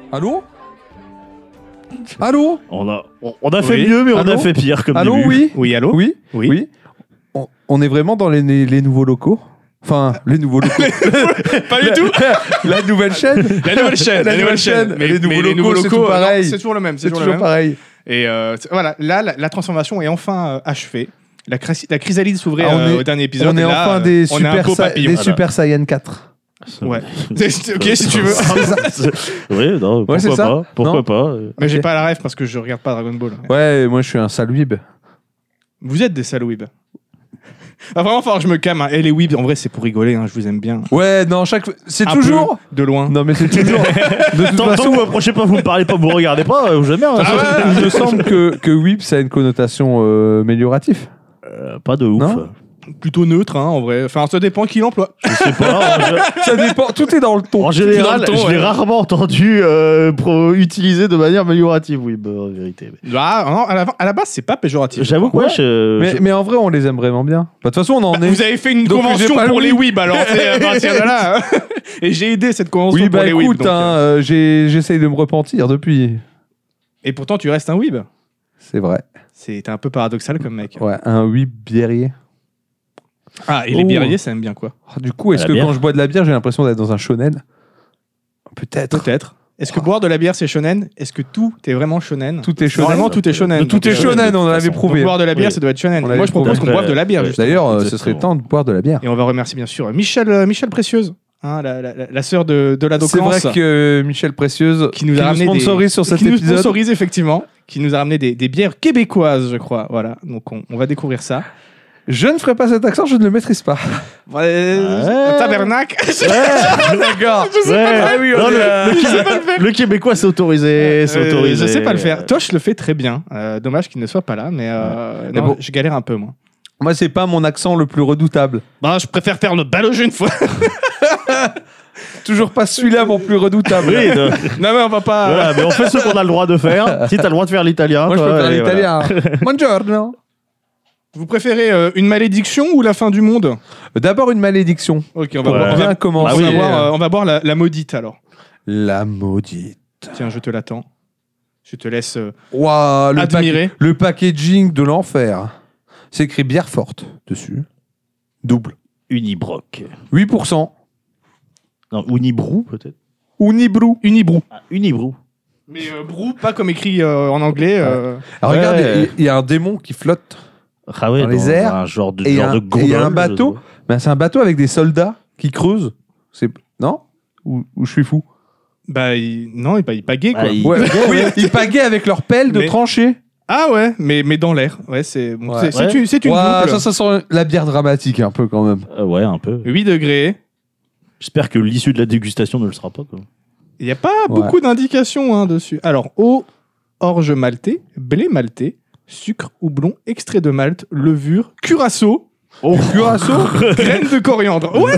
Allô? Allô? On a fait mieux, mais Allô? on a fait pire comme Allô, début. oui? Oui, allô? Oui? Oui. Oui? On est vraiment dans les nouveaux locaux? Enfin, les nouveaux locaux. Pas du tout. La nouvelle chaîne? La nouvelle chaîne. La nouvelle chaîne. Mais Les nouveaux les locaux, c'est tout pareil. non, c'est toujours le même. C'est toujours pareil. Et voilà, là, la transformation est enfin achevée. La chrysalide s'ouvrait Ah, au dernier épisode. On est et là, enfin des on a un pot papillon. Super Saiyan 4. Ouais. Ok, si tu veux. Oui, non, pourquoi c'est ça. pas? Pourquoi Non. pas? Mais j'ai pas la rêve parce que je regarde pas Dragon Ball. Ouais, moi je suis un sale weeb. Vous êtes des salauds weeb. Va vraiment falloir que je me calme. Et les weebs, en vrai, c'est pour rigoler. Je vous aime bien. Ouais, non, c'est Un toujours. peu de loin. Non, mais c'est toujours. De toute Tant que façon, vous m'approchez pas, vous me parlez pas, vous me regardez pas, jamais. Hein, il me semble que weeb ça a une connotation améliorative. pas de ouf. Non. Plutôt neutre, en vrai. Enfin, ça dépend qui l'emploie. Je sais pas. Ça dépend, tout est dans le ton. En général, Dans le ton, je l'ai ouais. rarement entendu utiliser de manière améliorative, oui, en vérité. Ah, non, à la base, c'est pas péjoratif. J'avoue que Ouais. Mais en vrai, on les aime vraiment bien. Bah, de toute façon, on en est. Vous avez fait une Donc, j'ai convention pas le pour les weeb. weebs, alors c'est à partir de là. Et j'ai aidé cette convention Oui, pour bah les écoute, weebs. Donc, j'essaye de me repentir depuis. Et pourtant, tu restes un weeb. C'est vrai. C'est un peu paradoxal comme mec. Ouais, un weeb biérier. Ah, et les Oh. biériers, ça aime bien quoi? Du coup, est-ce La que bière. quand je bois de la bière, j'ai l'impression d'être dans un shonen? Peut-être. Peut-être. Est-ce que boire de la bière, c'est shonen? Est-ce que tout est vraiment shonen? Tout est shonen. Normalement, tout est shonen. Tout est shonen, on l'avait Donc, prouvé. boire de la bière, Oui. ça doit être shonen. On l'avait Moi, je propose prouvé. qu'on boive de la bière, justement. D'ailleurs, ce Exactement. serait temps de boire de la bière. Et on va remercier bien sûr Michel Précieuse, la sœur de C'est l'Adoquance, vrai que Michel Précieuse, qui nous a ramené sponsorise sur cet qui nous épisode. sponsorise effectivement, qui nous a ramené des bières québécoises, je crois. Voilà, donc on va découvrir ça. Je ne ferai pas cet accent, je ne le maîtrise pas. Tabernacle. D'accord. Ah oui, on non, est- le Québécois, c'est autorisé. C'est autorisé. Je sais pas le faire. Tosh le fait très bien. Dommage qu'il ne soit pas là, mais non, bon. je galère un peu moi. Moi, c'est pas mon accent le plus redoutable. Bah, je préfère faire le bal au jeu une fois. Toujours pas celui-là mon plus redoutable. Oui, non. Non mais on va pas. Voilà, mais on fait ce qu'on a le droit de faire. Si t'as le droit de faire l'italien, Moi, je peux toi, faire et voilà. l'italien. Buongiorno. Vous préférez une malédiction ou la fin du monde? D'abord, une malédiction. Ok, on Pour va bien commencer. Ah oui, on va boire la maudite alors. La maudite. Tiens, je te l'attends. Je te laisse. Waouh, Admirer. le packaging de l'enfer. C'est écrit bière forte dessus. Double. Unibroc. 8%. Non, Unibrou, peut-être. Unibrou. Unibrou. Ah, Unibrou. Mais brou, pas comme écrit en anglais. Alors, Ouais. regarde, il y a un démon qui flotte. Ah ouais, Dans les airs. Un genre de, Et il y a gondole, un je bateau. sais Ben, c'est un bateau avec des soldats qui creusent. Non ou je suis fou? Bah, non, il pagaie quoi. Ah, il- Ouais, Ouais, oui, ouais. ils pagaient avec leur pelle de Mais- tranchée. Ah ouais, mais dans l'air. Ouais, c'est bon, Ouais. c'est une Ouais, boucle. ça sent la bière dramatique un peu quand même. Ouais, un peu. 8 degrés. J'espère que l'issue de la dégustation ne le sera pas. Quoi. Il n'y a pas beaucoup d'indications dessus. Alors, eau, orge maltais, blé maltais, sucre, houblon, extrait de malt, levure, curaçao, Oh, Curaçao. graines de coriandre. Ouais,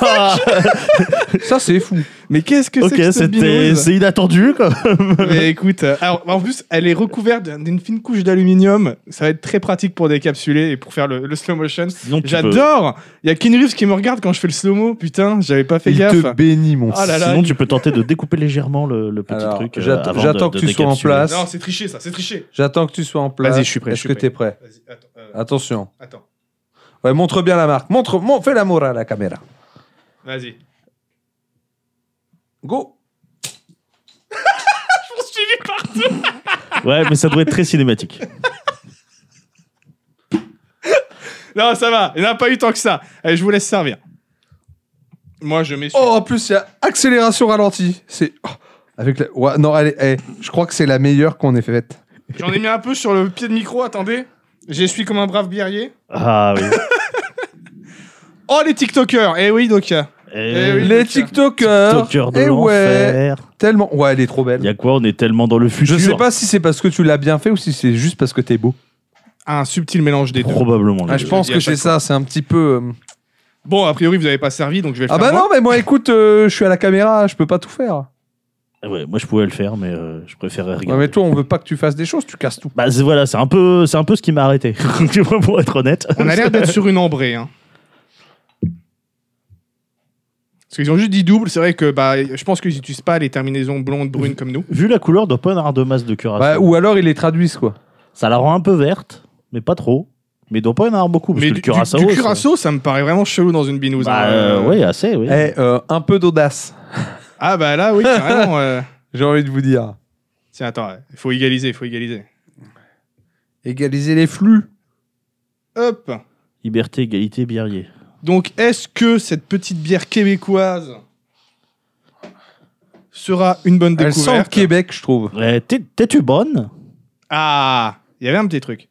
Ça c'est fou. mais qu'est-ce que ok, c'est que cette binouse c'est inattendu. Quoi. Mais écoute, alors, en plus, elle est recouverte d'une fine couche d'aluminium. Ça va être très pratique pour décapsuler et pour faire le slow motion. Sinon, tu peux- J'adore. Il y a Keanu Reeves qui me regarde quand je fais le slow-mo. Putain, j'avais pas fait Il gaffe. te bénit mon Ah là là. Sinon, tu peux tenter de découper légèrement le petit Alors, truc. j'attends avant que tu sois en décapsuler. place. Non, c'est triché ça, c'est triché. J'attends que tu sois en place. Vas-y, je suis prêt, Est-ce je que suis t'es prêt? Vas-y, attends. Attention. Attends. Ouais, montre bien la marque. Fais l'amour à la caméra. Vas-y. Go. Poursuivi partout. Ouais, mais ça doit être très cinématique. Non, ça va. Il n'y en a pas eu tant que ça. Allez, je vous laisse servir. Moi, je m'essuie. Oh, en plus, il y a accélération ralentie. C'est. Oh, avec la... ouais, non, allez, je crois que c'est la meilleure qu'on ait faite. J'en ai mis un peu sur le pied de micro. Attendez. J'essuie comme un brave biérier. Ah oui. Oh, les TikTokers. Eh oui, donc. Et oui. Les TikTokers. TikTokers de Eh ouais. l'enfer. Tellement. Ouais, elle est trop Il y belle. a quoi? On est tellement dans le futur. Je sais pas si c'est parce que tu l'as bien fait ou si c'est juste parce que t'es beau. Un subtil mélange des deux. Probablement. Ah, je pense dis à que chaque c'est ça. C'est un petit peu. Bon, a priori, vous n'avez pas servi, donc je vais le Ah faire. bah non, mais moi, écoute, je suis à la caméra, je peux pas tout faire. Ouais, moi, je pouvais le faire, mais je préférais regarder. Ouais, mais toi, on veut pas que tu fasses des choses, tu casses tout. Bah, voilà, c'est un peu ce qui m'a arrêté. Pour être honnête. On a l'air d'être sur une ambrée. Hein. Parce qu'ils ont juste dit double, c'est vrai que je pense qu'ils n'utilisent pas les terminaisons blondes, brunes comme nous. Vu la couleur, il doit pas y en avoir de masse de curaçao. Bah, ou alors ils les traduisent, quoi. Ça la rend un peu verte, mais pas trop. Mais il doit pas y en avoir beaucoup. Parce Mais que le curaçao. du curaçao, ça me paraît vraiment chelou dans une binouse. Oui, assez, oui. Un peu d'audace, Ah bah là, oui, carrément. j'ai envie de vous dire. Tiens, attends, il faut égaliser. Égaliser les flux. Hop. Liberté, égalité, biérier. Donc, est-ce que cette petite bière québécoise sera une bonne Elle sent le découverte? Québec, je trouve. T'es-tu bonne? Ah, il y avait un petit truc.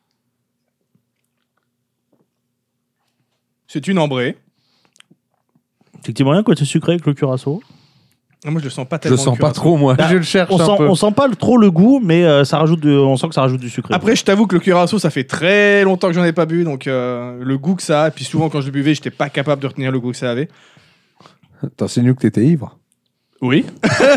C'est une ambrée. Effectivement, rien côté sucré avec le curaçao. Ah, moi, je le sens pas Je tellement. le sens le pas curaçao. trop, moi. Bah, Je le cherche On un peu. sent pas trop le goût, mais on sent que ça rajoute du sucré. Après, je t'avoue que le curaçao, ça fait très longtemps que j'en ai pas bu, donc le goût que ça a, et puis souvent quand je le buvais, j'étais pas capable de retenir le goût que ça avait. T'insinues que t'étais ivre. Oui.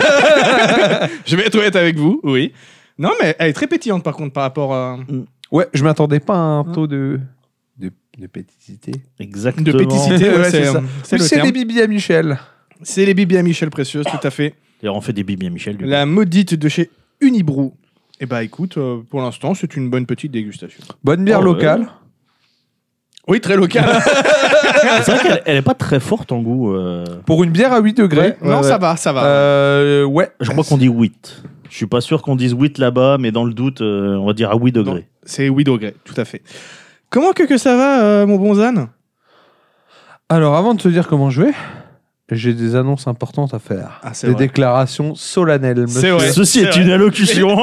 Je vais être honnête avec vous, oui. Non, mais elle est très pétillante par contre par rapport à. Ouais, je m'attendais pas à un taux de péticité. Exactement. De péticité, Ouais, ouais, c'est ça. c'est Oui, le c'est terme. les bibis à Michel. C'est les bibis à Michel Précieuse, tout à fait. Et on fait des bibis à Michel. Du coup. La maudite de chez Unibrou. Eh bah écoute, pour l'instant, c'est une bonne petite dégustation. Bonne bière Oh, locale. ouais. Oui, très local. C'est vrai qu'elle elle est pas très forte en goût. Pour une bière à 8 degrés. Non, ça va, ça va. Ouais. Je crois qu'on dit 8. Je suis pas sûr qu'on dise 8 là-bas, mais dans le doute, on va dire à 8 degrés. Non, c'est 8 degrés, tout à fait. Comment que ça va, mon bon Zan? Alors, avant de te dire comment je vais, j'ai des annonces importantes à faire. Ah, c'est des vrai. déclarations solennelles. C'est monsieur. vrai. Ceci est c'est une vrai. allocution.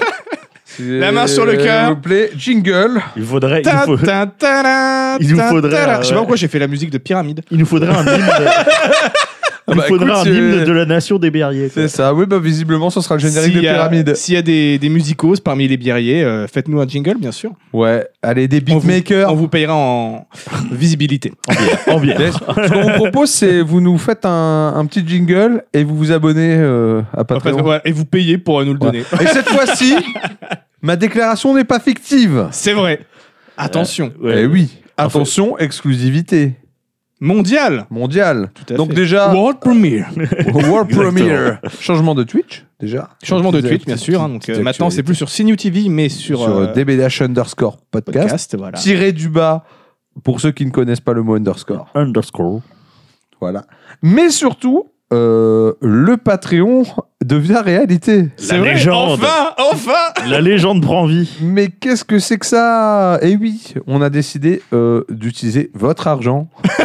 La main sur le cœur. S'il vous plaît, jingle. Il faudrait. Ta, ta, ta, ta, Il nous ta, faudrait, ta, ta. Je sais pas ouais. pourquoi j'ai fait la musique de Pyramide. Il nous faudrait un hymne. Il nous bah, faudrait écoute, un hymne de la nation des berriers. quoi. C'est ça. Oui, bah, visiblement, ce sera le générique de Pyramide. S'il y a des musicos parmi les biériers, faites-nous un jingle, bien sûr. Ouais. Allez, des On beatmakers. vous payera en visibilité. En bière. Ce qu'on vous propose, c'est vous nous faites un petit jingle et vous vous abonnez à Patreon. Ouais, et vous payez pour nous le donner. Et cette fois-ci, ma déclaration n'est pas fictive. C'est vrai. Attention. Ouais. Eh oui. Attention, exclusivité Mondial. mondiale. Tout à Donc fait. déjà, World Premiere. World Premiere. Changement de Twitch, déjà. Changement de Petites- Twitch, bien sûr. Donc petites maintenant, c'est plus sur CNews TV, mais sur sur DBDH_ podcast. podcast. Voilà. Tiré du bas, pour ceux qui ne connaissent pas le mot underscore. Underscore. Voilà. Mais surtout, le Patreon devient réalité. C'est La vrai. légende. Enfin. La légende prend vie. Mais qu'est-ce que c'est que ça? Eh oui, on a décidé d'utiliser votre argent.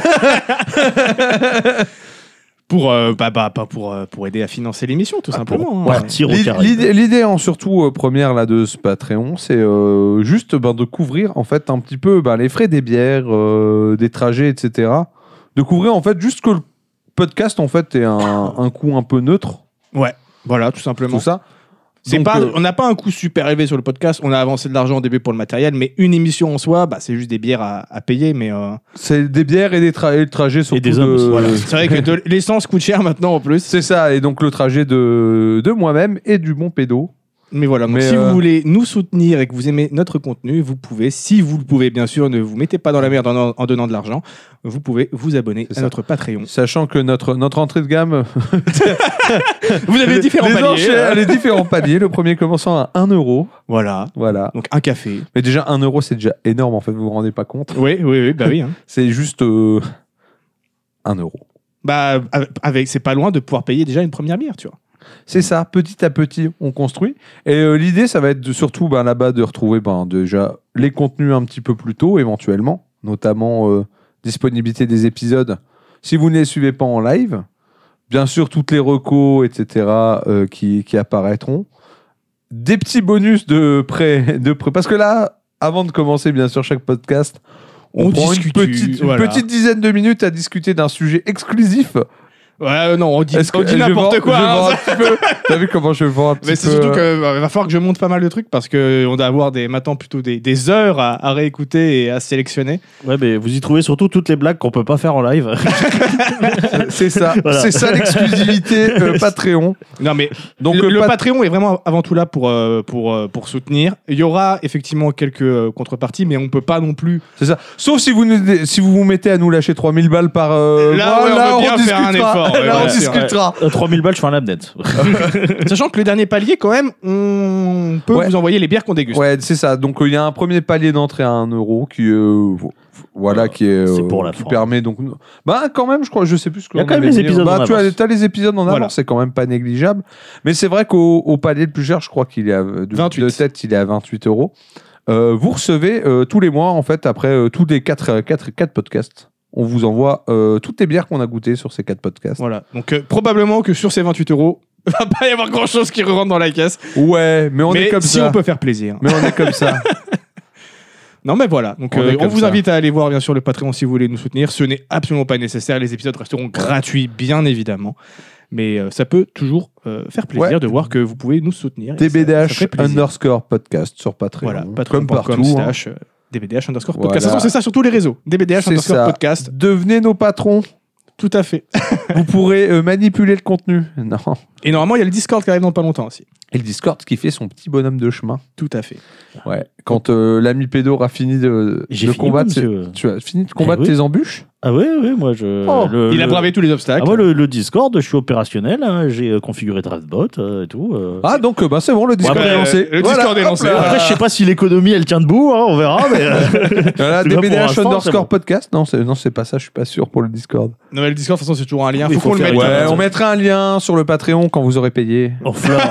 Pour aider à financer l'émission, tout simplement. hein. Partir au carré. L'idée en surtout première là, de ce Patreon, c'est juste de couvrir en fait un petit peu les frais des bières, des trajets, etc. De couvrir en fait juste que le podcast en fait ait un coût un peu neutre, Ouais, voilà, tout simplement. tout ça. C'est Donc, pas, on n'a pas un coût super élevé sur le podcast. On a avancé de l'argent au début pour le matériel, mais une émission en soi, c'est juste des bières à payer. Mais C'est des bières et et le trajet surtout. des hommes aussi, voilà. C'est vrai que l'essence coûte cher maintenant en plus. C'est ça, et donc le trajet de moi-même et du bon pédo. Mais voilà, donc Mais, si vous voulez nous soutenir et que vous aimez notre contenu, vous pouvez, si vous le pouvez bien sûr, ne vous mettez pas dans la merde en donnant de l'argent, vous pouvez vous abonner C'est à ça. notre Patreon. Sachant que notre entrée de gamme. Vous avez différents les paliers. enchères, les différents paliers. Le premier commençant à 1 euro. Voilà, Voilà. donc un café. Mais déjà, 1 euro, c'est déjà énorme, en fait, vous vous rendez pas compte. Oui, bah oui. Hein. C'est juste 1 euro. Bah, c'est pas loin de pouvoir payer déjà une première bière, tu vois. C'est ça, petit à petit, on construit. Et l'idée, ça va être surtout là-bas de retrouver déjà les contenus un petit peu plus tôt, éventuellement, notamment disponibilité des épisodes. Si vous ne les suivez pas en live, bien sûr, toutes les recos, etc., qui apparaîtront. Des petits bonus de près. Parce que là, avant de commencer, bien sûr, chaque podcast, on prend discute, une voilà. petite dizaine de minutes à discuter d'un sujet exclusif Ouais, non, on dit Est-ce que je n'importe vends- quoi. je hein. vends un petit peu. T'as vu comment je vends un petit Mais peu c'est surtout qu'il va falloir que je monte pas mal de trucs parce qu'on doit avoir maintenant plutôt des heures à réécouter et à sélectionner. Ouais, mais vous y trouvez surtout toutes les blagues qu'on peut pas faire en live. C'est ça. Voilà. C'est ça l'exclusivité Patreon. Non, mais Donc le Pat- Patreon est vraiment avant tout là pour soutenir. Il y aura effectivement quelques contreparties, mais on peut pas non plus. c'est ça. Sauf si vous vous mettez à nous lâcher 3000 balles par Là, ouais, on veut bien faire un effort, ouais, Là, ouais, on c'est discutera. 3000 balles, je fais un labnet. Sachant que le dernier palier, quand même, on peut Ouais. vous envoyer les bières qu'on déguste. Ouais, c'est ça. Donc il y a un premier palier d'entrée à 1 euro qui voilà qui est C'est pour la qui fin. permet donc bah quand même je crois je sais plus ce que Il y a on quand même avait les dit. épisodes Bah en tu as avance. t'as les épisodes en avance, Voilà. c'est quand même pas négligeable. Mais c'est vrai qu'au palier le plus cher, je crois qu'il est à 28. de tête, il est à 28 euros. Vous recevez tous les mois en fait après tous les 4 podcasts. On vous envoie toutes les bières qu'on a goûtées sur ces 4 podcasts. Voilà. Donc, probablement que sur ces 28 euros, il va pas y avoir grand chose qui rentre dans la caisse. Ouais, mais on mais est comme si ça. on peut faire plaisir. Mais on est comme ça. Non, mais voilà. Donc, On est on comme vous ça. invite à aller voir, bien sûr, le Patreon si vous voulez nous soutenir. Ce n'est absolument pas nécessaire. Les épisodes resteront gratuits, bien évidemment. Mais ça peut toujours faire plaisir Ouais. de voir que vous pouvez nous soutenir. Et ça fait DBDH plaisir. _podcast sur Patreon. Voilà, comme partout. hein. DBDH _ podcast. Voilà. De toute façon, c'est ça sur tous les réseaux. DBDH C'est _ ça. podcast. Devenez nos patrons. Tout à fait. Vous pourrez manipuler le contenu. Non. Et normalement, il y a le Discord qui arrive dans pas longtemps aussi. Et le Discord qui fait son petit bonhomme de chemin. Tout à fait. Ouais. Quand l'ami pédo aura fini de J'ai fini, combattre, monsieur. tu as fini de combattre oui. tes embûches. Ah ouais, moi je. Oh, Il a bravé tous les obstacles. Ah ouais, le Discord, je suis opérationnel, hein, j'ai configuré Draftbot et tout. Ah donc bah c'est bon, le Discord après, est lancé. le Discord est hop lancé. là. Après, je sais pas si l'économie elle tient debout, hein, on verra. Mais Voilà, C'est pas pour DBDH l'instant, c'est bon. _podcast. Non, c'est pas ça. Je suis pas sûr pour le Discord. Non, mais le Discord, de toute façon, c'est toujours un lien. Il Faut faut qu'on le faire mette. une- Ouais, on mettra un lien sur le Patreon quand vous aurez payé. on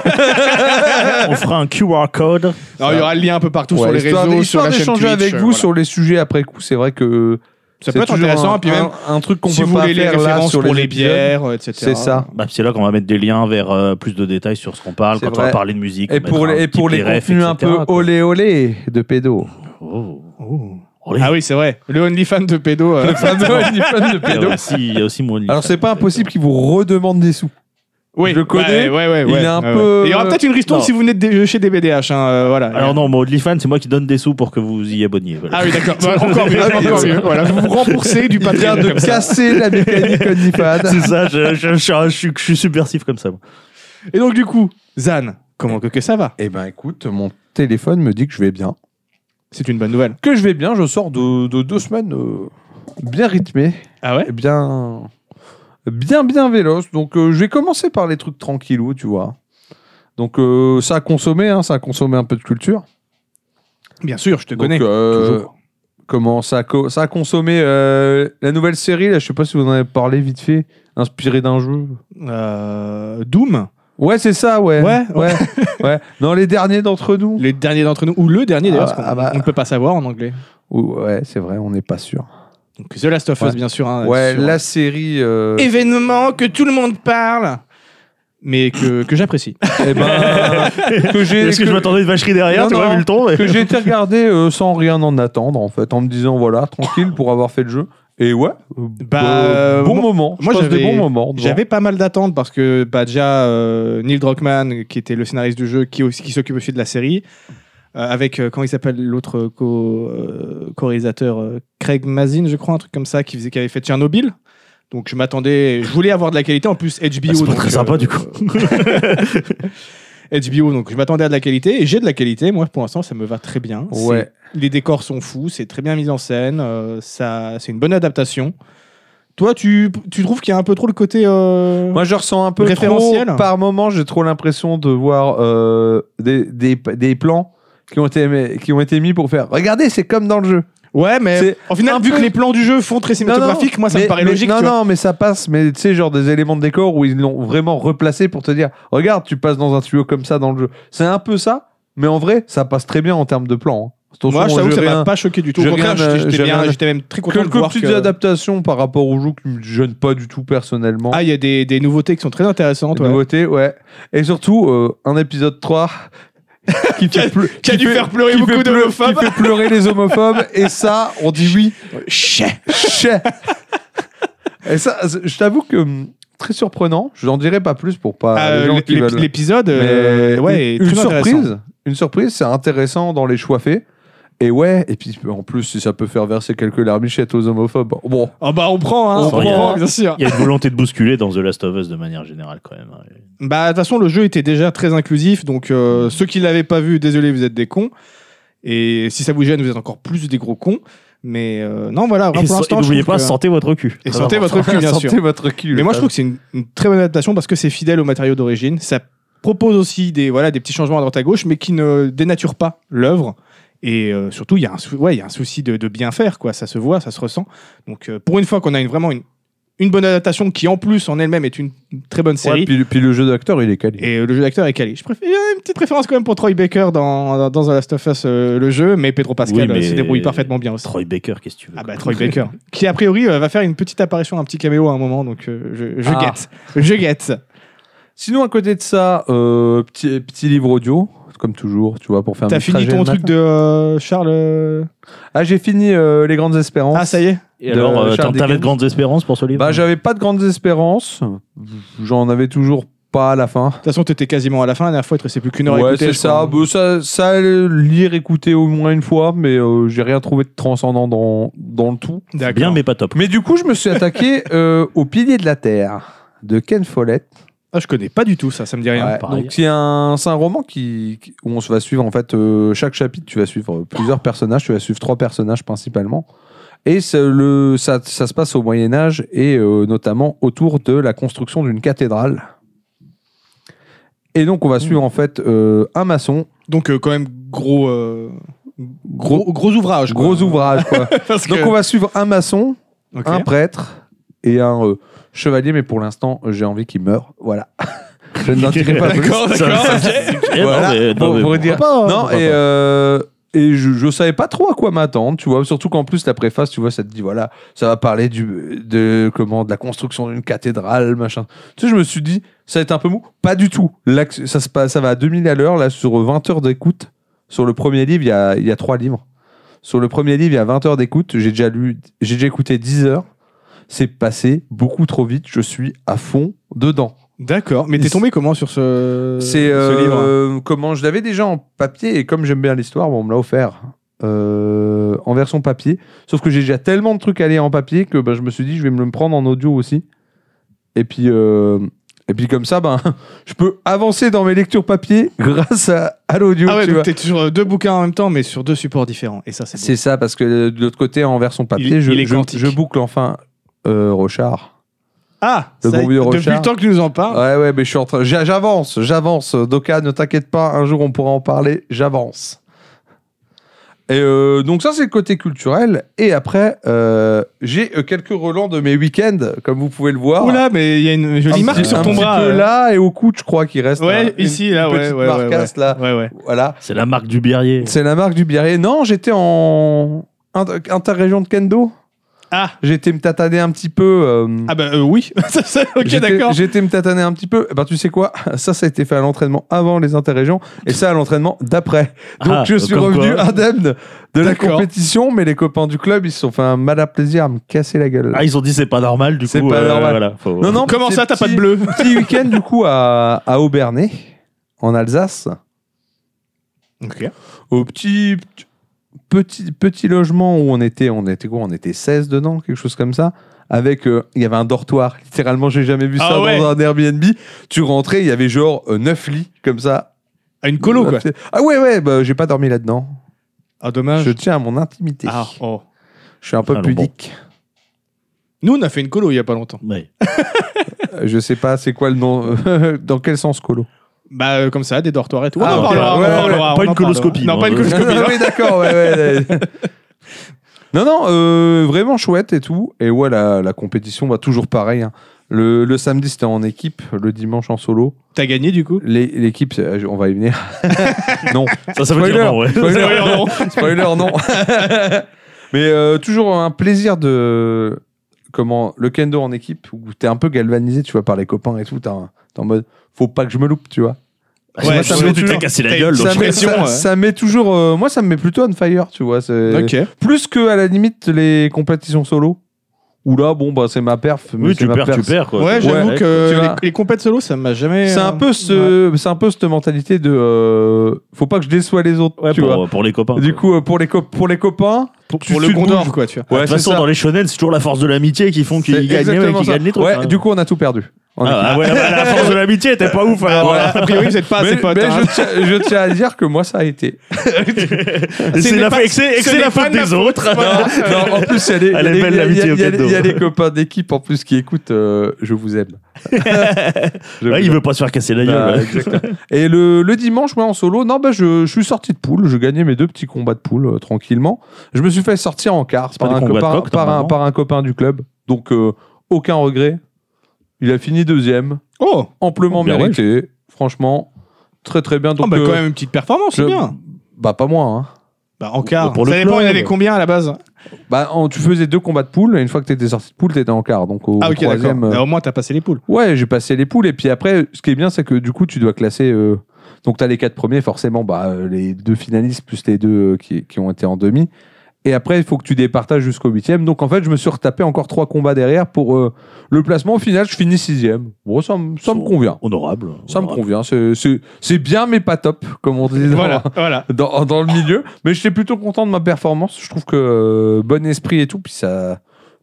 fera un QR code. Alors, il y aura le lien un peu partout sur les histoire réseaux, sur la chaîne d'échanger Twitch. avec vous voilà. sur les sujets après coup. C'est vrai que Ça c'est peut être toujours intéressant. Et puis même, un truc qu'on si peut vous pas voulez les faire là références sur pour les épisodes. bières, etc. C'est ça. Bah, c'est là qu'on va mettre des liens vers plus de détails sur ce qu'on parle, C'est quand on vrai. va parler de musique. Et on pour mettra les, un et pour petit les ref, contenus un etc., peu quoi. olé olé de pédo. Oh. Oh. Olé. Ah oui, c'est vrai. Le OnlyFans de pédo. Le fameux OnlyFans de Il y a pédo. aussi, il y a aussi mon OnlyFans. Alors c'est pas impossible qu'il vous redemande des sous. Oui, Je le connais. Ouais, Il est un peu- Il y aura peut-être une ristourne Non. si vous venez chez DBDH. Voilà. Alors non, mon OnlyFans, c'est moi qui donne des sous pour que vous y abonniez. Voilà. Ah oui, d'accord. Bah, encore mieux. Ah oui, Encore ouais. mieux. Voilà, vous vous remboursez du Il vient Patreon. de comme ça. casser la mécanique OnlyFans. C'est ça, je suis subversif comme ça. moi. Et donc, du coup, Zan, comment que ça va? Eh ben écoute, mon téléphone me dit que je vais bien. C'est une bonne nouvelle. Que je vais bien, je sors de 2 semaines bien rythmées. Ah ouais? Bien véloce. Donc je vais commencer par les trucs tranquillous, tu vois. Donc ça a consommé un peu de culture. Bien sûr, je te Donc, connais. Toujours. Comment ça a consommé la nouvelle série, là, je sais pas si vous en avez parlé vite fait, inspirée d'un jeu. Doom, Ouais, c'est ça, ouais. Ouais. Ouais. Non, les derniers d'entre nous. les derniers d'entre nous, ou le dernier d'ailleurs, Ah, parce qu'on ah bah. on ne peut pas savoir en anglais. Ouais, c'est vrai, on n'est pas sûr. Donc, The Last of Us, Ouais. bien sûr. Hein, Ouais, sur- la série. Événement que tout le monde parle, mais que j'apprécie. Eh ben, que j'ai. Est-ce que je m'attendais une vacherie derrière, Non, tu vois, non. vu le ton mais- que j'ai été regarder sans rien en attendre, en fait, en me disant, voilà, tranquille pour avoir fait le jeu. Et ouais, bon moment. Je moi, passe des j'avais- bons moments. devant. J'avais pas mal d'attentes parce que déjà Neil Druckmann, qui était le scénariste du jeu, qui s'occupe aussi de la série, avec comment il s'appelle l'autre co-réalisateur, Craig Mazin, je crois, un truc comme ça, qui avait fait Tchernobyl. Donc je voulais avoir de la qualité. En plus HBO, Bah, c'est pas donc, très sympa, du coup. HBO, donc je m'attendais à de la qualité et j'ai de la qualité. Moi, pour l'instant, ça me va très bien. Ouais. Les décors sont fous, c'est très bien mis en scène, c'est une bonne adaptation. Toi, tu trouves qu'il y a un peu trop le côté Moi, je ressens un peu référentiel. trop. Par moment, j'ai trop l'impression de voir des plans qui ont été mis pour faire. Regardez, c'est comme dans le jeu. Ouais, mais C'est au final, un vu peu- que les plans du jeu font très cinématographique, moi, ça me paraît logique. Non, tu vois. non, mais ça passe. Mais tu sais, genre des éléments de décor où ils l'ont vraiment replacé pour te dire regarde, tu passes dans un tuyau comme ça dans le jeu. C'est un peu ça, mais en vrai, ça passe très bien en termes de plan. hein. Attention, Moi, je t'avoue que ça j'ai m'a rien- pas choqué du tout. Au j'ai contraire, rien, j'ai rien- j'étais même très content de Quelques voir petites que... adaptations par rapport au jeu qui me gênent pas du tout personnellement. Ah, il y a des nouveautés qui sont très intéressantes. Des Ouais. nouveautés, ouais. Et surtout, un épisode 3 qui a dû faire pleurer beaucoup d'homophobes. Qui fait pleurer les homophobes. Et ça, on dit oui. Chais. Chais. Et ça, je t'avoue que très surprenant. Je n'en dirai pas plus pour pas les gens qui veulent. L'épisode, Mais est une très intéressant. surprise. Une surprise, c'est intéressant dans les choix faits. Et ouais, et puis en plus, si ça peut faire verser quelques larmichettes aux homophobes, bon. Ah bah on prend, hein, On on prend. prend, bien sûr. Il y a une volonté de bousculer dans The Last of Us de manière générale quand même. Bah de toute façon le jeu était déjà très inclusif, donc ceux qui l'avaient pas vu, désolé, vous êtes des cons. Et si ça vous gêne, vous êtes encore plus des gros cons. Mais non voilà, pour Et l'instant, n'oubliez je trouve pas, que- sentez votre cul. et sentez votre cul, bien sûr. Sentez votre cul. Mais moi je trouve que c'est une très bonne adaptation parce que c'est fidèle au matériau d'origine. Ça propose aussi des petits changements à droite à gauche, mais qui ne dénaturent pas l'œuvre. Et surtout, il y a un souci de bien faire, quoi. Ça se voit, ça se ressent. Donc, pour une fois qu'on a vraiment une bonne adaptation qui, en plus, en elle-même, est une très bonne série. Ouais, puis le jeu d'acteur, il est quali. Et le jeu d'acteur est calé. Il y a une petite préférence quand même pour Troy Baker dans The Last of Us, le jeu, mais Pedro Pascal Oui, mais se débrouille parfaitement bien aussi. Troy Baker, qu'est-ce que tu veux? Ah bah Troy Baker, qui a priori va faire une petite apparition, un petit caméo à un moment, donc je guette. Sinon, à côté de ça, petit livre audio, comme toujours, tu vois, pour faire un T'as petit fini trajet ton le truc matin. de Charles Ah, j'ai fini Les Grandes Espérances. Ah ça y est. Et de alors, Charles t'avais de Dickens. grandes espérances pour ce livre? Bah, j'avais pas de grandes espérances. J'en avais toujours pas à la fin. De toute façon, t'étais quasiment à la fin. La dernière fois, il te restait plus qu'une heure à Ouais, écouter. c'est je ça. crois. Bah, ça, lire, écouter au moins une fois, mais j'ai rien trouvé de transcendant dans le tout. D'accord. Bien, mais pas top. Mais du coup, je me suis attaqué au Pilier de la Terre de Ken Follett. Ah, je connais pas du tout ça. Ça me dit rien. Ouais, pareil. donc c'est un roman où on se va suivre en fait chaque chapitre, tu vas suivre plusieurs personnages, tu vas suivre 3 personnages principalement. Et ça se passe au Moyen-Âge et notamment autour de la construction d'une cathédrale. Et donc on va suivre en fait un maçon, Donc quand même gros ouvrage. quoi. gros ouvrage quoi. Parce Donc que- on va suivre un maçon, Ok. un prêtre et un chevalier, mais pour l'instant j'ai envie qu'il meure. Voilà. Je n'en dirai pas plus. D'accord, d'accord. ok. Voilà, pour dire. Non, et je savais pas trop à quoi m'attendre, tu vois. Surtout qu'en plus, la préface, tu vois, ça te dit, voilà, ça va parler de la construction d'une cathédrale, machin. Tu sais, je me suis dit, ça va être un peu mou. Pas du tout. Là, ça va à 2000 à l'heure, là, sur 20 heures d'écoute. Sur le premier livre, il y a 3 livres. Sur le premier livre, il y a 20 heures d'écoute. J'ai déjà écouté 10 heures. C'est passé beaucoup trop vite. Je suis à fond dedans. D'accord. Mais t'es tombé comment sur ce livre? Comment je l'avais déjà en papier et comme j'aime bien l'histoire, bon, on me l'a offert en version papier. Sauf que j'ai déjà tellement de trucs à lire en papier que je me suis dit je vais me le prendre en audio aussi. Et puis comme ça, je peux avancer dans mes lectures papier grâce à l'audio. Ah ouais, tu donc vois. t'es sur 2 bouquins en même temps, mais sur 2 supports différents. Et ça, c'est beau. C'est ça parce que de l'autre côté en version papier, Il est quantique. je boucle enfin Rochard. Ah, Le ça y est, bon vieux depuis Rochard. le temps que tu nous en parles. Ouais, mais je suis en train. J'avance. Doka, ne t'inquiète pas, un jour on pourra en parler. J'avance. Et donc ça c'est le côté culturel. Et après, j'ai quelques relents de mes week-ends, comme vous pouvez le voir. Oula, mais il y a une jolie marque sur un ton petit bras. peu là et au coude, je crois qu'il reste. Ouais, ici, là, une ouais, petite ouais, marcasse, ouais. là. Ouais. Voilà. C'est la marque du biérier. C'est la marque du biérier. Non, j'étais en interrégion de kendo. Ah. J'étais me tataner un petit peu. Ah bah oui. Ok, d'accord. J'étais me tataner un petit peu. Tu sais quoi? Ça a été fait à l'entraînement avant les interrégions et ça à l'entraînement d'après. Donc je suis comme revenu quoi. indemne de la D'accord. compétition, mais les copains du club, ils se sont fait un malin plaisir à me casser la gueule. Ah, ils ont dit c'est pas normal, du coup. C'est pas normal. Voilà, faut- Non, non. Comment ça, t'as pas de petit- bleu? Petit week-end du coup à Aubernay, en Alsace, Ok. au petit logement où on était quoi? On était 16 dedans, quelque chose comme ça. Avec, il y avait un dortoir. Littéralement, j'ai jamais vu Ah ça ouais. dans un Airbnb. Tu rentrais, il y avait genre 9 lits comme ça. À une colo, quoi. Ah ouais, j'ai pas dormi là-dedans. Ah, dommage. Je tiens à mon intimité. Ah, oh. Je suis un peu Ah, pudique. Nous, on a fait une colo il y a pas longtemps. Ouais. Je sais pas, c'est quoi le nom dans quel sens colo? Bah, comme ça, des dortoirs et tout. Ah, on en ok. parlera, Ouais, on en ouais. parlera, Pas on une en coloscopie, parlera. Non, non. pas une coloscopie. Oui, d'accord, ouais. Non, vraiment chouette et tout. Et ouais, la compétition va toujours pareil. Hein. Le samedi, c'était en équipe. Le dimanche, en solo. T'as gagné, du coup? L'équipe, on va y venir. Non. Ça veut dire non, ouais. Spoiler, non. Spoiler, non. Mais toujours un plaisir de... le kendo en équipe, où t'es un peu galvanisé, tu vois, par les copains et tout. T'es en mode, faut pas que je me loupe, tu vois. Ouais, ça sinon me tu toujours- t'es cassé la t'as gueule. une donc- pression, Ça met toujours... moi, ça me met plutôt on fire, tu vois. Ok. Plus que, à la limite, les compétitions solo, Où là, bon, bah, c'est ma perf. Mais Oui, c'est tu ma perds, perf. tu perds, quoi. Ouais, j'avoue Ouais, que tu vois. les compètes solo, ça m'a jamais. C'est un peu c'est un peu cette mentalité de faut pas que je déçois les autres, Ouais, tu vois. pour les copains. Du quoi. coup, pour les copains, pour tu le te Condor, bouges. quoi, tu vois. De Ouais, toute c'est façon, ça. dans les shonen, c'est toujours la force de l'amitié qui font C'est qu'ils gagnent exactement qui ça. gagnent les trucs. Ouais, hein. du coup, on a tout perdu. En équipe. Ah ouais, la force de l'amitié, t'es pas ouf. alors. Voilà. A priori, vous êtes pas assez mais potes. hein. je tiens à dire que moi, ça a été. C'est la faute des autres. Non, en plus, il y a Elle est les- belle, il y a- l'amitié au il y a- cadeau. il y a des copains d'équipe en plus qui écoutent je vous aime. Ouais, il veut pas se faire casser la Bah, gueule. exactement. Et le dimanche, moi en solo, non, bah, je suis sorti de poule. Je gagnais mes 2 petits combats de poule tranquillement. Je me suis fait sortir en quart pas par des un, combats de copain, coq, par, un, normalement. par un copain du club. Donc, aucun regret. Il a fini 2e. Oh, Amplement Bien, mérité. Franchement, très très bien. Donc, bah, quand même une petite performance, c'est je- bien. bah, pas moi. Hein. Bah, en quart. Pour le Ça dépend, il y en club. avait combien à la base? Bah, tu faisais 2 combats de poule. Et une fois que tu étais sorti de poule, tu étais en quart. Donc, au Ah, ok, d'accord. 3e. Bah, au moins, t'as passé les poules. Ouais, j'ai passé les poules. Et puis après, ce qui est bien, c'est que du coup, tu dois classer. Donc, tu as les 4 premiers, forcément, bah, les 2 finalistes plus les 2 qui ont été en demi. Et après, il faut que tu départages jusqu'au 8e. Donc, en fait, je me suis retapé encore 3 combats derrière pour le placement. Au final, je finis 6e. Bon, ça me convient. Honorable. Ça me convient. C'est bien, mais pas top, comme on dit Voilà, voilà. dans le milieu. Mais j'étais plutôt content de ma performance. Je trouve que bon esprit et tout. Puis ça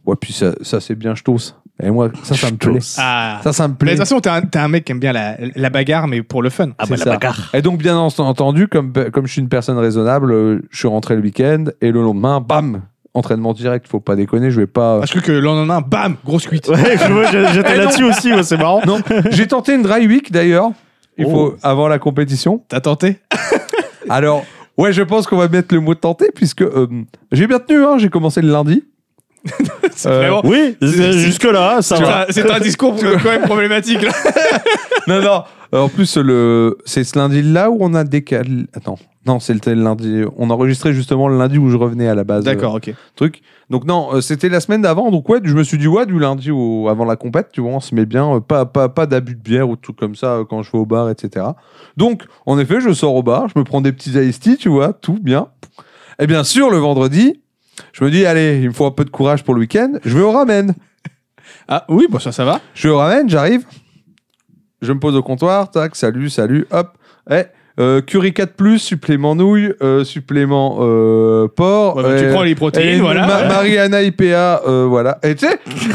c'est bien ch'tos. Et moi, ça me plaît. Ah. Ça me Mais de plaît. toute façon, t'es un mec qui aime bien la bagarre, mais pour le fun. Ah C'est bah ça. la bagarre. Et donc, bien entendu, comme je suis une personne raisonnable, je suis rentré le week-end et le lendemain, bam, entraînement direct. Faut pas déconner, je vais pas. Ah, je crois que le lendemain, bam, grosse cuite. Ouais, j'étais là-dessus aussi, ouais, c'est marrant. Non, j'ai tenté une dry week d'ailleurs. Il faut avant la compétition. T'as tenté? Alors, ouais, je pense qu'on va mettre le mot tenter puisque j'ai bien tenu. Hein, j'ai commencé le lundi. C'est vraiment. Oui, jusque-là, ça va. C'est un discours quand même problématique, là. Non. En plus, c'est ce lundi-là où on a décalé. Attends. Non, c'est le lundi. On enregistrait justement le lundi où je revenais à la base. D'accord, ok. Truc. Donc non, c'était la semaine d'avant. Donc ouais, je me suis dit ouais, du lundi avant la compète, tu vois, on se met bien, pas d'abus de bière ou de trucs comme ça quand je vais au bar, etc. Donc en effet, je sors au bar, je me prends des petits iced tea, tu vois, tout bien. Et bien sûr, le vendredi, je me dis allez, il me faut un peu de courage pour le week-end. Je vais au ramen. Ah oui, bon, ça va. Je vais au ramen, j'arrive. Je me pose au comptoir, tac, salut, hop. Curry 4+, supplément nouilles, supplément porc. Ouais, bah, tu prends les protéines, voilà. Mariana IPA, voilà. Et tu sais,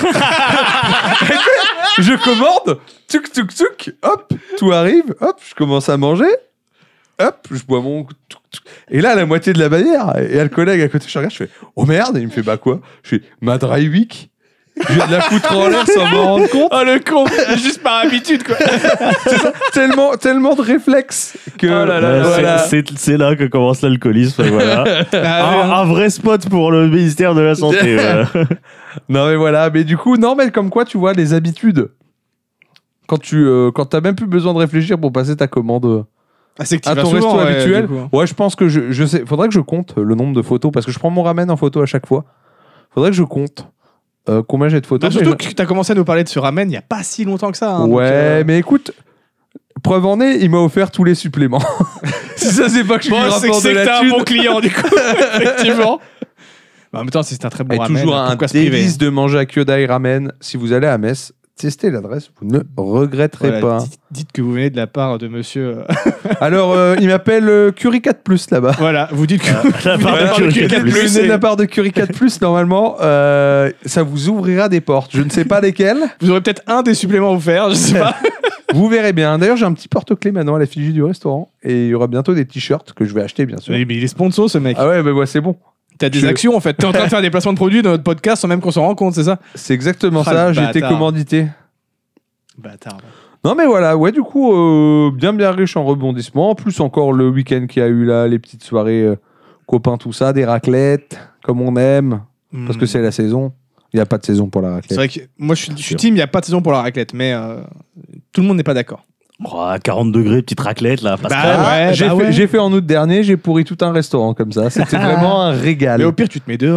je commande, tuk, hop, tout arrive, hop, je commence à manger, hop, je bois mon tuk. Et là, la moitié de la bannière, et un collègue à côté, je regarde, je fais, oh merde, et il me fait, bah quoi? Je fais, ma dry week. Je viens de la foutre en l'air sans m'en rendre compte. Oh le con. Juste par habitude, quoi. C'est ça, tellement de réflexes que. Oh là là. Ouais, voilà. c'est là que commence l'alcoolisme. Voilà. Ah, un vrai spot pour le ministère de la Santé. Non mais voilà, mais du coup, non mais comme quoi tu vois les habitudes. Quand t'as même plus besoin de réfléchir pour passer ta commande c'est que tu à vas ton souvent, resto ouais, habituel. du coup. Ouais, je pense que je sais. Faudrait que je compte le nombre de photos parce que je prends mon ramen en photo à chaque fois. Faudrait que je compte combien j'ai de Bah, photos. surtout mais que tu as commencé à nous parler de ce ramen il n'y a pas si longtemps que ça. Hein, ouais, donc, mais écoute. Preuve en est, il m'a offert tous les suppléments. Si ça, c'est pas que je bon, lui c'est rapporte de que la t'es un thune. bon client, du coup, effectivement. Bah, en même temps, c'est un très bon Et ramen. toujours un pourquoi se priver délice de manger à Kyodai Ramen. Si vous allez à Metz, testez l'adresse, vous ne regretterez Voilà, pas. dites que vous venez de la part de monsieur. Alors, il m'appelle Curie 4+, là-bas. Voilà, vous dites que La vous part venez de de Curie Curie 4+. Vous 4+, venez de la part de Curie 4+, normalement, ça vous ouvrira des portes. Je ne sais pas lesquelles. vous aurez peut-être un des suppléments offerts, je sais pas. Vous verrez bien. D'ailleurs, j'ai un petit porte-clés maintenant à l'effigie du restaurant. Et il y aura bientôt des t-shirts que je vais acheter, bien sûr. Mais il est sponsor, ce mec. Ah ouais, ouais, c'est bon. T'as des je- actions, en fait. T'es en train de faire des placements de produits dans notre podcast sans même qu'on s'en rende compte, c'est ça? C'est exactement Ah, ça. le J'ai été bâtard. commandité. Bâtard. Non, mais voilà. Ouais, du coup, bien riche en rebondissements. Plus encore le week-end qu'il y a eu là, les petites soirées copains, tout ça, des raclettes, comme on aime. Parce que c'est la saison. Il n'y a pas de saison pour la C'est raclette. vrai que moi, je suis team, il n'y a pas de saison pour la raclette, mais tout le monde n'est pas d'accord. Oh, à 40 degrés, petite raclette là. Passe Bah, crème. ouais, J'ai fait en août dernier, j'ai pourri tout un restaurant comme ça. C'était vraiment un régal. Mais au pire, tu te mets dehors.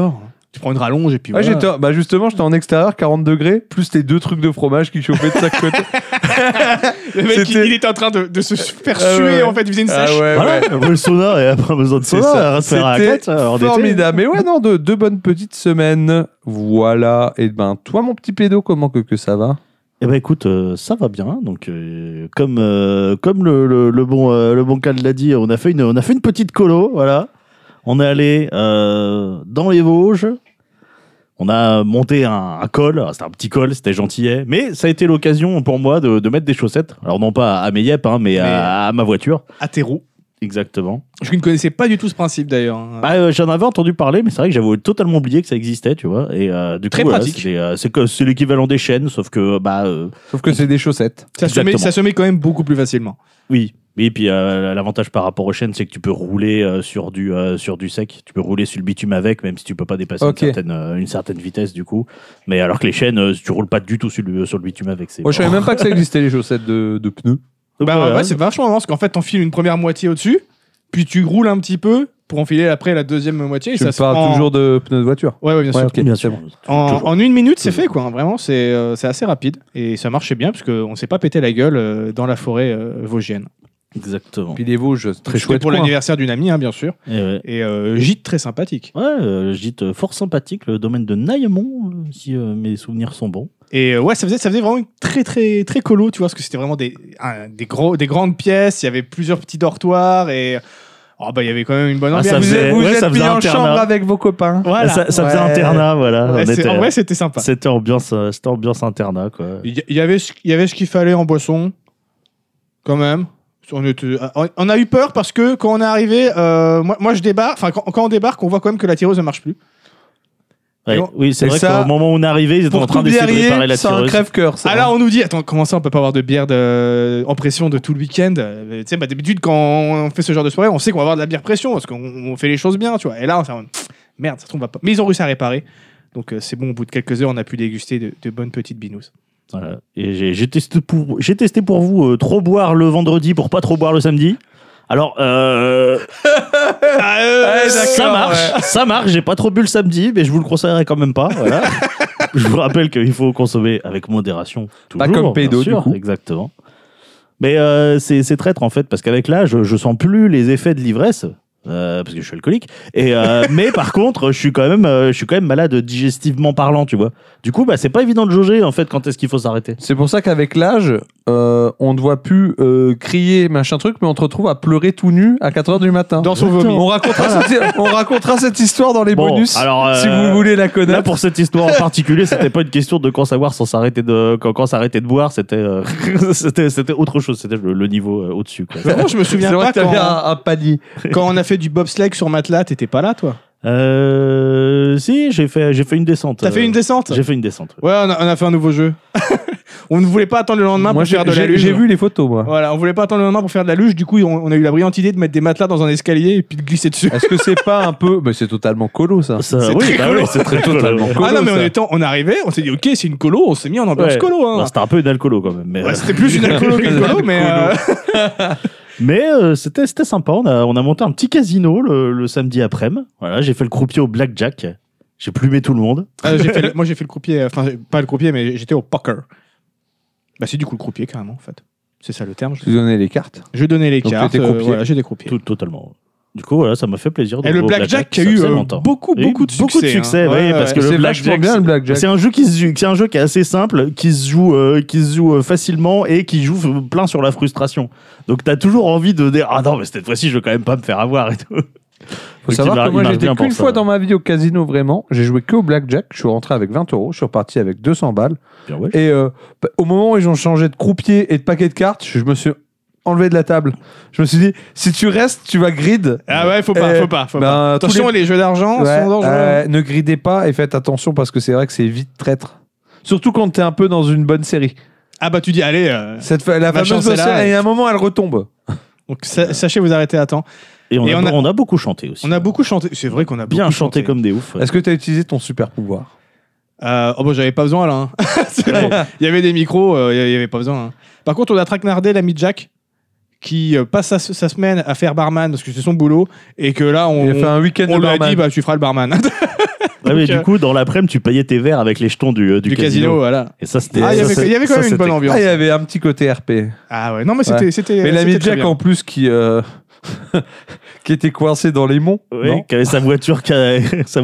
Tu prends une rallonge et puis Ouais, voilà. justement, j'étais en extérieur, 40 degrés, plus tes 2 trucs de fromage qui chauffaient de chaque côté. Le mec, C'était- il était en train de se faire Ah suer, ouais. en fait, il faisait une Ah sèche. ouais, Voilà, ouais. après le sauna, et après besoin de C'est sauna, ça. à faire un C'était raclette, en été. formidable. Mais ouais, non, deux bonnes petites semaines. Voilà. Et ben, toi, mon petit pédo, comment que ça va? Eh ben écoute, ça va bien. Donc comme le bon Cal l'a dit, on a fait une petite colo, voilà. On est allé dans les Vosges. On a monté un col. C'était un petit col, c'était gentillet, mais ça a été l'occasion pour moi de mettre des chaussettes. Alors non pas à mes yep, hein, mais à ma voiture. À tes roues. Exactement. Je ne connaissais pas du tout ce principe d'ailleurs. J'en avais entendu parler, mais c'est vrai que j'avais totalement oublié que ça existait, tu vois. Et du Très coup, voilà, pratique. c'est l'équivalent des chaînes, sauf que Sauf que c'est des chaussettes. exactement. Ça se met quand même beaucoup plus facilement. oui. Et puis l'avantage par rapport aux chaînes, c'est que tu peux rouler sur du sec. Tu peux rouler sur le bitume avec, même si tu peux pas dépasser Ok. une certaine vitesse du coup. Mais alors que les chaînes, tu roules pas du tout sur le bitume avec. Moi, je savais même pas que ça existait, les chaussettes de pneus. Donc, Bah voilà. ouais, c'est vachement marrant parce qu'en fait, t'enfiles une première moitié au-dessus, puis tu roules un petit peu pour enfiler après la deuxième moitié. Et Tu ça me se parles prend- toujours de pneus de voiture. Ouais, bien sûr. Ouais, ok, Bien c'est sûr. bon. En 1 minute, c'est Toujours. fait, quoi. Vraiment, c'est assez rapide. Et ça marchait bien, parce qu'on s'est pas pété la gueule dans la forêt vosgienne. Exactement. Puis les Vosges, c'est très C'était chouette. pour coin. l'anniversaire d'une amie, hein, bien sûr. Et Et gîte très sympathique. gîte fort sympathique, le domaine de Naillemont, si mes souvenirs sont bons. Et ouais, ça faisait vraiment une très, très, très colo, tu vois, parce que c'était vraiment des grandes pièces. Il y avait plusieurs petits dortoirs et oh, bah, il y avait quand même une bonne Ah, ambiance. ça Vous faisait- êtes, vous ouais, êtes ça faisait mis en internat. chambre avec vos copains. Voilà. Ça faisait Ouais. internat, voilà. Ouais, On était- en vrai, c'était sympa. C'était ambiance internat, quoi. Il y avait ce qu'il fallait en boisson, quand même. On a eu peur parce que quand on est arrivé, moi je débarque, enfin quand on débarque, on voit quand même que la tireuse ne marche plus. Ouais, Et on- oui, c'est et vrai ça, qu'au moment où on est arrivé, ils étaient Pour en train tout d'essayer de réparer biarrier, la c'est un tireuse. crève-cœur. ça. Ah là, on nous dit, attends, comment ça, on peut pas avoir de bière en pression de tout le week-end. Tu sais, d'habitude, quand on fait ce genre de soirée, on sait qu'on va avoir de la bière pression parce qu'on fait les choses bien, tu vois. Et là, on s'est dit, merde, ça se trouve, on va pas. Mais ils ont réussi à réparer. Donc c'est bon, au bout de quelques heures, on a pu déguster de bonnes petites binous. Voilà. Et j'ai testé pour vous trop boire le vendredi pour pas trop boire le samedi. Alors, ça marche. J'ai pas trop bu le samedi, mais je vous le conseillerais quand même pas. Voilà. Je vous rappelle qu'il faut consommer avec modération. Toujours, Pas comme bien pédo, sûr, du coup. Exactement. Mais c'est traître en fait, parce qu'avec l'âge, je sens plus les effets de l'ivresse. Parce que je suis alcoolique. Mais par contre, je suis quand même malade digestivement parlant, tu vois. Du coup, c'est pas évident de jauger en fait quand est-ce qu'il faut s'arrêter. C'est pour ça qu'avec l'âge, on ne voit plus crier machin truc, mais on te retrouve à pleurer tout nu à 4h du matin. Dans son vomi. On racontera cette histoire dans les Bon, bonus, alors, si vous voulez la Là, connaître. pour cette histoire en particulier, c'était pas une question de quand savoir sans s'arrêter quand s'arrêter de boire, c'était c'était autre chose, c'était le niveau au-dessus. Quoi. Vraiment, je me souviens C'est vrai pas que t'avais quand, un panier. quand on a fait du bobsleigh sur matelas, t'étais pas là, toi. Si, j'ai fait une descente. T'as fait une descente. J'ai fait une descente. Ouais, on a fait un nouveau jeu. On ne voulait pas attendre le lendemain Moi, pour faire de la j'ai luge. vu les photos, moi. Voilà, on voulait pas attendre le lendemain pour faire de la luge. Du coup, on a eu la brillante idée de mettre des matelas dans un escalier et puis de glisser dessus. Est-ce que c'est pas un peu. Mais c'est totalement colo, ça. Ça, C'est oui, très colo. oui, c'est très Totalement colo. colo. Ah non, mais ça. on est arrivé, on s'est dit, ok, c'est une colo, on s'est mis en ambiance Ouais. colo. Hein. Bah, c'était un peu une alcoolo quand même. Mais, Ouais, c'était plus une alcoolo qu'une colo, mais. c'était sympa. On a monté un petit casino le samedi après-midi. Voilà, j'ai fait le croupier au blackjack. J'ai plumé tout le monde. Moi, j'ai fait le croupier, enfin, pas le croupier, mais j'étais au poker. Bah, c'est du coup le croupier, carrément, en fait. C'est ça le terme. Tu donnais les cartes. Je donnais les Donc, cartes, t'étais croupier. voilà, j'ai des croupiers. Totalement. Du coup, voilà, ça m'a fait plaisir. De Et le jouer au blackjack qui a ça eu faisait longtemps. beaucoup Il y a eu de succès. beaucoup de succès, hein. oui, Ouais, parce ouais. que C'est le vachement blackjack, bien, le blackjack. c'est un jeu c'est un jeu qui est assez simple, qui se joue facilement et qui joue plein sur la frustration. Donc t'as toujours envie de dire ah non mais cette fois-ci je veux quand même pas me faire avoir et tout. Faut Donc, savoir il que moi, marche j'étais bien pour qu'une ça. fois dans ma vie au casino, vraiment. J'ai joué que au blackjack. Je suis rentré avec 20 euros. Je suis reparti avec 200 balles. Bien, ouais. Et au moment où ils ont changé de croupier et de paquet de cartes, je me suis enlevé de la table. Je me suis dit, si tu restes, tu vas grid. Ah ouais, faut pas. Ben, tous Attention, les jeux d'argent Ouais, sont dangereux. ne gridez pas et faites attention parce que c'est vrai que c'est vite traître. Surtout quand t'es un peu dans une bonne série. Ah bah tu dis, allez. La Ma chance fameuse est là, série, et- et à un moment, elle retombe. Donc sachez vous arrêter à temps. Et Et on a beaucoup chanté aussi. On a beaucoup chanté. C'est vrai qu'on a bien beaucoup chanté comme des oufs. Est-ce que t'as utilisé ton super pouvoir? Oh bon, j'avais pas besoin là. Hein. C'est bon. Il y avait des micros, il y avait pas besoin. Hein. Par contre, on a traquenardé l'ami Jack qui passe sa semaine à faire barman parce que c'est son boulot et que là Il a fait un week-end on de lui a barman. dit bah tu feras le barman. Ah, mais Donc, du coup, dans l'après-midi, tu payais tes verres avec les jetons du casino, voilà. Et ça, c'était. Ah, il y avait quand même une bonne ambiance. Ah, il y avait un petit côté RP. Ah ouais, non, mais Ouais. c'était. Mais l'ami c'était très Jack bien. en plus qui était coincé dans les monts. Oui, non qui avait sa voiture qui a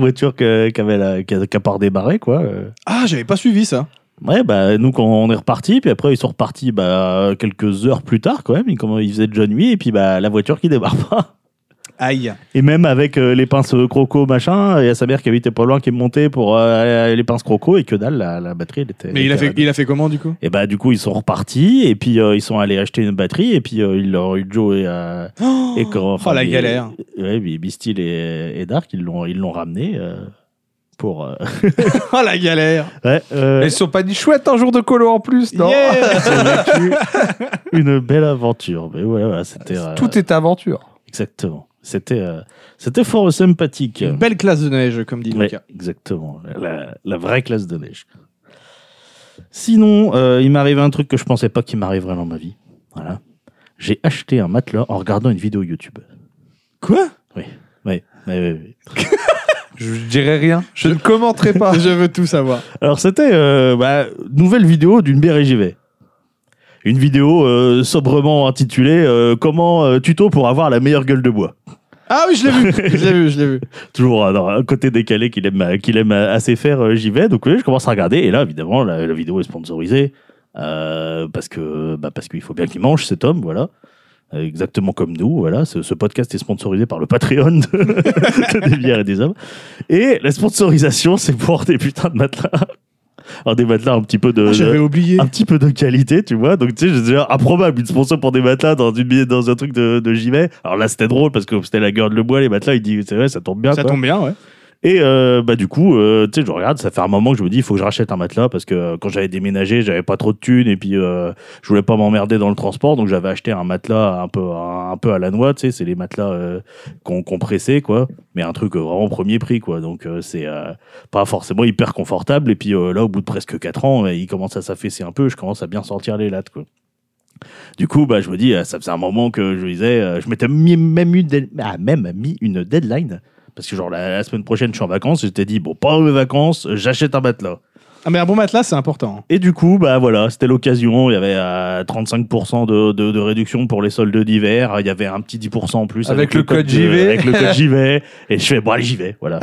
pas redémarré, quoi. Ah, j'avais pas suivi ça. Ouais, bah, nous, quand on est reparti, puis après, ils sont repartis quelques heures plus tard, quand même. Ils faisaient déjà nuit, et puis la voiture qui démarre pas. Aïe. Et même avec les pinces croco, machin, il y a sa mère qui habitait pas loin qui est montée pour les pinces croco, et que dalle, la batterie, elle était. Mais il a fait comment du coup? Et bah, du coup, ils sont repartis, et puis ils sont allés acheter une batterie, et puis ils leur ont eu Joe et quand. Oh, la galère. Ouais, Beastie et Dark, ils l'ont ramené pour. Oh la galère. Ouais, Ils se sont pas dit chouette un jour de colo en plus, non Yeah. une belle aventure. Mais voilà, c'était. Tout est aventure. Exactement. C'était fort sympathique. Une belle classe de neige, comme dit Ouais, Lucas. exactement. La vraie classe de neige. Sinon, il m'est arrivé un truc que je pensais pas qu'il m'arriverait dans ma vie. Voilà. J'ai acheté un matelas en regardant une vidéo YouTube. Quoi? Oui. Je dirais rien. Je ne commenterai pas. Je veux tout savoir. Alors, c'était nouvelle vidéo d'une bière et j'y vais. Une vidéo sobrement intitulée Comment tuto pour avoir la meilleure gueule de bois. Ah oui, je l'ai vu. Toujours un côté décalé qu'il aime assez faire, j'y vais. Donc oui, je commence à regarder. Et là, évidemment, la vidéo est sponsorisée parce qu'il faut bien qu'il mange, cet homme, voilà. Exactement comme nous, voilà. Ce podcast est sponsorisé par le Patreon des bières et des hommes. Et la sponsorisation, c'est pour des putains de matelas. Alors des matelas un petit peu J'avais oublié. un petit peu de qualité, tu vois. Donc, tu sais, je disais, improbable, une sponsor pour des matelas dans un truc de j'y vais. Alors là, c'était drôle parce que c'était la gueule de bois, les matelas. Il dit, c'est vrai, ça tombe bien. Ça quoi. tombe bien, ouais. Et du coup, tu sais, je regarde, ça fait un moment que je me dis, il faut que je rachète un matelas parce que quand j'avais déménagé, j'avais pas trop de thunes et puis je voulais pas m'emmerder dans le transport, donc j'avais acheté un matelas un peu à la noix, tu sais, c'est les matelas qu'on compressait, quoi, mais un truc vraiment premier prix, quoi. Donc c'est pas forcément hyper confortable. Et puis là, au bout de presque 4 ans, il commence à s'affaisser un peu, je commence à bien sortir les lattes, quoi. Du coup, je me dis, ça faisait un moment que je disais, je m'étais même mis une deadline. Parce que genre la semaine prochaine, je suis en vacances. Je t'ai dit, bon, pendant mes vacances, j'achète un matelas. Ah, mais un bon matelas, c'est important. Et du coup, voilà, c'était l'occasion. Il y avait 35% de réduction pour les soldes d'hiver. Il y avait un petit 10% en plus. Avec le code JV. Avec le code JV. Et je fais, bon, allez, j'y vais. Voilà.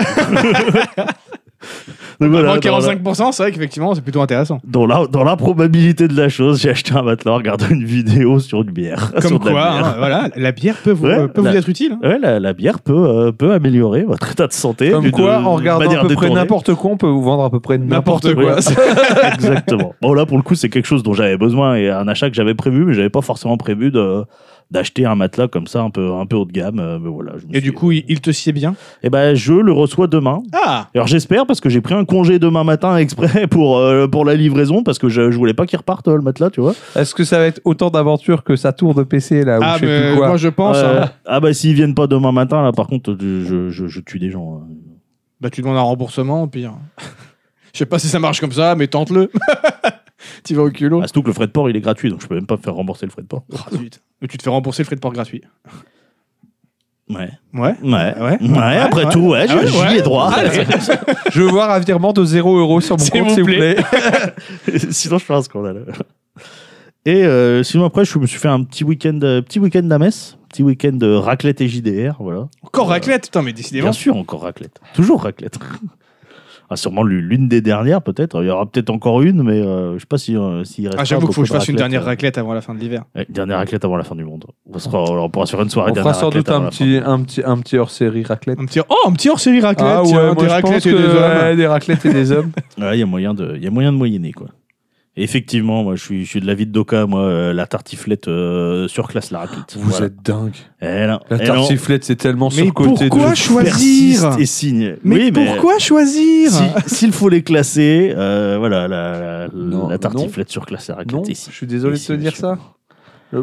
Donc, voilà, 45%, c'est vrai qu'effectivement, c'est plutôt intéressant. dans la probabilité de la chose, j'ai acheté un matelas en regardant une vidéo sur une bière. Comme Sur de la quoi, bière. voilà, la bière peut vous Ouais, être utile. Ouais, la bière peut améliorer votre état de santé. Comme quoi, en regardant manière à peu près détournée. n'importe quoi, on peut vous vendre à peu près n'importe quoi. Exactement. Bon, là, pour le coup, c'est quelque chose dont j'avais besoin et un achat que j'avais prévu, mais j'avais pas forcément prévu d'acheter un matelas comme ça, un peu haut de gamme. Mais voilà, Et du coup, il te sied bien. Eh ben, je le reçois demain. Ah, Alors, j'espère, parce que j'ai pris un congé demain matin exprès pour la livraison, parce que je voulais pas qu'il reparte le matelas, tu vois. Est-ce que ça va être autant d'aventures que sa tour de PC là ou je sais mais plus quoi moi je pense. hein. Ah, s'ils viennent pas demain matin, là, par contre, je tue des gens. Hein. Bah, tu demandes un remboursement, au pire. Je sais pas si ça marche comme ça, mais tente-le. Tu vas au culot. Ah, surtout que le frais de port, il est gratuit, donc je peux même pas me faire rembourser le frais de port. Oh, zut. Mais tu te fais rembourser le frais de port gratuit. Ouais. Ouais. Après tout, ouais, Ah ouais, j'y ouais. ai droit. Allez. Je veux voir un virement de 0 € sur mon S'il compte, vous s'il vous plaît. Ah, Sinon, je fais un scandale. Et sinon, après, je me suis fait un petit week-end à Metz. Petit week-end de raclette et JDR, voilà. Encore raclette, putain, mais décidément. Bien sûr, encore raclette. Toujours raclette. Ah, sûrement l'une des dernières, peut-être. Il y aura peut-être encore une, mais je sais pas s'il reste. Ah, j'avoue qu'il faut que je fasse une dernière raclette avant la fin de l'hiver. Ouais, dernière raclette avant la fin du monde. On pourra se faire une soirée On dernière fera sans raclette doute avant la fin. un petit hors-série raclette. Un petit hors-série raclette. Ah tiens, ouais, moi des je pense raclettes que et des hommes. ouais, des raclettes et des hommes. Ouais, il y a moyen de moyenner, quoi. Et effectivement, moi, je suis de l'avis de Doka, moi, la tartiflette surclasse la raclette. Vous Voilà. êtes dingue. Eh non, La eh non. tartiflette, c'est tellement Mais surcoté. pourquoi de... choisir Persiste et signe. Mais Oui, pourquoi choisir s'il faut les classer, voilà, Non, la tartiflette surclasse la Non, raclette je ici. suis désolé de te Ici, dire monsieur. ça.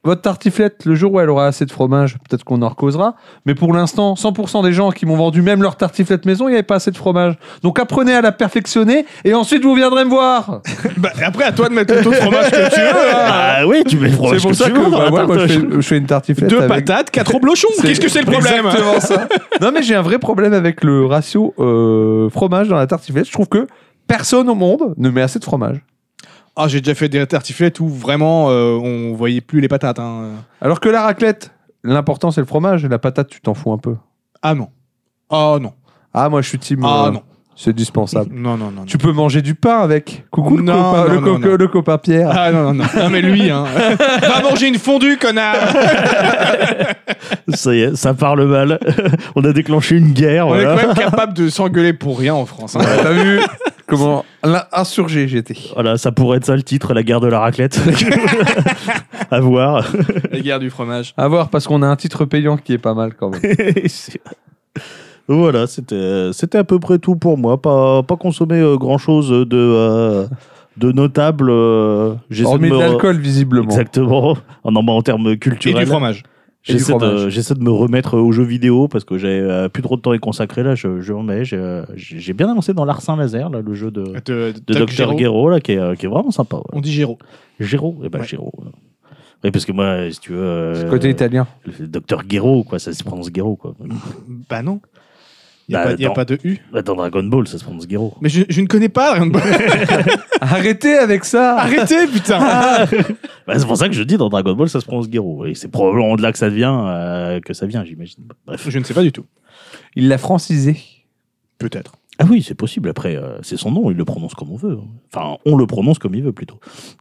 votre tartiflette, le jour où elle aura assez de fromage, peut-être qu'on en recausera. Mais pour l'instant, 100% des gens qui m'ont vendu même leur tartiflette maison, il n'y avait pas assez de fromage. Donc apprenez à la perfectionner et ensuite vous viendrez me voir. Après, à toi de mettre le taux de fromage que tu veux. Ah oui, tu mets le fromage C'est pour que ça tu que veux dans la moi, tarte. je fais une tartiflette. 2 avec... patates, 4 reblochons. Qu'est-ce que c'est le problème? Exactement ça. Non, mais j'ai un vrai problème avec le ratio fromage dans la tartiflette. Je trouve que personne au monde ne met assez de fromage. Ah, j'ai déjà fait des tartiflettes où vraiment on voyait plus les patates. Hein. Alors que la raclette, l'important c'est le fromage et la patate, tu t'en fous un peu. Ah non. Ah non. Ah, moi je suis team. Ah non. C'est dispensable. Non. Tu peux manger du pain avec. Coucou le Non, copain, non, non. le copain Pierre. Ah non. Non, mais lui, hein. Va manger une fondue, connard. Ça y est, ça parle mal. On a déclenché une guerre. On est Voilà. quand même capable de s'engueuler pour rien en France. Hein. Ouais, t'as vu comment insurgé j'étais. Voilà, ça pourrait être ça le titre, la guerre de la raclette. À voir. La guerre du fromage. À voir parce qu'on a un titre payant qui est pas mal quand même. Voilà, c'était à peu près tout pour moi. Pas consommer grand-chose de notable. Hormis de l'alcool visiblement. Exactement. En termes Et culturels. du fromage. Et du fromage. J'essaie de me remettre aux jeux vidéo parce que j'avais plus trop de temps à y consacrer. Là, je remets. J'ai bien avancé dans l'Arsin Laser, là, le jeu de Dr. Gero, là, qui est vraiment sympa. Ouais. On dit Géraud. Géraud, eh ben Ouais. Géraud. Oui, parce que moi, si tu veux. C'est côté italien. Le Dr. Gero, quoi, ça se prononce Gero, quoi. Bah non. Il Bah, n'y a, pas de U. Bah, dans Dragon Ball, ça se prononce Gero. Mais je ne connais pas Dragon Ball. Arrêtez avec ça. Arrêtez, putain. Bah, c'est pour ça que je dis dans Dragon Ball, ça se prononce Gero. Et c'est probablement de là que ça vient, j'imagine. Bref. Je ne sais pas du tout. Il l'a francisé. Peut-être. Ah oui, c'est possible. Après, c'est son nom, il le prononce comme on veut. Enfin, on le prononce comme il veut plutôt.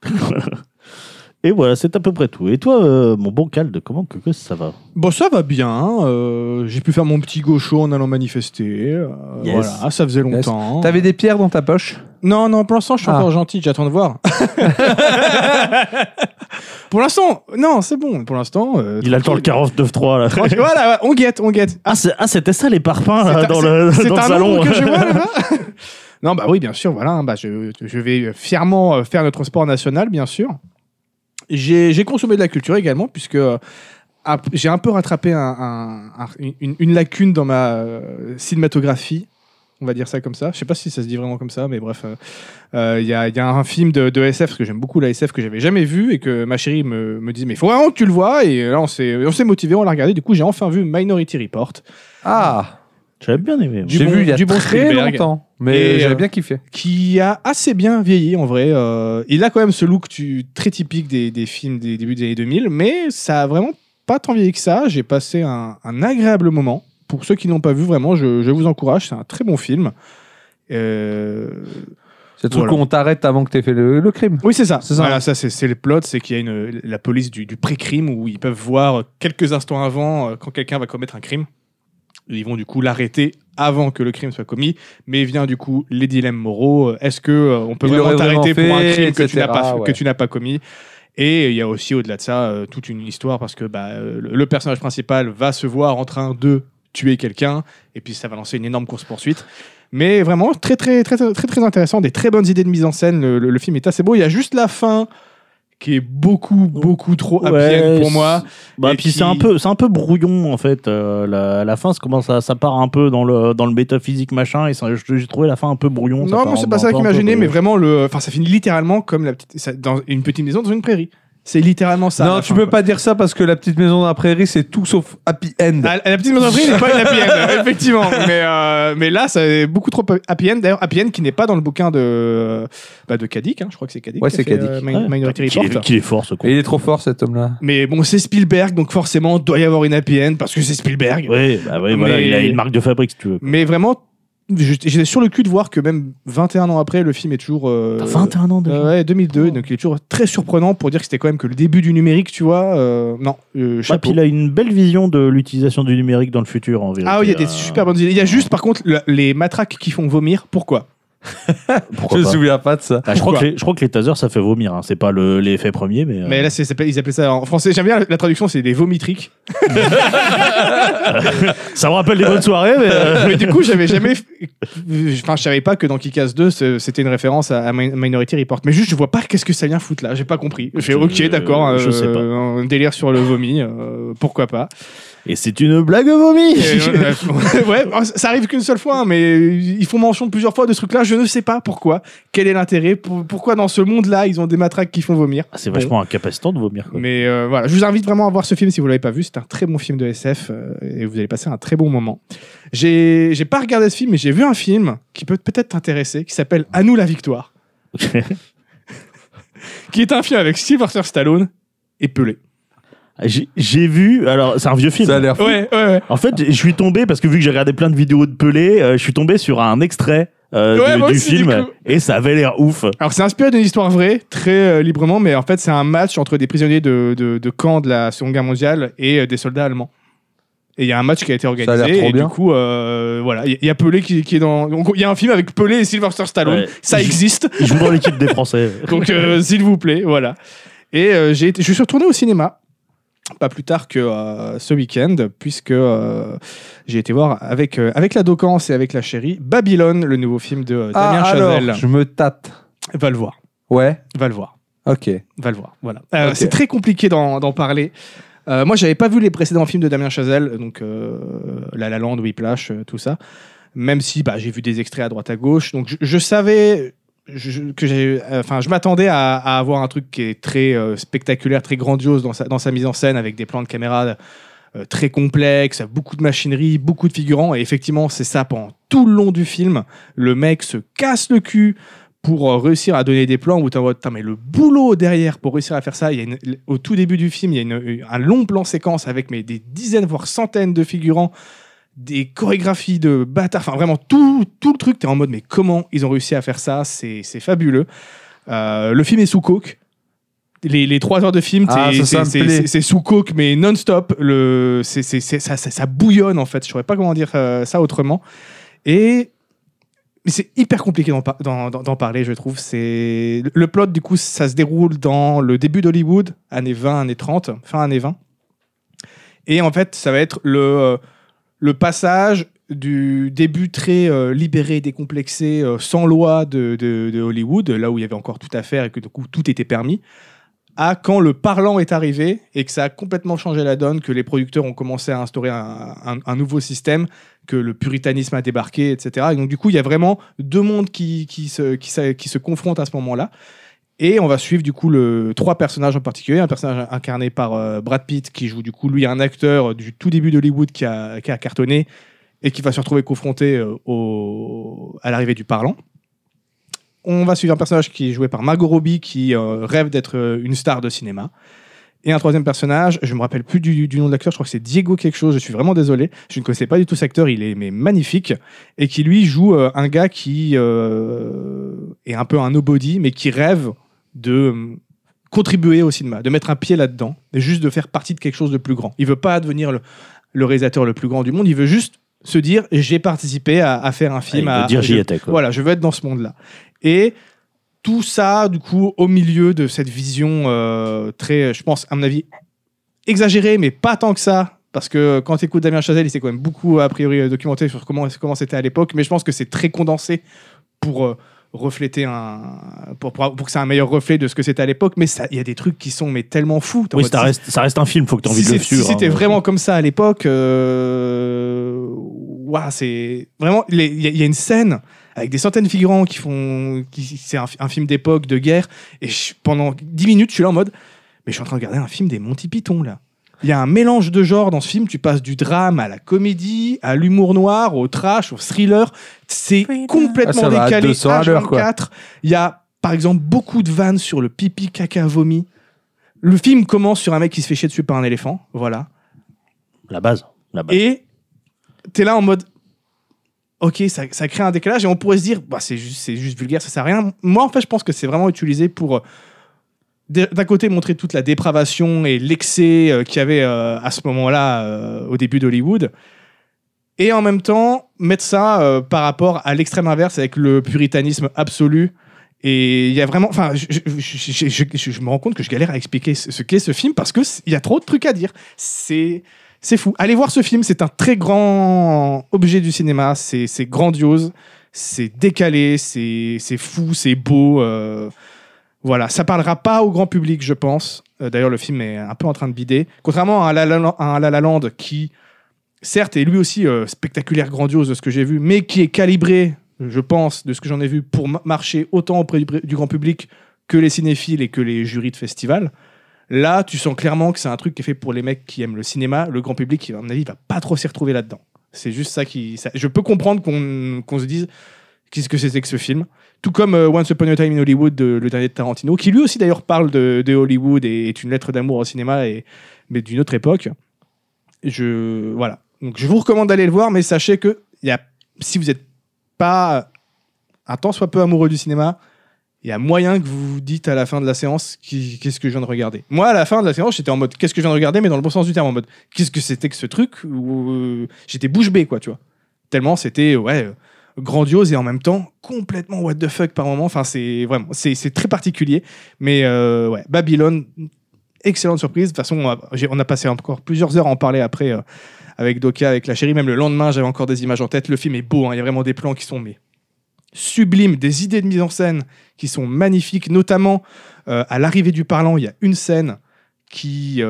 Et voilà, c'est à peu près tout. Et toi, mon bon Calde, comment que ça va? Bon, ça va bien. J'ai pu faire mon petit gaucho en allant manifester. Yes. Voilà, ça faisait longtemps. T'avais des pierres dans ta poche? Non, pour l'instant, je suis encore gentil. J'attends de voir. Pour l'instant, non, c'est bon. Pour l'instant. Il attend le 49.3 là. Tranquille. Voilà, on guette. Ah, c'était ça les parfums là, dans C'est le un salon. nombre que je vois là-bas. Non, bah oui, bien sûr. Voilà, bah, je vais fièrement faire notre sport national, bien sûr. J'ai consommé de la culture également, puisque j'ai un peu rattrapé une lacune dans ma cinématographie. On va dire ça comme ça. Je sais pas si ça se dit vraiment comme ça, mais bref. Il y a un film de SF, parce que j'aime beaucoup la SF, que j'avais jamais vu, et que ma chérie me dit, mais il faut vraiment que tu le vois. Et là, on s'est motivé, on l'a regardé. Du coup, j'ai enfin vu Minority Report. Ah, J'avais bien aimé. j'ai vu il y a du bon très Spielberg. longtemps. Mais Et, j'avais bien kiffé. Qui a assez bien vieilli en vrai. Il a quand même ce look très typique des films des débuts des années 2000, mais ça a vraiment pas tant vieilli que ça. J'ai passé un agréable moment. Pour ceux qui n'ont pas vu, vraiment, je vous encourage. C'est un très bon film. C'est le truc Voilà. où on t'arrête avant que t'aies fait le crime. Oui, c'est ça. C'est ça. Voilà, ça c'est le plot, c'est qu'il y a la police du pré-crime où ils peuvent voir quelques instants avant quand quelqu'un va commettre un crime. Ils vont du coup l'arrêter avant que le crime soit commis, mais vient du coup les dilemmes moraux. Est-ce que on peut Il vraiment l'aurait t'arrêter vraiment pour un fait, crime que etc., que tu n'as pas commis? Et il y a aussi au-delà de ça toute une histoire parce que le personnage principal va se voir en train de tuer quelqu'un et puis ça va lancer une énorme course-poursuite. Mais vraiment très très très très très intéressant, des très bonnes idées de mise en scène. Le film est assez beau. Il y a juste la fin qui est beaucoup trop happy end pour moi. Bah, Et puis qui- c'est un peu brouillon en fait. La fin, ça part un peu dans le métaphysique machin. Et j'ai trouvé la fin un peu brouillon. Non, moi c'est pas ça qui m'a gêné, mais vraiment ça finit littéralement comme dans une petite maison dans une prairie. C'est littéralement ça. Non, la tu fin, peux quoi. pas dire ça parce que la petite maison dans la prairie, c'est tout sauf happy end. La petite maison de prairie n'est pas une happy end, effectivement. Mais là, c'est beaucoup trop happy end. D'ailleurs, happy end qui n'est pas dans le bouquin de Kadik. Je crois que c'est Kadik. Ouais, qui a c'est fait, Kadik. Minority Report. Qu'il est fort ce con. Et il est trop fort cet homme-là. Mais bon, c'est Spielberg, donc forcément, il doit y avoir une happy end parce que c'est Spielberg. Oui, voilà, Mais- il a une marque de fabrique si tu veux. Mais vraiment, j'étais sur le cul de voir que même 21 ans après, le film est toujours. T'as 21 ans déjà. Ouais, 2002, donc il est toujours très surprenant pour dire que c'était quand même que le début du numérique, tu vois. Non, Ouais, chapeau. puis il a une belle vision de l'utilisation du numérique dans le futur en vérité. Ah oui, il y a des super bonnes idées. Il y a juste, par contre, les matraques qui font vomir. Pourquoi Pourquoi Je me pas souviens pas de ça. Ah, je crois que les tasers, ça fait vomir. Hein. C'est pas l'effet premier, mais. Mais là, ils appelaient ça en français. J'aime bien la traduction, c'est des vomitriques. Ça me rappelle des bonnes soirées, mais. Mais du coup, je savais pas que dans Kick-Ass 2, c'était une référence à Minority Report. Mais juste, je vois pas qu'est-ce que ça vient foutre là. J'ai pas compris. Je fais ok, d'accord. Je sais pas. Un délire sur le vomi, pourquoi pas. Et c'est une blague vomi. Ouais, ça arrive qu'une seule fois, hein, mais ils font mention plusieurs fois de ce truc-là. Je ne sais pas pourquoi. Quel est l'intérêt? Pourquoi dans ce monde-là, ils ont des matraques qui font vomir? C'est vachement incapacitant de vomir. Quoi. Mais voilà, je vous invite vraiment à voir ce film si vous l'avez pas vu. C'est un très bon film de SF et vous allez passer un très bon moment. J'ai pas regardé ce film, mais j'ai vu un film qui peut peut-être t'intéresser, qui s'appelle À nous la victoire, qui est un film avec Sylvester Stallone et Pelé. J'ai vu, alors c'est un vieux film. Ça a l'air fou. Ouais. En fait, je suis tombé, parce que vu que j'ai regardé plein de vidéos de Pelé, je suis tombé sur un extrait moi du aussi, film, du coup. et ça avait l'air ouf. Alors c'est inspiré d'une histoire vraie, très librement, mais en fait c'est un match entre des prisonniers de camp de la Seconde Guerre mondiale et des soldats allemands. Et il y a un match qui a été organisé. Ça a l'air trop et bien. du coup, voilà, il y a Pelé qui est dans. Donc il y a un film avec Pelé et Sylvester Stallone. Ouais. Ça existe. Il joue dans l'équipe des Français. Donc s'il vous plaît, voilà. Et je suis retourné au cinéma. Pas plus tard que ce week-end, puisque j'ai été voir avec la Docance et avec la chérie Babylone, le nouveau film de Damien Chazelle. Alors, je me tâte. Va le voir. Ouais, Va le voir. ok. Va le voir. Voilà. Ok. C'est très compliqué d'en parler. Moi, j'avais pas vu les précédents films de Damien Chazelle, donc La La Land, Whiplash, tout ça. Même si j'ai vu des extraits à droite à gauche, donc je savais. Je m'attendais à avoir un truc qui est très spectaculaire, très grandiose dans sa mise en scène, avec des plans de caméra très complexes, beaucoup de machinerie, beaucoup de figurants. Et effectivement, c'est ça pendant tout le long du film. Le mec se casse le cul pour réussir à donner des plans où tu es en mode, mais le boulot derrière pour réussir à faire ça. Au tout début du film, il y a un long plan séquence avec des dizaines, voire centaines de figurants, des chorégraphies de bâtards, enfin vraiment tout le truc, t'es en mode mais comment ils ont réussi à faire ça, c'est fabuleux. Le film est sous coke. Les 3 heures de film, c'est sous coke mais non-stop. Ça bouillonne en fait, je saurais pas comment dire ça autrement. Mais c'est hyper compliqué d'en parler, je trouve. Le plot, du coup, ça se déroule dans le début d'Hollywood, années 20, années 30, fin années 20. Et en fait, ça va être le passage du début très libéré, décomplexé, sans loi de Hollywood, là où il y avait encore tout à faire et que du coup tout était permis, à quand le parlant est arrivé et que ça a complètement changé la donne, que les producteurs ont commencé à instaurer un nouveau système, que le puritanisme a débarqué, etc. Et donc du coup, il y a vraiment 2 mondes qui se confrontent à ce moment-là. Et on va suivre du coup 3 personnages en particulier. Un personnage incarné par Brad Pitt, qui joue du coup, lui, un acteur du tout début d'Hollywood qui a cartonné et qui va se retrouver confronté à l'arrivée du parlant. On va suivre un personnage qui est joué par Margot Robbie, qui rêve d'être une star de cinéma. Et un 3e personnage, je ne me rappelle plus du nom de l'acteur, je crois que c'est Diego quelque chose, je suis vraiment désolé. Je ne connaissais pas du tout cet acteur, il est magnifique. Et qui lui joue un gars qui est un peu un nobody, mais qui rêve de contribuer au cinéma, de mettre un pied là-dedans, et juste de faire partie de quelque chose de plus grand. Il veut pas devenir le réalisateur le plus grand du monde, il veut juste se dire j'ai participé à faire un film. Il veut dire j'y étais. Voilà, je veux être dans ce monde-là. Et tout ça, du coup, au milieu de cette vision très, je pense, à mon avis, exagérée, mais pas tant que ça. Parce que quand tu écoutes Damien Chazelle, il s'est quand même beaucoup, a priori, documenté sur comment c'était à l'époque. Mais je pense que c'est très condensé pour refléter pour que c'est un meilleur reflet de ce que c'était à l'époque. Mais il y a des trucs qui sont tellement fous. Oui, ça reste un film, faut que tu aies envie de le suivre. Si c'était vraiment comme ça à l'époque, c'est vraiment. Il y a une scène avec des centaines de figurants c'est un film d'époque, de guerre. Et pendant 10 minutes, je suis là en mode, mais je suis en train de regarder un film des Monty Python, là. Il y a un mélange de genres dans ce film. Tu passes du drame à la comédie, à l'humour noir, au trash, au thriller. C'est complètement décalé. H24. Il y a, par exemple, beaucoup de vannes sur le pipi, caca, vomi. Le film commence sur un mec qui se fait chier dessus par un éléphant. Voilà. La base. Et t'es là en mode, ok, ça crée un décalage et on pourrait se dire, c'est juste vulgaire, ça sert à rien. Moi, en fait, je pense que c'est vraiment utilisé pour, d'un côté, montrer toute la dépravation et l'excès qu'il y avait à ce moment-là, au début d'Hollywood. Et en même temps, mettre ça par rapport à l'extrême inverse avec le puritanisme absolu. Et il y a vraiment... Enfin, je me rends compte que je galère à expliquer ce qu'est ce film parce qu'il y a trop de trucs à dire. C'est fou. Allez voir ce film, c'est un très grand objet du cinéma. C'est grandiose, c'est décalé, c'est fou, c'est beau. Voilà, ça parlera pas au grand public, je pense. D'ailleurs, le film est un peu en train de bider. Contrairement à un La La Land qui, certes, est lui aussi spectaculaire, grandiose de ce que j'ai vu, mais qui est calibré, je pense, de ce que j'en ai vu, pour marcher autant auprès du grand public que les cinéphiles et que les jurys de festival. Là, tu sens clairement que c'est un truc qui est fait pour les mecs qui aiment le cinéma. Le grand public, à mon avis, il va pas trop s'y retrouver là-dedans. C'est juste ça qui... Je peux comprendre qu'on se dise qu'est-ce que c'était que ce film. Tout comme Once Upon a Time in Hollywood, le dernier de Tarantino, qui lui aussi d'ailleurs parle de Hollywood et est une lettre d'amour au cinéma, mais d'une autre époque. Voilà. Donc je vous recommande d'aller le voir, mais sachez que si vous n'êtes pas un tant soit peu amoureux du cinéma, il y a moyen que vous vous dites à la fin de la séance qu'est-ce que je viens de regarder. Moi, à la fin de la séance, j'étais en mode qu'est-ce que je viens de regarder, mais dans le bon sens du terme, en mode qu'est-ce que c'était que ce truc où j'étais bouche bée, quoi, tu vois. Tellement c'était grandiose et en même temps complètement what the fuck par moment. Enfin, c'est vraiment c'est très particulier, mais Babylone, excellente surprise. De toute façon, on a passé encore plusieurs heures à en parler après avec Doka, avec la chérie. Même le lendemain, j'avais encore des images en tête. Le film est beau, hein. Il y a vraiment des plans qui sont sublimes, des idées de mise en scène qui sont magnifiques, notamment à l'arrivée du parlant, il y a une scène qui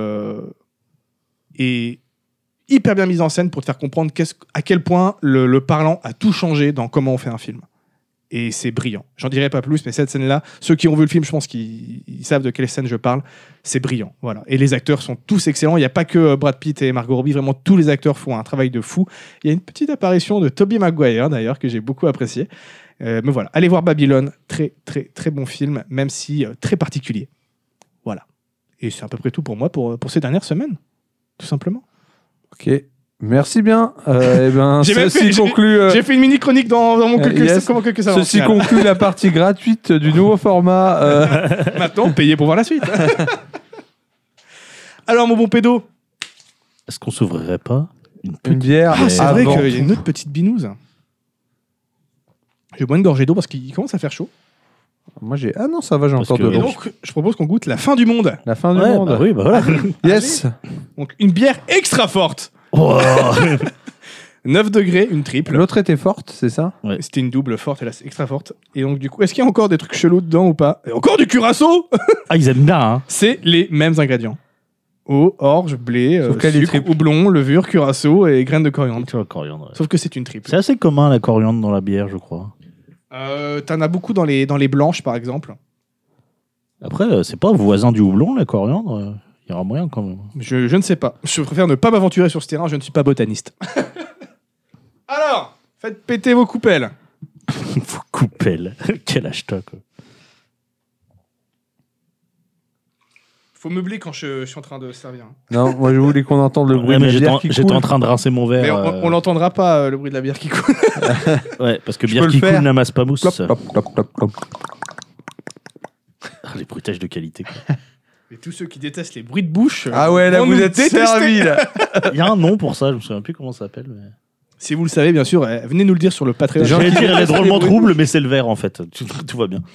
est hyper bien mise en scène pour te faire comprendre à quel point le parlant a tout changé dans comment on fait un film. Et c'est brillant. J'en dirai pas plus, mais cette scène-là, ceux qui ont vu le film, je pense qu'ils savent de quelle scène je parle. C'est brillant, voilà. Et les acteurs sont tous excellents. Il n'y a pas que Brad Pitt et Margot Robbie. Vraiment, tous les acteurs font un travail de fou. Il y a une petite apparition de Tobey Maguire, d'ailleurs, que j'ai beaucoup apprécié. Mais voilà, allez voir Babylone. Très, très, très bon film, même si très particulier. Voilà. Et c'est à peu près tout pour moi pour ces dernières semaines, tout simplement. Ok. Merci bien. Ceci conclut. J'ai fait une mini chronique dans mon comment que ça. Ceci conclut la partie gratuite du nouveau format. Maintenant, payez pour voir la suite. Alors, mon bon pédo. Est-ce qu'on s'ouvrirait pas une bière? C'est vrai qu'il y a une autre petite binouse. Je vais boire une gorgée d'eau parce qu'il commence à faire chaud. Moi ah non, ça va, j'ai encore de l'eau. Et donc, je propose qu'on goûte la fin du monde. La fin du monde. Bah oui, bah voilà. Yes. Donc, une bière extra forte. Oh. 9 degrés, une triple. L'autre était forte, c'est ça? Ouais. C'était une double forte et là c'est extra forte. Et donc du coup, est-ce qu'il y a encore des trucs chelous dedans ou pas? Et encore du curaçao. Ah, ils aiment bien, hein. C'est les mêmes ingrédients. Eau, orge, blé, Sauf qu'elle est sucre, triple. houblon, levure, curaçao et graines de coriandre. Tu vois, coriandre. Ouais. Sauf que c'est une triple. C'est assez commun la coriandre dans la bière, je crois. T'en as beaucoup dans les blanches par exemple. Après, c'est pas voisin du houblon, la coriandre. Il y aura moyen quand même. Je ne sais pas. Je préfère ne pas m'aventurer sur ce terrain, je ne suis pas botaniste. Alors, faites péter vos coupelles. Vos coupelles. Quel hashtag, quoi. Faut meubler quand je suis en train de servir. Non, moi je voulais qu'on entende le bruit de la bière qui coule. J'étais en train de rincer mon verre. Mais on l'entendra pas, le bruit de la bière qui coule. Ouais, parce que Je bière peux qui le faire. coule n'amasse pas mousse. Plop, plop, plop, plop, plop. Ah, les bruitages de qualité, quoi. Et tous ceux qui détestent les bruits de bouche. Ah ouais, là vont vous nous êtes détester. servis là. Il y a un nom pour ça, je me souviens plus comment ça s'appelle. Mais... Si vous le savez, bien sûr, venez nous le dire sur le Patreon. Gens J'allais qui dire, elle est détestent drôlement les bruits de trouble, mais c'est le verre en fait. Tout va bien.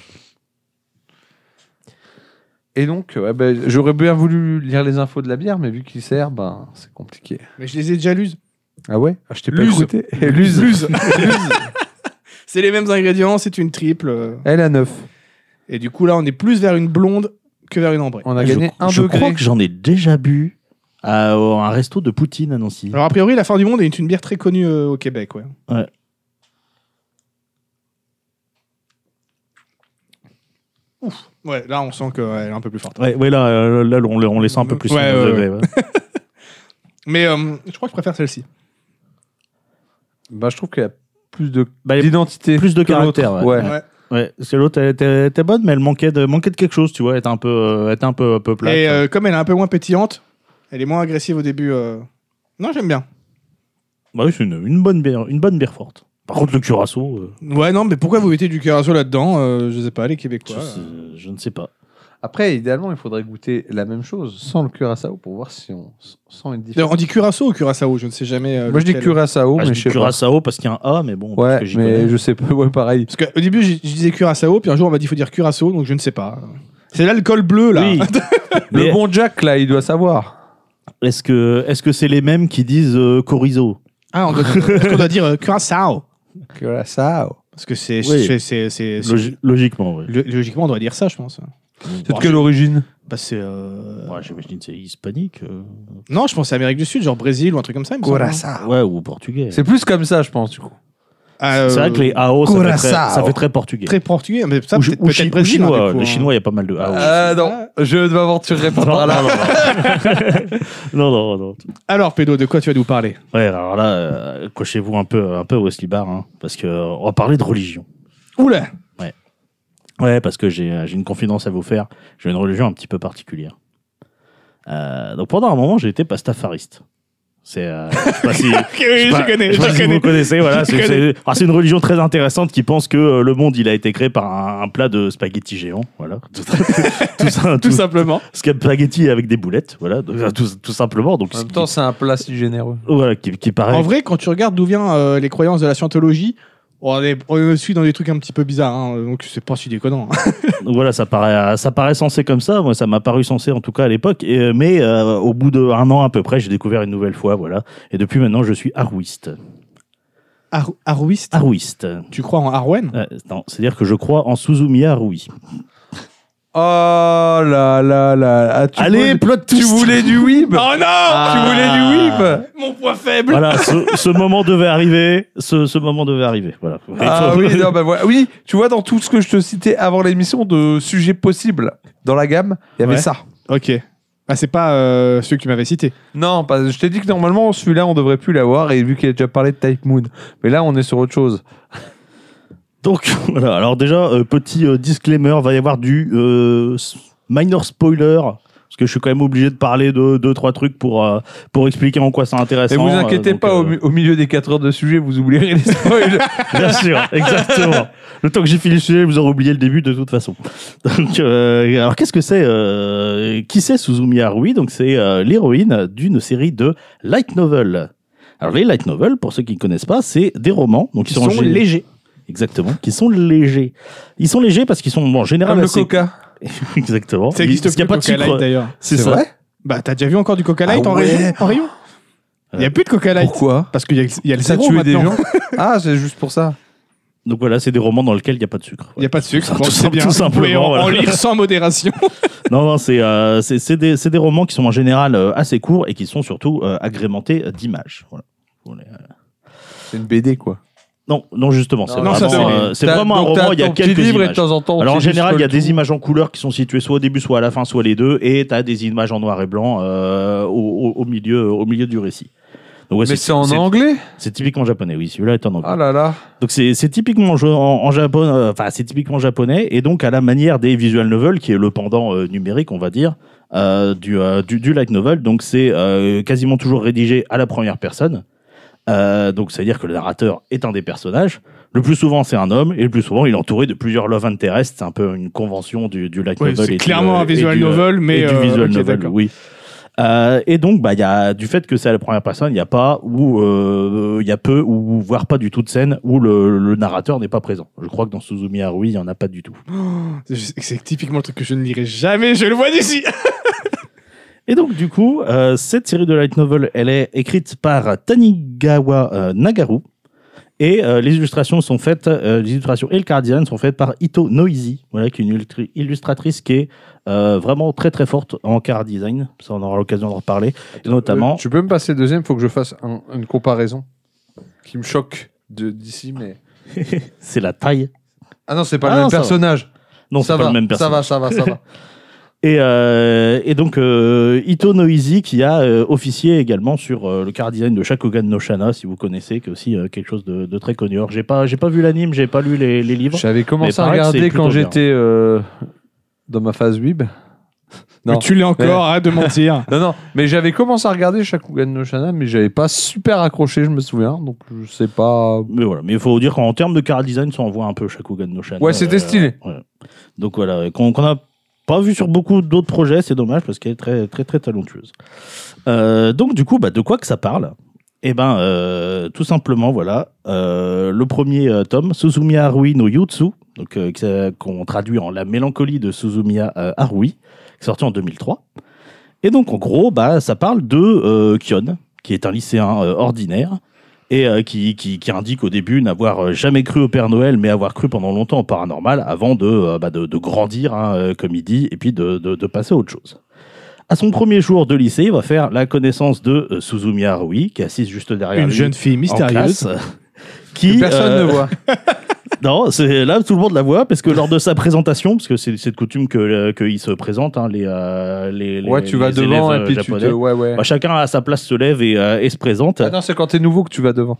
Et donc, j'aurais bien voulu lire les infos de la bière, mais vu qu'il sert, c'est compliqué. Mais je les ai déjà lues. Ah ouais? Je t'ai pas Luse. écouté. Luse. C'est les mêmes ingrédients, c'est une triple. Elle a 9. Et du coup, là, on est plus vers une blonde que vers une ambrée. On a gagné Je 1 crois degré. que j'en ai déjà bu à un resto de Poutine à Nancy. Alors, a priori, la fin du monde est une bière très connue au Québec, ouais. Ouais. Ouf. Ouais, là, on sent qu'elle est un peu plus forte. Ouais, là, on les sent un peu plus. Ouais, sur ouais, le degré, ouais. Mais je crois que je préfère celle-ci. Je trouve qu'elle a plus Bah, d'identité. plus de que l'autre. caractère, Ouais. Ouais. Ouais, parce que l'autre, elle était bonne, mais elle manquait de quelque chose, tu vois. Elle était un peu plate. Et comme elle est un peu moins pétillante, elle est moins agressive au début. Non, j'aime bien. Bah oui, c'est une bonne bière forte. Par contre, le curaçao, Ouais, non, mais pourquoi vous mettez du curaçao là-dedans? Je sais pas, les Québécois. je ne sais pas. Après, idéalement, il faudrait goûter la même chose sans le curaçao pour voir si on sent une différence. On dit curaçao ou curaçao? Je ne sais jamais. Moi, je dis curaçao, je mais dis je sais pas. Curaçao parce qu'il y a un A, mais bon. Ouais, parce que j'y mais connais. je sais pas. Ouais, pareil. Parce qu'au début, je disais curaçao, puis un jour, on m'a dit qu'il faut dire curaçao, donc je ne sais pas. C'est l'alcool bleu, là. Oui. Le Mais bon Jack, là, il doit savoir. est-ce que c'est les mêmes qui disent chorizo? Ah, est-ce qu'on doit dire curaçao? Curaçao. Parce que c'est. Oui. c'est- Logiquement, oui. Logiquement, on doit dire ça, je pense. C'est de quelle origine? Bah, c'est. Ouais, j'imagine que c'est hispanique. Non, je pense que c'est Amérique du Sud, genre Brésil ou un truc comme ça. Il me semble. Curaçao. Ouais, ou portugais. C'est plus comme ça, je pense, du coup. Ah, C'est vrai que les AO, Curaçao. ça fait très portugais. Très portugais, mais ça, Ou peut-être ou peut-être brésilien. chinois. du coup, Les hein. Chinois, il y a pas mal de AO. Non, je ne m'aventurerai pas par là. Non. Alors, Pédo, de quoi tu vas nous parler? Ouais, alors là, cochez-vous un peu Wesley Barr, hein, parce que on va parler de religion. Oula! Ouais, parce que j'ai une confidence à vous faire. J'ai une religion un petit peu particulière. Donc pendant un moment, j'ai été pastafariste. C'est, je sais pas si, je connais, je sais pas si vous connaissez. Voilà, c'est une religion très intéressante qui pense que le monde il a été créé par un plat de spaghettis géant. Voilà, Tout simplement. spaghetti avec des boulettes. Voilà, tout simplement. Donc En même temps, c'est un plat si généreux. voilà, qui paraît. En vrai, quand tu regardes d'où viennent les croyances de la scientologie, on est aussi dans des trucs un petit peu bizarres, hein, donc c'est pas si déconnant. Hein. Donc voilà, ça paraît sensé comme ça. Moi, ça m'a paru sensé en tout cas à l'époque. Mais au bout d'1 an à peu près, j'ai découvert une nouvelle fois, voilà. Et depuis maintenant, je suis arouiste. Arouiste? Arouiste. Tu crois en Arwen? Non, c'est-à-dire que je crois en Suzumiya Haruhi. Oh là là là. Ah, Allez, plot tu twist. voulais du weeb? Oh non! Tu voulais du weeb? Mon point faible! Voilà, ce moment devait arriver. Ce moment devait arriver. Voilà. Ah oui, non, bah voilà. Oui, tu vois, dans tout ce que je te citais avant l'émission de sujets possibles dans la gamme, il y avait Ouais. ça. Ok. Ah, c'est pas celui que tu m'avais cité. Non, je t'ai dit que normalement, celui-là, on devrait plus l'avoir, et vu qu'il a déjà parlé de Type Moon. Mais là, on est sur autre chose. Donc voilà. Alors déjà, petit disclaimer, va y avoir du minor spoiler. Parce que je suis quand même obligé de parler de 2-3 trucs pour expliquer en quoi c'est intéressant. Et vous inquiétez donc, pas, au milieu des 4 heures de sujet, vous oublierez les spoils. Bien sûr, exactement. Le temps que j'ai fini le sujet, vous aurez oublié le début de toute façon. Donc, alors qu'est-ce que c'est qui c'est Suzumiya Haruhi? Donc c'est l'héroïne d'une série de light novels. Alors les light novels, pour ceux qui ne connaissent pas, c'est des romans. Donc Ils sont légers. Exactement, qui sont légers. Ils sont légers parce qu'ils sont en général Comme le assez... coca. Exactement. Ça existe Parce qu'il plus, n'y a pas de Coca Light, sucre. d'ailleurs. C'est ça. vrai? Bah, t'as déjà vu encore du Coca Light Ah en ouais. rayon? Il n'y a plus de Coca Light. Pourquoi? Parce qu'il y a le Ça zéro tuait des maintenant. gens? Ah, c'est juste pour ça. Donc voilà, c'est des romans dans lesquels il n'y a pas de sucre. Il n'y a pas de sucre. Tout Bon, c'est bien. tout Vous pouvez simplement. en Voilà. lire sans modération. Non, c'est des romans qui sont en général assez courts et qui sont surtout agrémentés d'images. Voilà. C'est une BD, quoi. Non, justement, c'est non, ça, vraiment, c'est T'as- vraiment un donc, t'as roman, il y a ton petit quelques livre et de images. temps en temps, Alors en tu général, il y a scrolles des tout. images en couleur qui sont situées soit au début, soit à la fin, soit les deux, et tu as des images en noir et blanc au milieu du récit. Donc, ouais, Mais c'est en anglais? C'est typiquement japonais, oui, celui-là est en anglais. Ah là là. Donc c'est typiquement en japonais, c'est typiquement japonais, et donc à la manière des visual novels, qui est le pendant numérique, on va dire, du light novel. Donc c'est quasiment toujours rédigé à la première personne. Donc ça veut dire que le narrateur est un des personnages. Le plus souvent c'est un homme, et le plus souvent il est entouré de plusieurs love interests. C'est un peu une convention du light Oui, novel. c'est et clairement du, un visual et du, novel, mais et du visual ok, novel, d'accord. oui. Et donc, il y a du fait que c'est à la première personne, il y a pas ou il y a peu ou voire pas du tout de scène où le narrateur n'est pas présent. Je crois que dans Suzumiya Haruhi, il y en a pas du tout. C'est typiquement le truc que je ne lirai jamais. Je le vois d'ici. Et donc, du coup, cette série de light novel, elle est écrite par Tanigawa Nagaru. Et les illustrations sont faites, les illustrations et le card design sont faites par Ito Noisy, voilà, qui est une illustratrice qui est vraiment très très forte en card design. Ça, on aura l'occasion d'en reparler. Et notamment, Tu peux me passer le deuxième? Faut que je fasse une comparaison qui me choque d'ici, mais. c'est la taille. Ah non, c'est pas Ah le non, même ça va. personnage. Non, ça c'est pas va, le même personnage. ça va. Et donc, Ito Noisy qui a officié également sur le card design de Shakugan no Shana, si vous connaissez, qui est aussi quelque chose de très connu. Alors, j'ai pas vu l'anime, j'ai pas lu les livres. J'avais commencé à pareil que c'est regarder plutôt quand bien. j'étais dans ma phase weeb. Non. Tu l'es encore, arrête de mentir. Non, mais j'avais commencé à regarder Shakugan no Shana, mais j'avais pas super accroché, je me souviens, donc je sais pas. Mais voilà, mais il faut dire qu'en termes de card design, ça envoie un peu Shakugan no Shana. Ouais, c'était stylé. Ouais. Donc voilà, qu'on a pas vue sur beaucoup d'autres projets, c'est dommage parce qu'elle est très, très, très talentueuse. Donc, du coup, de quoi que ça parle? Tout simplement, voilà, le premier tome, Suzumiya Haruhi no Yutsu, donc, qu'on traduit en La mélancolie de Suzumiya Haruhi, qui est sorti en 2003. Et donc, en gros, ça parle de Kion, qui est un lycéen ordinaire, et qui indique au début n'avoir jamais cru au Père Noël, mais avoir cru pendant longtemps au paranormal, avant de grandir, comme il dit, et puis de passer à autre chose. À son premier jour de lycée, il va faire la connaissance de Suzumiya Haruhi, qui est assise juste derrière lui. Une jeune fille mystérieuse. En classe, qui, Que personne ne voit. Non, là tout le monde la voit parce que lors de sa présentation, parce que c'est de coutume qu'il se présente, hein, les Ouais, tu vas les devant élèves et puis tu japonais. te. Ouais, ouais. Chacun à sa place se lève et se présente. Ah non, c'est quand t'es nouveau que tu vas devant.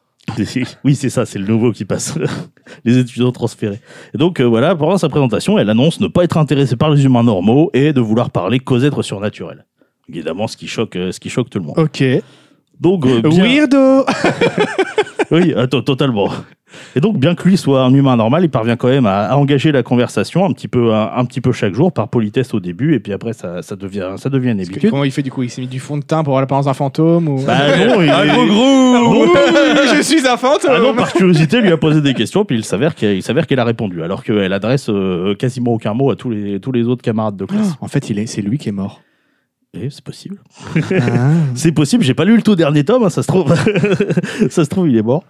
Oui, c'est ça, c'est le nouveau qui passe. Les étudiants transférés. Et donc voilà, pendant sa présentation, elle annonce ne pas être intéressée par les humains normaux et de vouloir parler qu'aux êtres surnaturels. Évidemment, ce qui choque tout le monde. Ok. Donc bien... Weirdo. Oui, totalement. Et donc, bien que lui soit un humain normal, il parvient quand même à engager la conversation un petit peu chaque jour, par politesse au début, et puis après, ça devient une habitude. Comment il fait du coup? Il s'est mis du fond de teint pour avoir l'apparence d'un fantôme ou... Non, Ouh, je suis un fantôme. Ah non, par curiosité, il lui a posé des questions, puis il s'avère qu'elle a répondu, alors qu'elle adresse quasiment aucun mot à tous les autres camarades de classe. En fait, c'est lui qui est mort. Et c'est possible. C'est possible, j'ai pas lu le tout dernier tome, hein, ça se trouve. Ça se trouve, il est mort.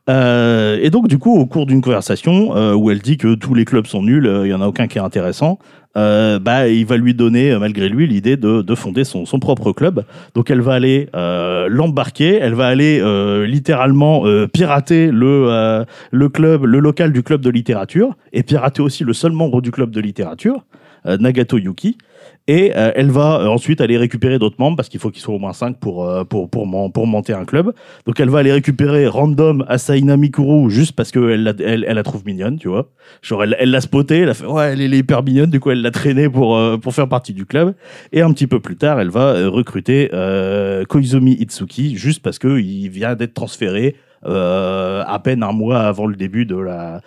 Et donc, du coup, au cours d'une conversation où elle dit que tous les clubs sont nuls, il y en a aucun qui est intéressant, il va lui donner, malgré lui, l'idée de fonder son propre club. Donc, elle va aller l'embarquer, elle va aller littéralement pirater le local du club de littérature, et pirater aussi le seul membre du club de littérature, Nagato Yuki. Et elle va ensuite aller récupérer d'autres membres parce qu'il faut qu'ils soient au moins 5 pour monter un club. Donc elle va aller récupérer random Asaina Mikuru juste parce qu'elle la trouve mignonne, tu vois. Genre elle l'a spotée, elle a fait ouais, elle est hyper mignonne, du coup elle l'a traînée pour faire partie du club. Et un petit peu plus tard, elle va recruter Koizumi Itsuki juste parce qu'il vient d'être transféré à peine un mois avant le début de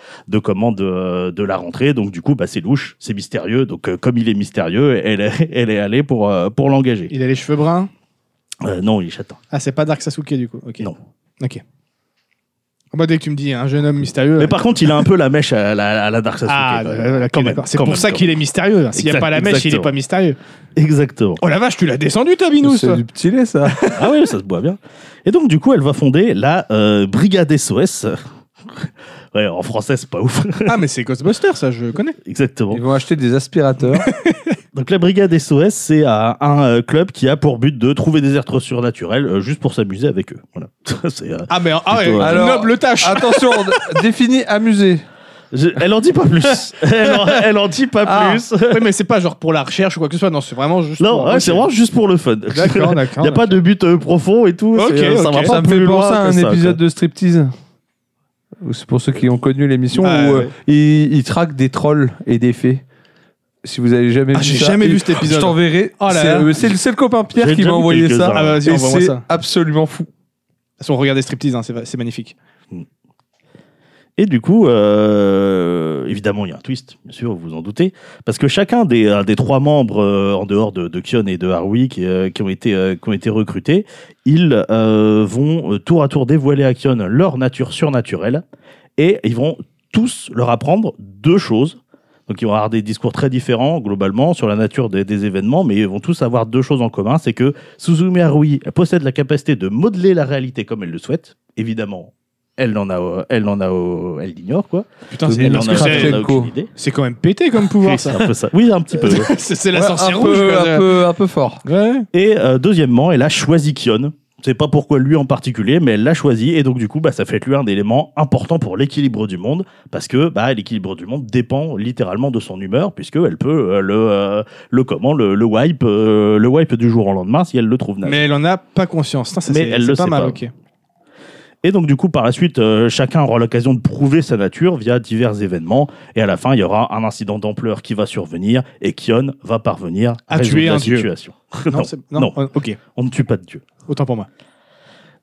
la rentrée. Donc du coup, c'est louche, c'est mystérieux. Donc comme il est mystérieux, elle est allée pour l'engager. Il a les cheveux bruns? Non, il est châtain. Ah, c'est pas Dark Sasuke du coup. Ok. Non. Ok. Dès que tu me dis un jeune homme mystérieux. Mais par contre, il a un peu la mèche à la Dark Sasuke. Ah, quand même. d'accord. C'est pour ça qu'il est mystérieux. S'il n'y a pas la mèche, il est pas mystérieux. Exactement. Oh la vache, tu l'as descendu ta binousse. C'est du petit lait, ça. Ah oui, ça se boit bien. Et donc, du coup, elle va fonder la Brigade SOS. Ouais, en français, c'est pas ouf. Ah, mais c'est Ghostbusters, ça, je connais. Exactement. Ils vont acheter des aspirateurs. Donc la Brigade SOS, c'est un club qui a pour but de trouver des êtres surnaturels juste pour s'amuser avec eux. Voilà. C'est, ouais, alors, noble tâche. Attention, définis amuser. Elle en dit pas plus. Elle en dit pas plus. Oui, mais c'est pas genre pour la recherche ou quoi que ce soit. Non, c'est vraiment juste. Non, c'est vraiment juste pour le fun. D'accord. Il n'y a pas de but profond et tout. Ok, ça va pas Ça me plus fait loin penser à un que ça, épisode quoi. de Striptease. C'est pour ceux qui ont connu l'émission Ah, où ouais. ils traquent des trolls et des fées. Si vous avez jamais vu j'ai ça, jamais vu cet épisode. Je t'enverrai. Oh là C'est là. c'est le copain Pierre J'ai qui déjà m'a vu envoyé quelques-uns. ça. Ah bah vas-y, et envoie-moi c'est ça. absolument fou. De toute façon, regardez Striptease, hein, c'est magnifique. Et du coup, évidemment, il y a un twist, bien sûr, vous vous en doutez, parce que chacun des 3 membres, en dehors de Kion et de Haruhi, qui ont été recrutés, ils vont tour à tour dévoiler à Kion leur nature surnaturelle, et ils vont tous leur apprendre 2 choses. Donc, ils vont avoir des discours très différents, globalement, sur la nature des événements, mais ils vont tous avoir 2 choses en commun. C'est que Suzumiya Haruhi possède la capacité de modeler la réalité comme elle le souhaite. Évidemment, elle l'ignore, quoi. Putain, C'est c'est Elle en a Kravchenko. aucune idée. c'est quand même pété comme pouvoir, Oui, ça. c'est un peu ça. Oui, un petit peu. C'est la Ouais, sorcière rouge. un peu fort. Ouais. Et deuxièmement, elle a choisi Kion. Je sais pas pourquoi lui en particulier, mais elle l'a choisi. Et donc, du coup, ça fait de lui un élément important pour l'équilibre du monde. Parce que l'équilibre du monde dépend littéralement de son humeur, puisqu'elle peut le wipe du jour au lendemain si elle le trouve naze. Mais elle en a pas conscience. Putain, ça, Mais c'est elle le pas sait mal, pas. ok. Et donc, du coup, par la suite, chacun aura l'occasion de prouver sa nature via divers événements. Et à la fin, il y aura un incident d'ampleur qui va survenir. Et Kion va parvenir à À résoudre tuer la un dieu. situation. Non, Non, non. non. Ok, On ne tue pas de dieu. autant pour moi.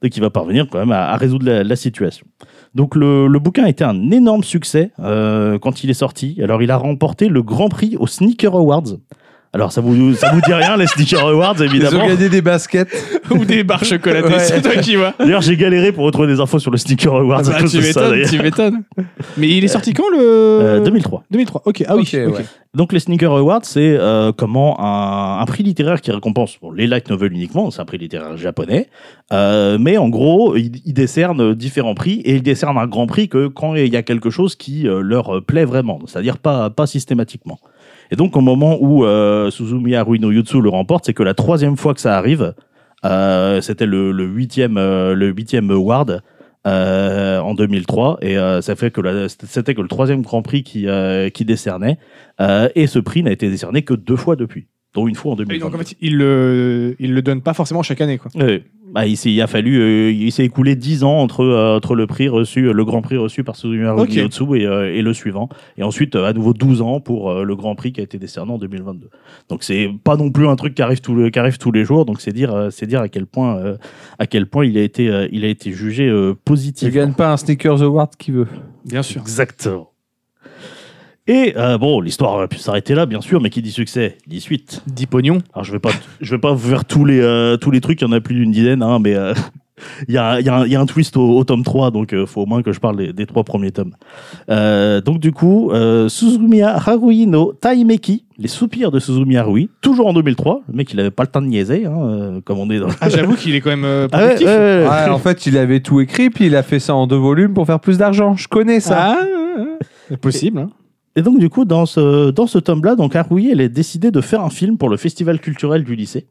Donc il va parvenir quand même à résoudre la situation. Donc le bouquin a été un énorme succès quand il est sorti. Alors il a remporté le Grand Prix aux Sneaker Awards. Alors ça vous dit rien les Sneaker Awards évidemment. Ils ont gagné des baskets. Ou des barres chocolatées, Ouais. c'est toi qui vois. D'ailleurs j'ai galéré pour retrouver des infos sur le Sneaker Awards à Ah, cause tu de ça d'ailleurs. m'étonnes. Mais il est sorti quand le 2003. 2003. Ok, ah oui. Ok, ok. ouais. Donc les Sneaker Awards, c'est comment un prix littéraire qui récompense les light novels uniquement, c'est un prix littéraire japonais, mais en gros, ils décernent différents prix et ils décernent un grand prix que quand il y a quelque chose qui leur plaît vraiment, c'est-à-dire pas systématiquement. Et donc au moment où Suzumi Haruhi no Yutsu le remporte, c'est que la 3e fois que ça arrive, c'était le 8e award. En 2003 et ça fait que c'était que le 3e Grand Prix qui décernait et ce prix n'a été décerné que 2 fois depuis, dont une fois en Et 2020. donc en fait, il le donne pas forcément chaque année, quoi. Il s'est écoulé 10 ans entre le prix reçu, le Grand Prix reçu par Suzumi Haruhi Ok. Yutsu et le suivant, et ensuite à nouveau 12 ans pour le Grand Prix qui a été décerné en 2022. Donc c'est pas non plus un truc qui arrive tous les jours, donc c'est dire à quel point il a été jugé Tu positif. gagnes pas un Sneakers Award qui veut. Bien sûr. Exactement. Et bon, l'histoire aurait pu s'arrêter là, bien sûr, mais qui dit succès dit suite. 10 pognons. Alors je vais pas vous faire tous les trucs, il y en a plus d'une dizaine, hein, mais il y a un twist au tome 3, donc faut au moins que je parle des 3 premiers tomes. Donc du coup, Suzumi Haruhi no Taimeki, les soupirs de Suzumi Haruhi, toujours en 2003. Le mec, il avait pas le temps de niaiser, hein, comme on est dans. Ah, j'avoue qu'il est quand même Ah ouais, productif. ouais. Ouais, en fait, il avait tout écrit, puis il a fait ça en 2 volumes pour faire plus d'argent. Je connais ça. C'est possible. Hein. Et donc du coup, dans ce tome-là, donc Haruhi, elle a décidé de faire un film pour le festival culturel du lycée.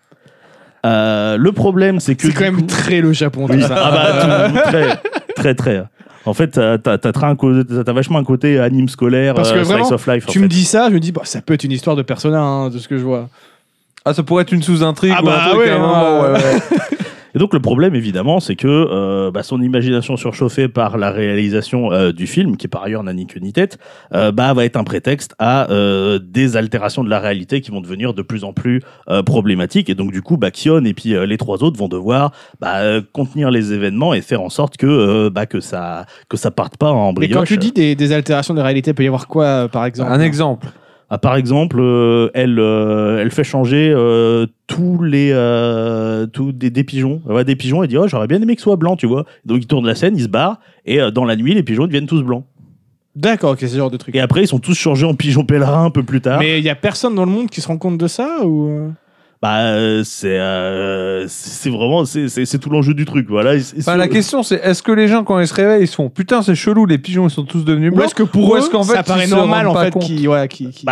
Le problème, c'est que C'est quand même très le Japon, tout ça. Ah bah, très. En fait, t'as vachement un côté anime scolaire, Parce que slice vraiment, of life. Tu me dis ça, je me dis, bah, ça peut être une histoire de Persona, hein, de ce que je vois. Ah, ça pourrait être une sous-intrigue Ah ou bah un truc ouais, à un moment, ouais. Et donc le problème, évidemment, c'est que son imagination surchauffée par la réalisation du film, qui par ailleurs n'a ni queue ni tête, va être un prétexte à des altérations de la réalité qui vont devenir de plus en plus problématiques. Et donc du coup, Kion et puis les 3 autres vont devoir contenir les événements et faire en sorte que ça parte pas en Mais brioche. quand tu dis des altérations de réalité, il peut y avoir quoi, par exemple? Un exemple. Ah, par exemple, elle fait changer tous des pigeons. Elle voit des pigeons, elle dit j'aurais bien aimé que ce soit blanc, tu vois. Donc ils tournent la scène, ils se barrent et dans la nuit les pigeons deviennent tous blancs. D'accord, ok, c'est ce genre de truc. Et après ils sont tous changés en pigeons pèlerins un peu plus tard. Mais il y a personne dans le monde qui se rend compte de ça ou... C'est vraiment c'est tout l'enjeu du truc, voilà. Enfin, la question, c'est est-ce que les gens, quand ils se réveillent, ils se font putain, c'est chelou, les pigeons, ils sont tous devenus Ou blancs? est-ce que pour Ou eux, est-ce qu'en fait, ça paraît ils se normal rendent en pas fait compte qui...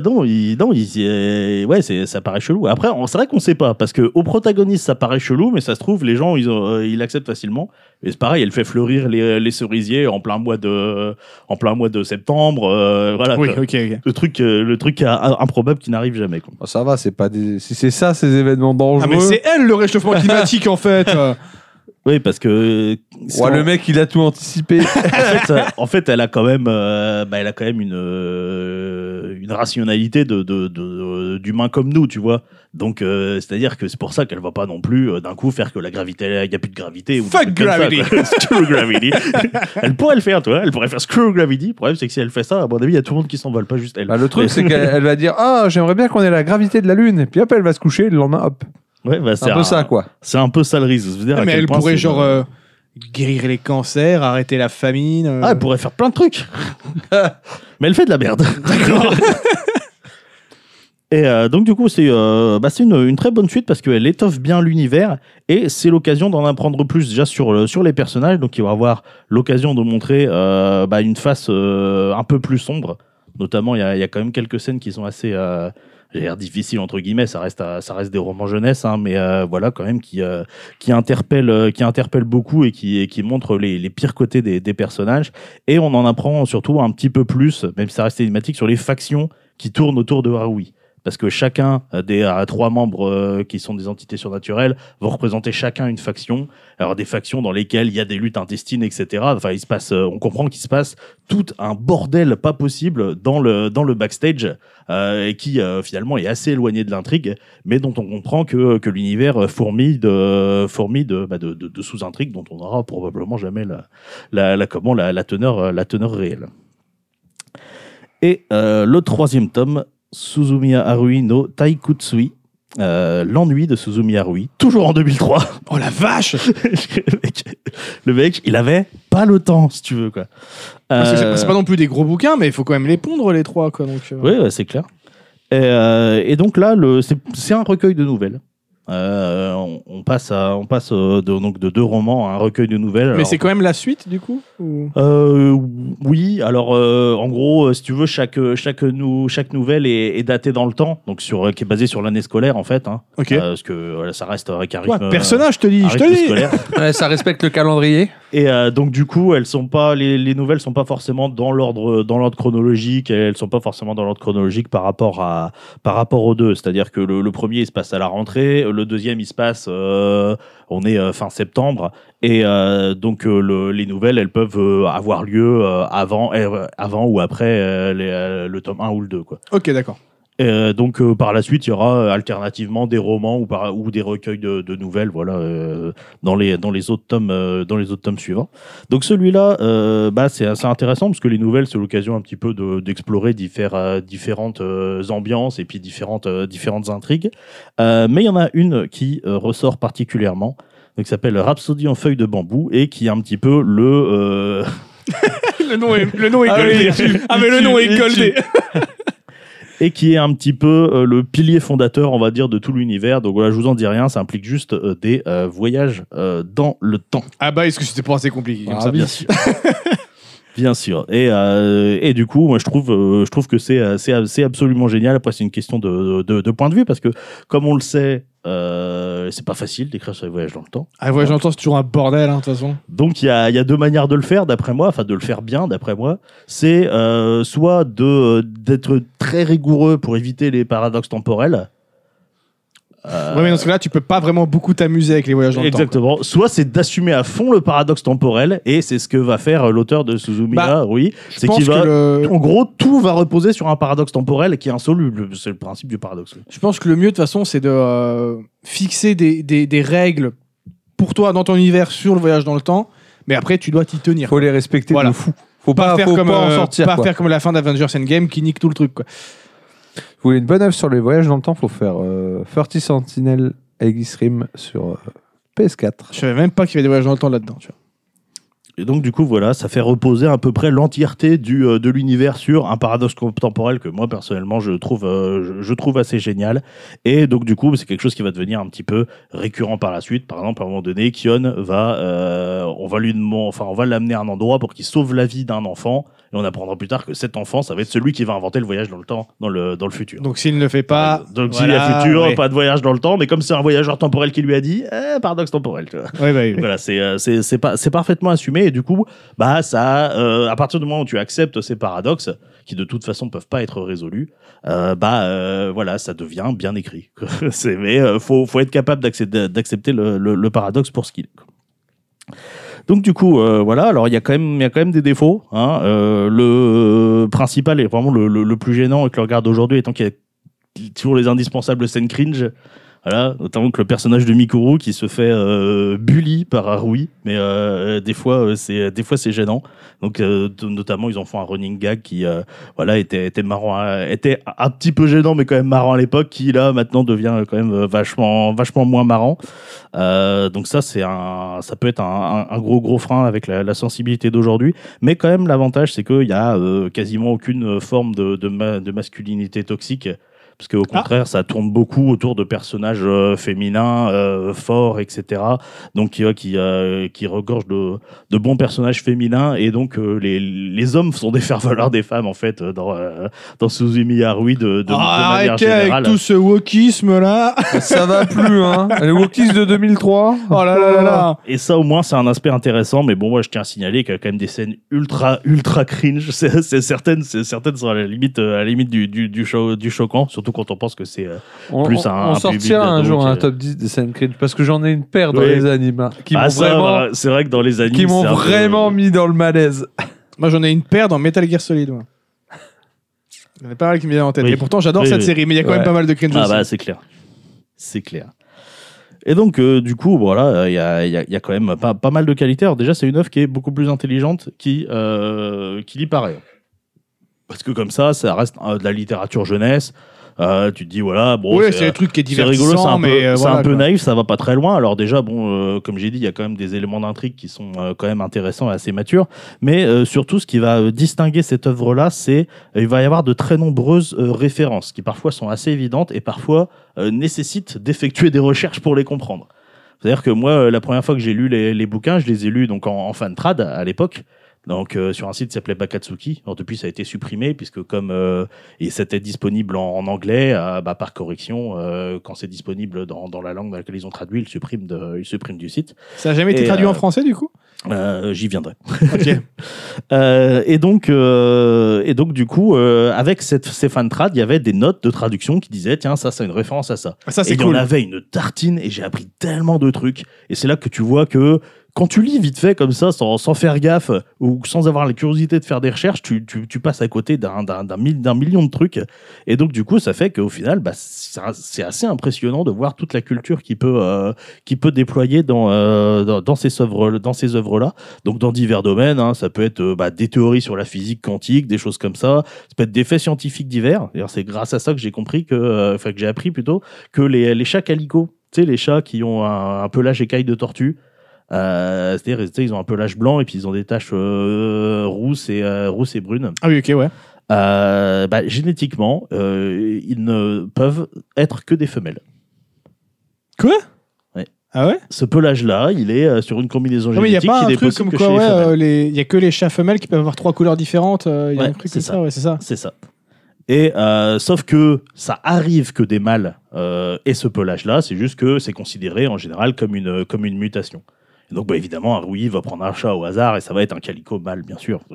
ça paraît chelou. Après, c'est vrai qu'on sait pas parce que au protagoniste ça paraît chelou, mais ça se trouve les gens ils l'acceptent facilement. Et c'est pareil, elle fait fleurir les cerisiers en plein mois de septembre, voilà. Oui, quoi. ok. Le truc improbable qui n'arrive jamais, quoi. Oh, ça va, c'est pas si c'est ça, ces événements dangereux. Ah mais c'est elle le réchauffement climatique en fait. Oui, parce que Ouais, le mec, il a tout anticipé. en fait, elle a quand même une rationalité d'humain comme nous, tu vois. Donc, c'est-à-dire que c'est pour ça qu'elle va pas non plus d'un coup faire que la gravité, il y a plus de gravité. Ou Fuck des trucs comme ça, gravity. quoi. Screw gravity. Elle pourrait le faire, tu vois. Elle pourrait faire screw gravity. Le problème, c'est que si elle fait ça, à mon avis, il y a tout le monde qui s'envole, pas juste elle. Bah, le truc, c'est qu'elle va dire j'aimerais bien qu'on ait la gravité de la Lune. Et puis hop, elle va se coucher, le lendemain, hop. Ouais, C'est un peu ça, quoi. C'est un peu ça le risque. C'est-à-dire à Mais quel elle point pourrait c'est- genre guérir les cancers, arrêter la famine. Ah, elle pourrait faire plein de trucs. Mais elle fait de la merde. D'accord. Et donc du coup c'est une très bonne suite parce qu'elle étoffe bien l'univers et c'est l'occasion d'en apprendre plus déjà sur les personnages. Donc il va avoir l'occasion de montrer une face un peu plus sombre. Notamment il y a quand même quelques scènes qui sont assez j'ai l'air difficile entre guillemets, ça reste des romans jeunesse, hein, mais voilà quand même qui interpellent beaucoup et qui montrent les pires côtés des personnages. Et on en apprend surtout un petit peu plus, même si ça reste énigmatique, sur les factions qui tournent autour de Haruhi. parce que chacun des 3 membres qui sont des entités surnaturelles vont représenter chacun une faction. Alors des factions dans lesquelles il y a des luttes intestines, etc. Enfin, on comprend qu'il se passe tout un bordel pas possible dans le backstage et qui finalement est assez éloigné de l'intrigue, mais dont on comprend que l'univers fourmille de sous-intrigues dont on n'aura probablement jamais la teneur réelle. Et le 3e tome, Suzumiya Haruhi no Taikutsui, l'ennui de Suzumiya Haruhi, toujours en 2003. Oh la vache. Le mec, il avait pas le temps, si tu veux, quoi. Parce que c'est pas non plus des gros bouquins, mais il faut quand même les pondre, les 3, quoi. Donc, ouais, c'est clair. Et donc là, c'est un recueil de nouvelles. On passe de 2 romans à un recueil de nouvelles. Mais alors, c'est quand même la suite, du coup ou... Oui, alors en gros, si tu veux, chaque nouvelle est datée dans le temps, donc qui est basée sur l'année scolaire en fait. Hein. Ok. Parce que ça reste avec un rythme. Personnage, je te dis. Scolaire. Ouais, ça respecte le calendrier. Et donc du coup, elles sont pas les nouvelles sont pas forcément dans l'ordre chronologique. Elles sont pas forcément dans l'ordre chronologique par rapport aux 2. C'est-à-dire que le premier il se passe à la rentrée, le deuxième il se passe on est fin septembre et donc les nouvelles elles peuvent avoir lieu avant ou après le tome 1 ou le 2 quoi. Ok, d'accord. Donc par la suite il y aura alternativement des romans ou des recueils de nouvelles voilà dans les autres tomes suivants. Donc celui-là c'est assez intéressant parce que les nouvelles c'est l'occasion un petit peu d'explorer différentes ambiances et puis différentes intrigues. Mais il y en a une qui ressort particulièrement, donc qui s'appelle Rhapsody en feuilles de bambou et qui est un petit peu le le nom est goldé. Mais le nom est goldé. Et qui est un petit peu le pilier fondateur, on va dire, de tout l'univers. Donc voilà, je vous en dis rien, ça implique juste des voyages dans le temps. Ah bah, est-ce que c'était pas assez compliqué comme ça? Bien sûr. Bien sûr. Et du coup, moi, je trouve que c'est absolument génial. Après, c'est une question de point de vue, parce que, comme on le sait, c'est pas facile d'écrire sur les voyages dans le temps. Ah, les voyages dans le temps, c'est toujours un bordel, de toute façon. Donc, il y a 2 manières de le faire, d'après moi, enfin, de le faire bien, d'après moi. C'est soit d'être très rigoureux pour éviter les paradoxes temporels. Ouais, mais dans ce cas-là, tu peux pas vraiment beaucoup t'amuser avec les voyages dans le temps. Exactement. Soit c'est d'assumer à fond le paradoxe temporel, et c'est ce que va faire l'auteur de Suzumiya, oui. C'est qu'il va, en gros, tout va reposer sur un paradoxe temporel qui est insoluble. C'est le principe du paradoxe. Je pense que le mieux, de toute façon, c'est de fixer des règles pour toi dans ton univers sur le voyage dans le temps, mais après, tu dois t'y tenir. Faut les respecter de fou. Faut pas faire comme en sortir. Pas faire comme la fin d'Avengers Endgame qui nique tout le truc, quoi. Vous voulez une bonne œuvre sur les voyages dans le temps, faut faire 30 Sentinel Aegis Rim sur PS4. Je savais même pas qu'il y avait des voyages dans le temps là-dedans, tu vois. Et donc, du coup, voilà, ça fait reposer à peu près l'entièreté de l'univers sur un paradoxe temporel que moi, personnellement, je trouve assez génial. Et donc, du coup, c'est quelque chose qui va devenir un petit peu récurrent par la suite. Par exemple, à un moment donné, Kion on va l'amener à un endroit pour qu'il sauve la vie d'un enfant. Et on apprendra plus tard que cet enfant, ça va être celui qui va inventer le voyage dans le temps, dans le futur. Donc, s'il ne le fait pas... Donc, s'il y a futur, pas de voyage dans le temps. Mais comme c'est un voyageur temporel qui lui a dit, paradoxe temporel, tu vois. Oui. Voilà, c'est parfaitement assumé. Et du coup, à partir du moment où tu acceptes ces paradoxes, qui de toute façon peuvent pas être résolus, voilà, ça devient bien écrit. Mais faut être capable d'accepter le paradoxe pour ce qu'il est. Donc du coup, voilà. Alors il y a quand même des défauts. Hein. Le principal est vraiment le plus gênant et que le regarde aujourd'hui, étant qu'il y a toujours les indispensables scènes cringe. Voilà, notamment que le personnage de Mikuru qui se fait bully par Haruhi, mais des fois c'est gênant. Donc notamment ils en font un running gag qui était marrant, était un petit peu gênant mais quand même marrant à l'époque, qui là maintenant devient quand même vachement moins marrant. Donc ça peut être un gros frein avec la sensibilité d'aujourd'hui, mais quand même l'avantage c'est qu'il y a quasiment aucune forme de masculinité toxique. Parce qu'au contraire, ça tourne beaucoup autour de personnages féminins, forts, etc. Donc qui regorgent de bons personnages féminins. Et donc, les hommes sont des faire-valoir des femmes, en fait, dans Suzumiya Haruhi de manière générale. Avec tout ce wokisme-là. Ça va plus, hein. Le wokisme de 2003. Oh là là là. Et ça, au moins, c'est un aspect intéressant. Mais bon, moi, je tiens à signaler qu'il y a quand même des scènes ultra cringe. Certaines sont à la limite du choquant, surtout surtout quand on pense que c'est On plus un on public sortira un d'ado jour qui- un top 10 des scènes cringe parce que j'en ai une paire dans Oui. les animes qui m'ont ça, vraiment, voilà, c'est vrai que dans les animes, qui m'ont c'est un peu- vraiment mis dans le malaise. Moi, j'en ai une paire dans Metal Gear Solid. Moi. Il y en a pas mal qui me viennent en tête. Oui. Et pourtant, j'adore Oui, cette oui. série, mais il y a quand Ouais. même pas mal de cringe Ah aussi. bah c'est clair. C'est clair. Et donc, du coup, voilà, il y a quand même pas mal de qualités. Alors déjà, c'est une œuvre qui est beaucoup plus intelligente qu'il y paraît. Parce que comme ça reste de la littérature jeunesse. Tu te dis, voilà, bon, Oui, c'est le truc qui est c'est rigolo, divertissant, mais c'est voilà, un peu quoi. naïf, ça va pas très loin. Alors déjà, bon, comme j'ai dit, il y a quand même des éléments d'intrigue qui sont quand même intéressants et assez matures. Mais surtout, ce qui va distinguer cette œuvre-là, c'est il va y avoir de très nombreuses références qui parfois sont assez évidentes et parfois nécessitent d'effectuer des recherches pour les comprendre. C'est-à-dire que moi, la première fois que j'ai lu les bouquins, je les ai lus donc en fan trad à l'époque. Donc sur un site qui s'appelait Bakatsuki. Alors, depuis, ça a été supprimé puisque comme c'était disponible en anglais, par correction, quand c'est disponible dans la langue dans laquelle ils ont traduit, ils suppriment du site. Ça a jamais été Et, traduit en français, du coup J'y viendrai. Ok. Et donc du coup, avec ces fan trad, il y avait des notes de traduction qui disaient tiens, ça c'est une référence à ça. Ça, Et c'est il y en cool. avait une tartine et j'ai appris tellement de trucs. Et c'est là que tu vois que quand tu lis vite fait comme ça, sans faire gaffe ou sans avoir la curiosité de faire des recherches, tu passes à côté d'un million de trucs. Et donc du coup, ça fait qu'au final, c'est assez impressionnant de voir toute la culture qui peut déployer dans ces œuvres-là. Donc dans divers domaines, hein, ça peut être des théories sur la physique quantique, des choses comme ça. Ça peut être des faits scientifiques divers. D'ailleurs, c'est grâce à ça que j'ai compris que j'ai appris plutôt que les chats calico, tu sais, les chats qui ont un pelage écaille de tortue. C'est-à-dire, ils ont un pelage blanc et puis ils ont des taches rousses et brunes. Ah oui, ok, ouais. Génétiquement, ils ne peuvent être que des femelles. Quoi Ouais. Ah ouais Ce pelage-là, il est sur une combinaison Non, mais il n'y a génétique pas qui un n'est truc possible comme que quoi, chez les femelles. il y a que les chats femelles qui peuvent avoir 3 couleurs différentes. Il y a Ouais, un truc c'est comme ça, ouais, c'est ça. C'est ça. Et sauf que ça arrive que des mâles aient ce pelage-là, c'est juste que c'est considéré en général comme une mutation. Et donc évidemment, un rouillis va prendre un chat au hasard et ça va être un calico mâle, bien sûr.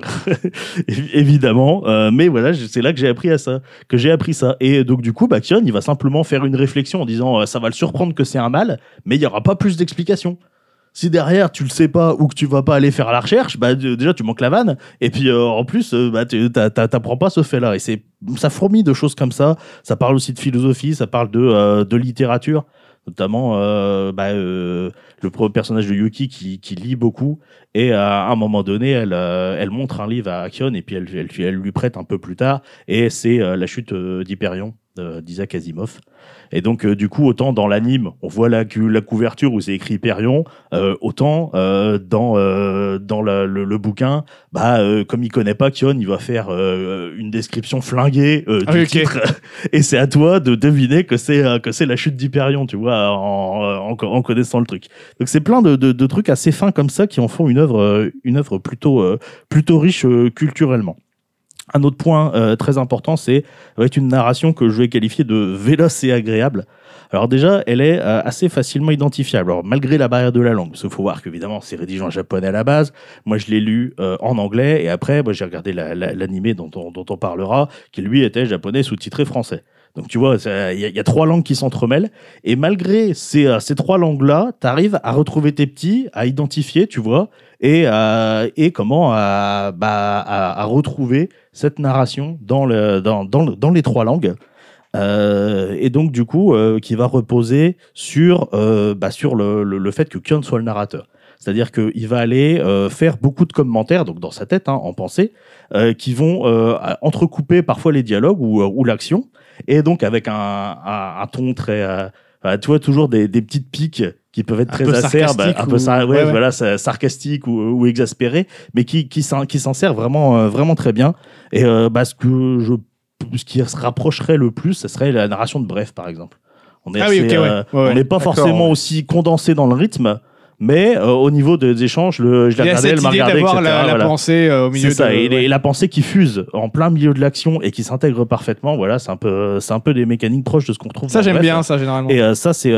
Évidemment. Mais voilà, c'est là que j'ai appris ça. Et donc du coup, Kion, il va simplement faire une réflexion en disant ça va le surprendre que c'est un mâle, mais il n'y aura pas plus d'explications. Si derrière tu le sais pas ou que tu vas pas aller faire la recherche, déjà tu manques la vanne et puis en plus t'apprends pas ce fait-là et ça fourmille de choses comme ça. Ça parle aussi de philosophie, ça parle de littérature, notamment le personnage de Yuki qui lit beaucoup et à un moment donné elle montre un livre à Kion et puis elle lui prête un peu plus tard et c'est La chute d'Hyperion d'Isaac Asimov. Et donc, du coup, autant dans l'anime, on voit la couverture où c'est écrit Hyperion, autant dans le bouquin, comme il connaît pas Kion, il va faire une description flinguée du titre. Et c'est à toi de deviner que c'est la chute d'Hyperion, tu vois, en connaissant le truc. Donc, c'est plein de trucs assez fins comme ça qui en font une œuvre plutôt riche culturellement. Un autre point très important, c'est avec une narration que je vais qualifier de véloce et agréable. Alors déjà, elle est assez facilement identifiable. Alors malgré la barrière de la langue, parce qu'il faut voir qu'évidemment c'est rédigé en japonais à la base. Moi, je l'ai lu en anglais et après, j'ai regardé l'animé dont on parlera, qui lui était japonais sous-titré français. Donc tu vois, il y a 3 langues qui s'entremêlent et malgré ces 3 langues-là, tu arrives à retrouver tes petits, à identifier, tu vois, et comment à retrouver cette narration dans les 3 langues. Et donc du coup qui va reposer sur le fait que Kion soit le narrateur. C'est-à-dire qu'il va aller faire beaucoup de commentaires, donc dans sa tête, en pensée, qui vont entrecouper parfois les dialogues ou l'action, et donc avec un ton très, tu vois, toujours des petites piques qui peuvent être très acerbes, voilà, sarcastiques ou exaspérées, mais qui s'en sert vraiment très bien. Et ce qui se rapprocherait le plus, ce serait la narration de Bref, par exemple. On n'est pas forcément aussi condensé dans le rythme, mais au niveau des échanges, je l'ai regardé, elle m'a regardé, etc. d'avoir la pensée au milieu c'est ça, de... et la pensée qui fuse en plein milieu de l'action et qui s'intègre parfaitement, voilà, c'est un peu des mécaniques proches de ce qu'on retrouve. Ça, dans j'aime Bref. bien ça, généralement. Et ça, c'est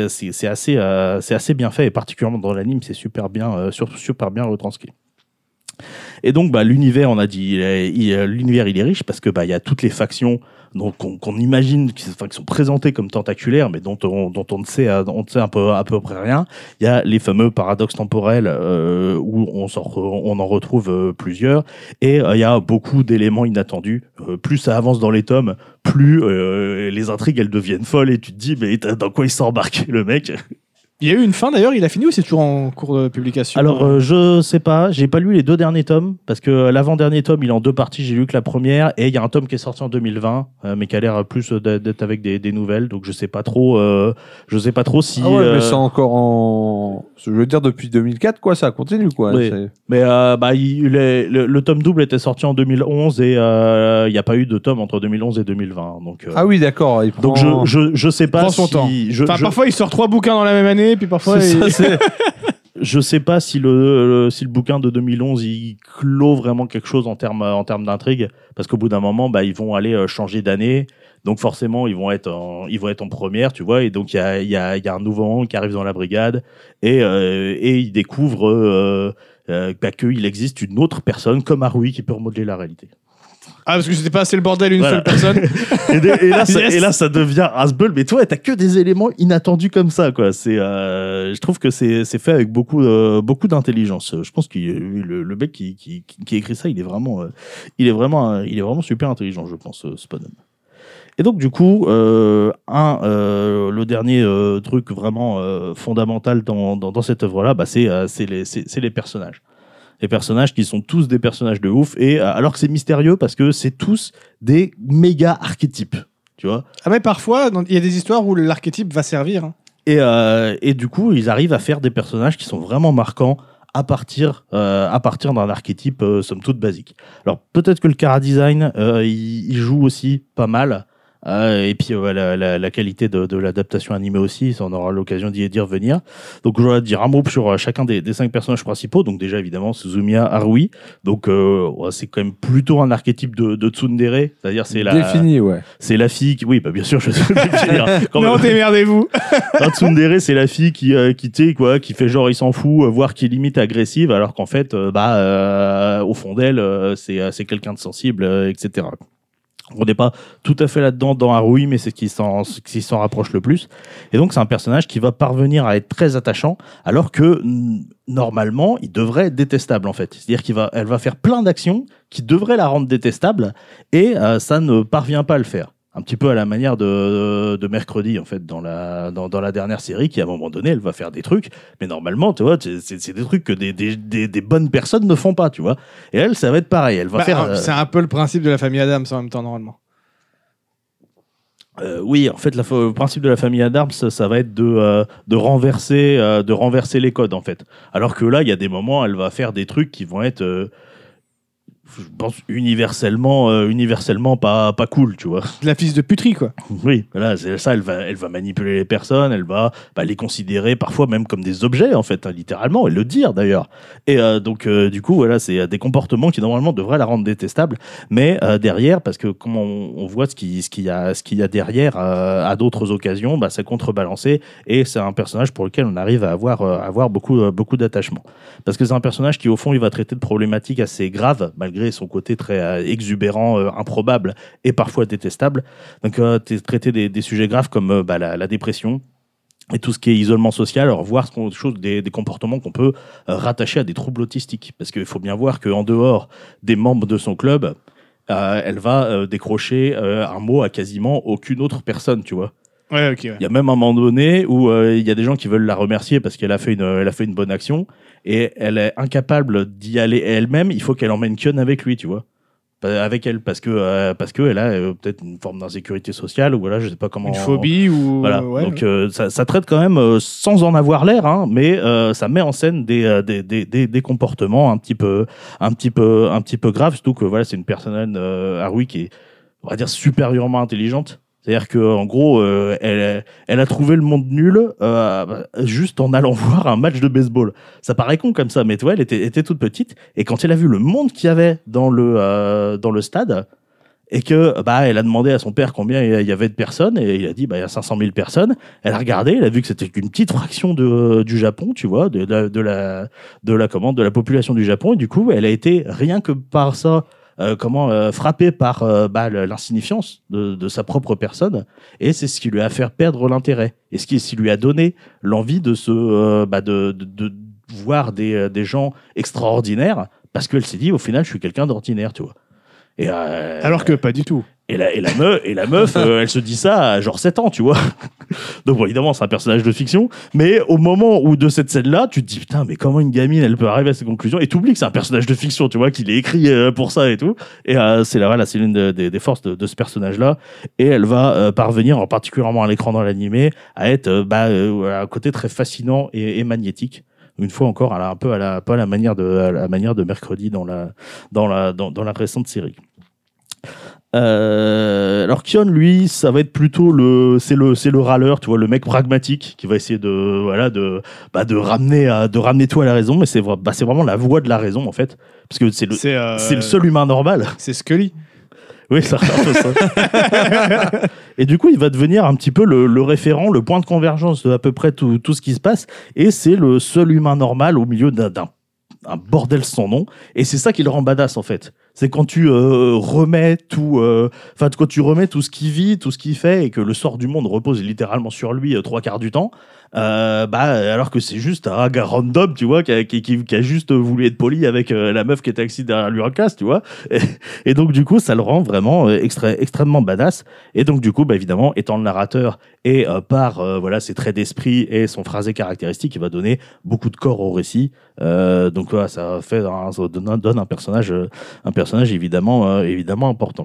assez bien fait, et particulièrement dans l'anime, c'est super bien retranscrit. Et donc, l'univers, on a dit, l'univers, il est riche parce que il y a toutes les factions qu'on imagine, qui sont présentées comme tentaculaires, mais dont on ne sait à peu près rien. Il y a les fameux paradoxes temporels où on en retrouve plusieurs, et il y a beaucoup d'éléments inattendus. Plus ça avance dans les tomes, plus les intrigues elles deviennent folles, et tu te dis mais dans quoi il s'est embarqué le mec. Il y a eu une fin d'ailleurs, il a fini ou c'est toujours en cours de publication? Alors, je sais pas, j'ai pas lu les 2 derniers tomes, parce que l'avant-dernier tome, il est en 2 parties, j'ai lu que la première, et il y a un tome qui est sorti en 2020, mais qui a l'air plus d'être avec des nouvelles, donc je sais pas trop si... Ah ouais, mais c'est encore en... Je veux dire, depuis 2004, quoi, ça continue, quoi. Oui. Mais le tome double était sorti en 2011, et il n'y a pas eu de tome entre 2011 et 2020, donc... Ah oui, d'accord. Il prend... Donc je sais pas prend son si... temps. Parfois, il sort 3 bouquins dans la même année, puis parfois... Je sais pas si le bouquin de 2011 il clôt vraiment quelque chose en termes d'intrigue, parce qu'au bout d'un moment ils vont aller changer d'année, donc forcément ils vont être en première, tu vois, et donc il y a un nouveau an qui arrive dans la brigade, et ils découvrent qu'il existe une autre personne comme Harui qui peut remodeler la réalité. Ah, parce que c'était pas assez le bordel une seule personne. et là, ça devient Asbel, mais toi, t'as que des éléments inattendus comme ça, quoi. Je trouve que c'est fait avec beaucoup d'intelligence. Je pense que le mec qui écrit ça, il est vraiment super intelligent, je pense, Spanum. Et donc, du coup, le dernier truc vraiment fondamental dans cette œuvre-là, c'est les personnages. Les personnages qui sont tous des personnages de ouf, et alors que c'est mystérieux parce que c'est tous des méga archétypes, tu vois. Ah mais parfois, il y a des histoires où l'archétype va servir. Hein. Et du coup, ils arrivent à faire des personnages qui sont vraiment marquants à partir d'un archétype somme toute basique. Alors peut-être que le chara-design, il joue aussi pas mal. Et puis la qualité de l'adaptation animée aussi, ça on aura l'occasion d'y revenir. Donc je vais dire un mot sur chacun des 5 personnages principaux. Donc déjà évidemment Suzumiya Harui, donc c'est quand même plutôt un archétype de tsundere, c'est-à-dire défini, ouais. C'est la fille qui, oui bien sûr je sais définir. Non, démerdez-vous. Un tsundere, c'est la fille qui fait genre il s'en fout, voire qui est limite agressive, alors qu'en fait au fond d'elle c'est quelqu'un de sensible, etc. On n'est pas tout à fait là-dedans dans Harui, mais c'est ce qui s'en rapproche le plus. Et donc, c'est un personnage qui va parvenir à être très attachant, alors que, normalement, il devrait être détestable, en fait. C'est-à-dire qu'elle va faire plein d'actions qui devraient la rendre détestable, et ça ne parvient pas à le faire. Un petit peu à la manière de Mercredi, en fait, dans la dernière série, qui, à un moment donné, elle va faire des trucs, mais normalement, tu vois, c'est des trucs que des bonnes personnes ne font pas, tu vois. Et elle, ça va être pareil. Elle va faire... C'est un peu le principe de la famille Adams, en même temps, normalement. Oui, en fait, le principe de la famille Adams, ça va être de renverser les codes, en fait. Alors que là, il y a des moments, elle va faire des trucs qui vont être... je pense universellement pas cool, tu vois. De la fils de puterie, quoi. Oui, là, c'est ça, elle va manipuler les personnes, elle va les considérer parfois même comme des objets, en fait, hein, littéralement, et le dire d'ailleurs. Et donc, du coup, voilà, c'est des comportements qui normalement devraient la rendre détestable, mais derrière, parce que comme on voit ce qu'il y a derrière à d'autres occasions, c'est contrebalancé, et c'est un personnage pour lequel on arrive à avoir beaucoup d'attachement. Parce que c'est un personnage qui, au fond, il va traiter de problématiques assez graves, malgré son côté très exubérant, improbable et parfois détestable. Donc, traiter des sujets graves comme la dépression et tout ce qui est isolement social, alors voir des comportements qu'on peut rattacher à des troubles autistiques. Parce qu'il faut bien voir qu'en dehors des membres de son club, elle va décrocher un mot à quasiment aucune autre personne, tu vois. Ouais, ok. Ouais. Il y a même un moment donné où il y a des gens qui veulent la remercier parce qu'elle a fait une bonne action, et elle est incapable d'y aller elle-même. Il faut qu'elle emmène Kyun avec lui, tu vois, avec elle, parce que elle a peut-être une forme d'insécurité sociale, ou voilà, je sais pas comment. Une phobie ou voilà. Ouais, donc ça traite quand même sans en avoir l'air, hein, mais ça met en scène des comportements un petit peu graves, surtout que voilà, c'est une personne Harui qui est, on va dire, supérieurement intelligente. C'est-à-dire qu'en gros, elle a trouvé le monde nul juste en allant voir un match de baseball. Ça paraît con comme ça, mais tu vois, elle était toute petite. Et quand elle a vu le monde qu'il y avait dans le stade, et que elle a demandé à son père combien il y avait de personnes, et il a dit il y a 500 000 personnes. Elle a regardé, elle a vu que c'était qu'une petite fraction du Japon, tu vois, de la population du Japon, et du coup elle a été rien que par ça frappée par l'insignifiance de sa propre personne, et c'est ce qui lui a fait perdre l'intérêt, et ce qui lui a donné l'envie de de voir des gens extraordinaires, parce qu'elle s'est dit au final je suis quelqu'un d'ordinaire, tu vois. Et alors que pas du tout. Et la meuf, elle se dit ça à genre 7 ans, tu vois. Donc bon, évidemment, c'est un personnage de fiction, mais au moment où de cette scène-là, tu te dis putain, mais comment une gamine, elle peut arriver à ces conclusions, et t'oublies que c'est un personnage de fiction, tu vois, qu'il est écrit pour ça et tout. Et c'est l'une des forces de ce personnage-là, et elle va parvenir, particulièrement à l'écran dans l'animé, à être un côté très fascinant et magnétique. Une fois encore, elle a un peu à la manière de Mercredi dans la récente série. Alors Kion, lui, ça va être plutôt c'est le râleur, tu vois, le mec pragmatique qui va essayer de ramener tout à la raison, mais c'est vraiment la voie de la raison en fait, parce que c'est le seul humain normal. C'est Scully. Oui, ça un peu ça. Et du coup, il va devenir un petit peu le référent, le point de convergence de à peu près tout ce qui se passe, et c'est le seul humain normal au milieu d'un bordel sans nom, et c'est ça qui le rend badass en fait. C'est quand tu remets quand tu remets tout ce qu'il vit, tout ce qu'il fait, et que le sort du monde repose littéralement sur lui 3/4 du temps, alors que c'est juste un gars random, tu vois, qui a juste voulu être poli avec la meuf qui était assise derrière lui en classe, tu vois. Et donc du coup, ça le rend vraiment extrêmement badass. Et donc du coup, évidemment, étant le narrateur et par ses traits d'esprit et son phrasé caractéristique, il va donner beaucoup de corps au récit. Donc voilà, ça donne un personnage évidemment important.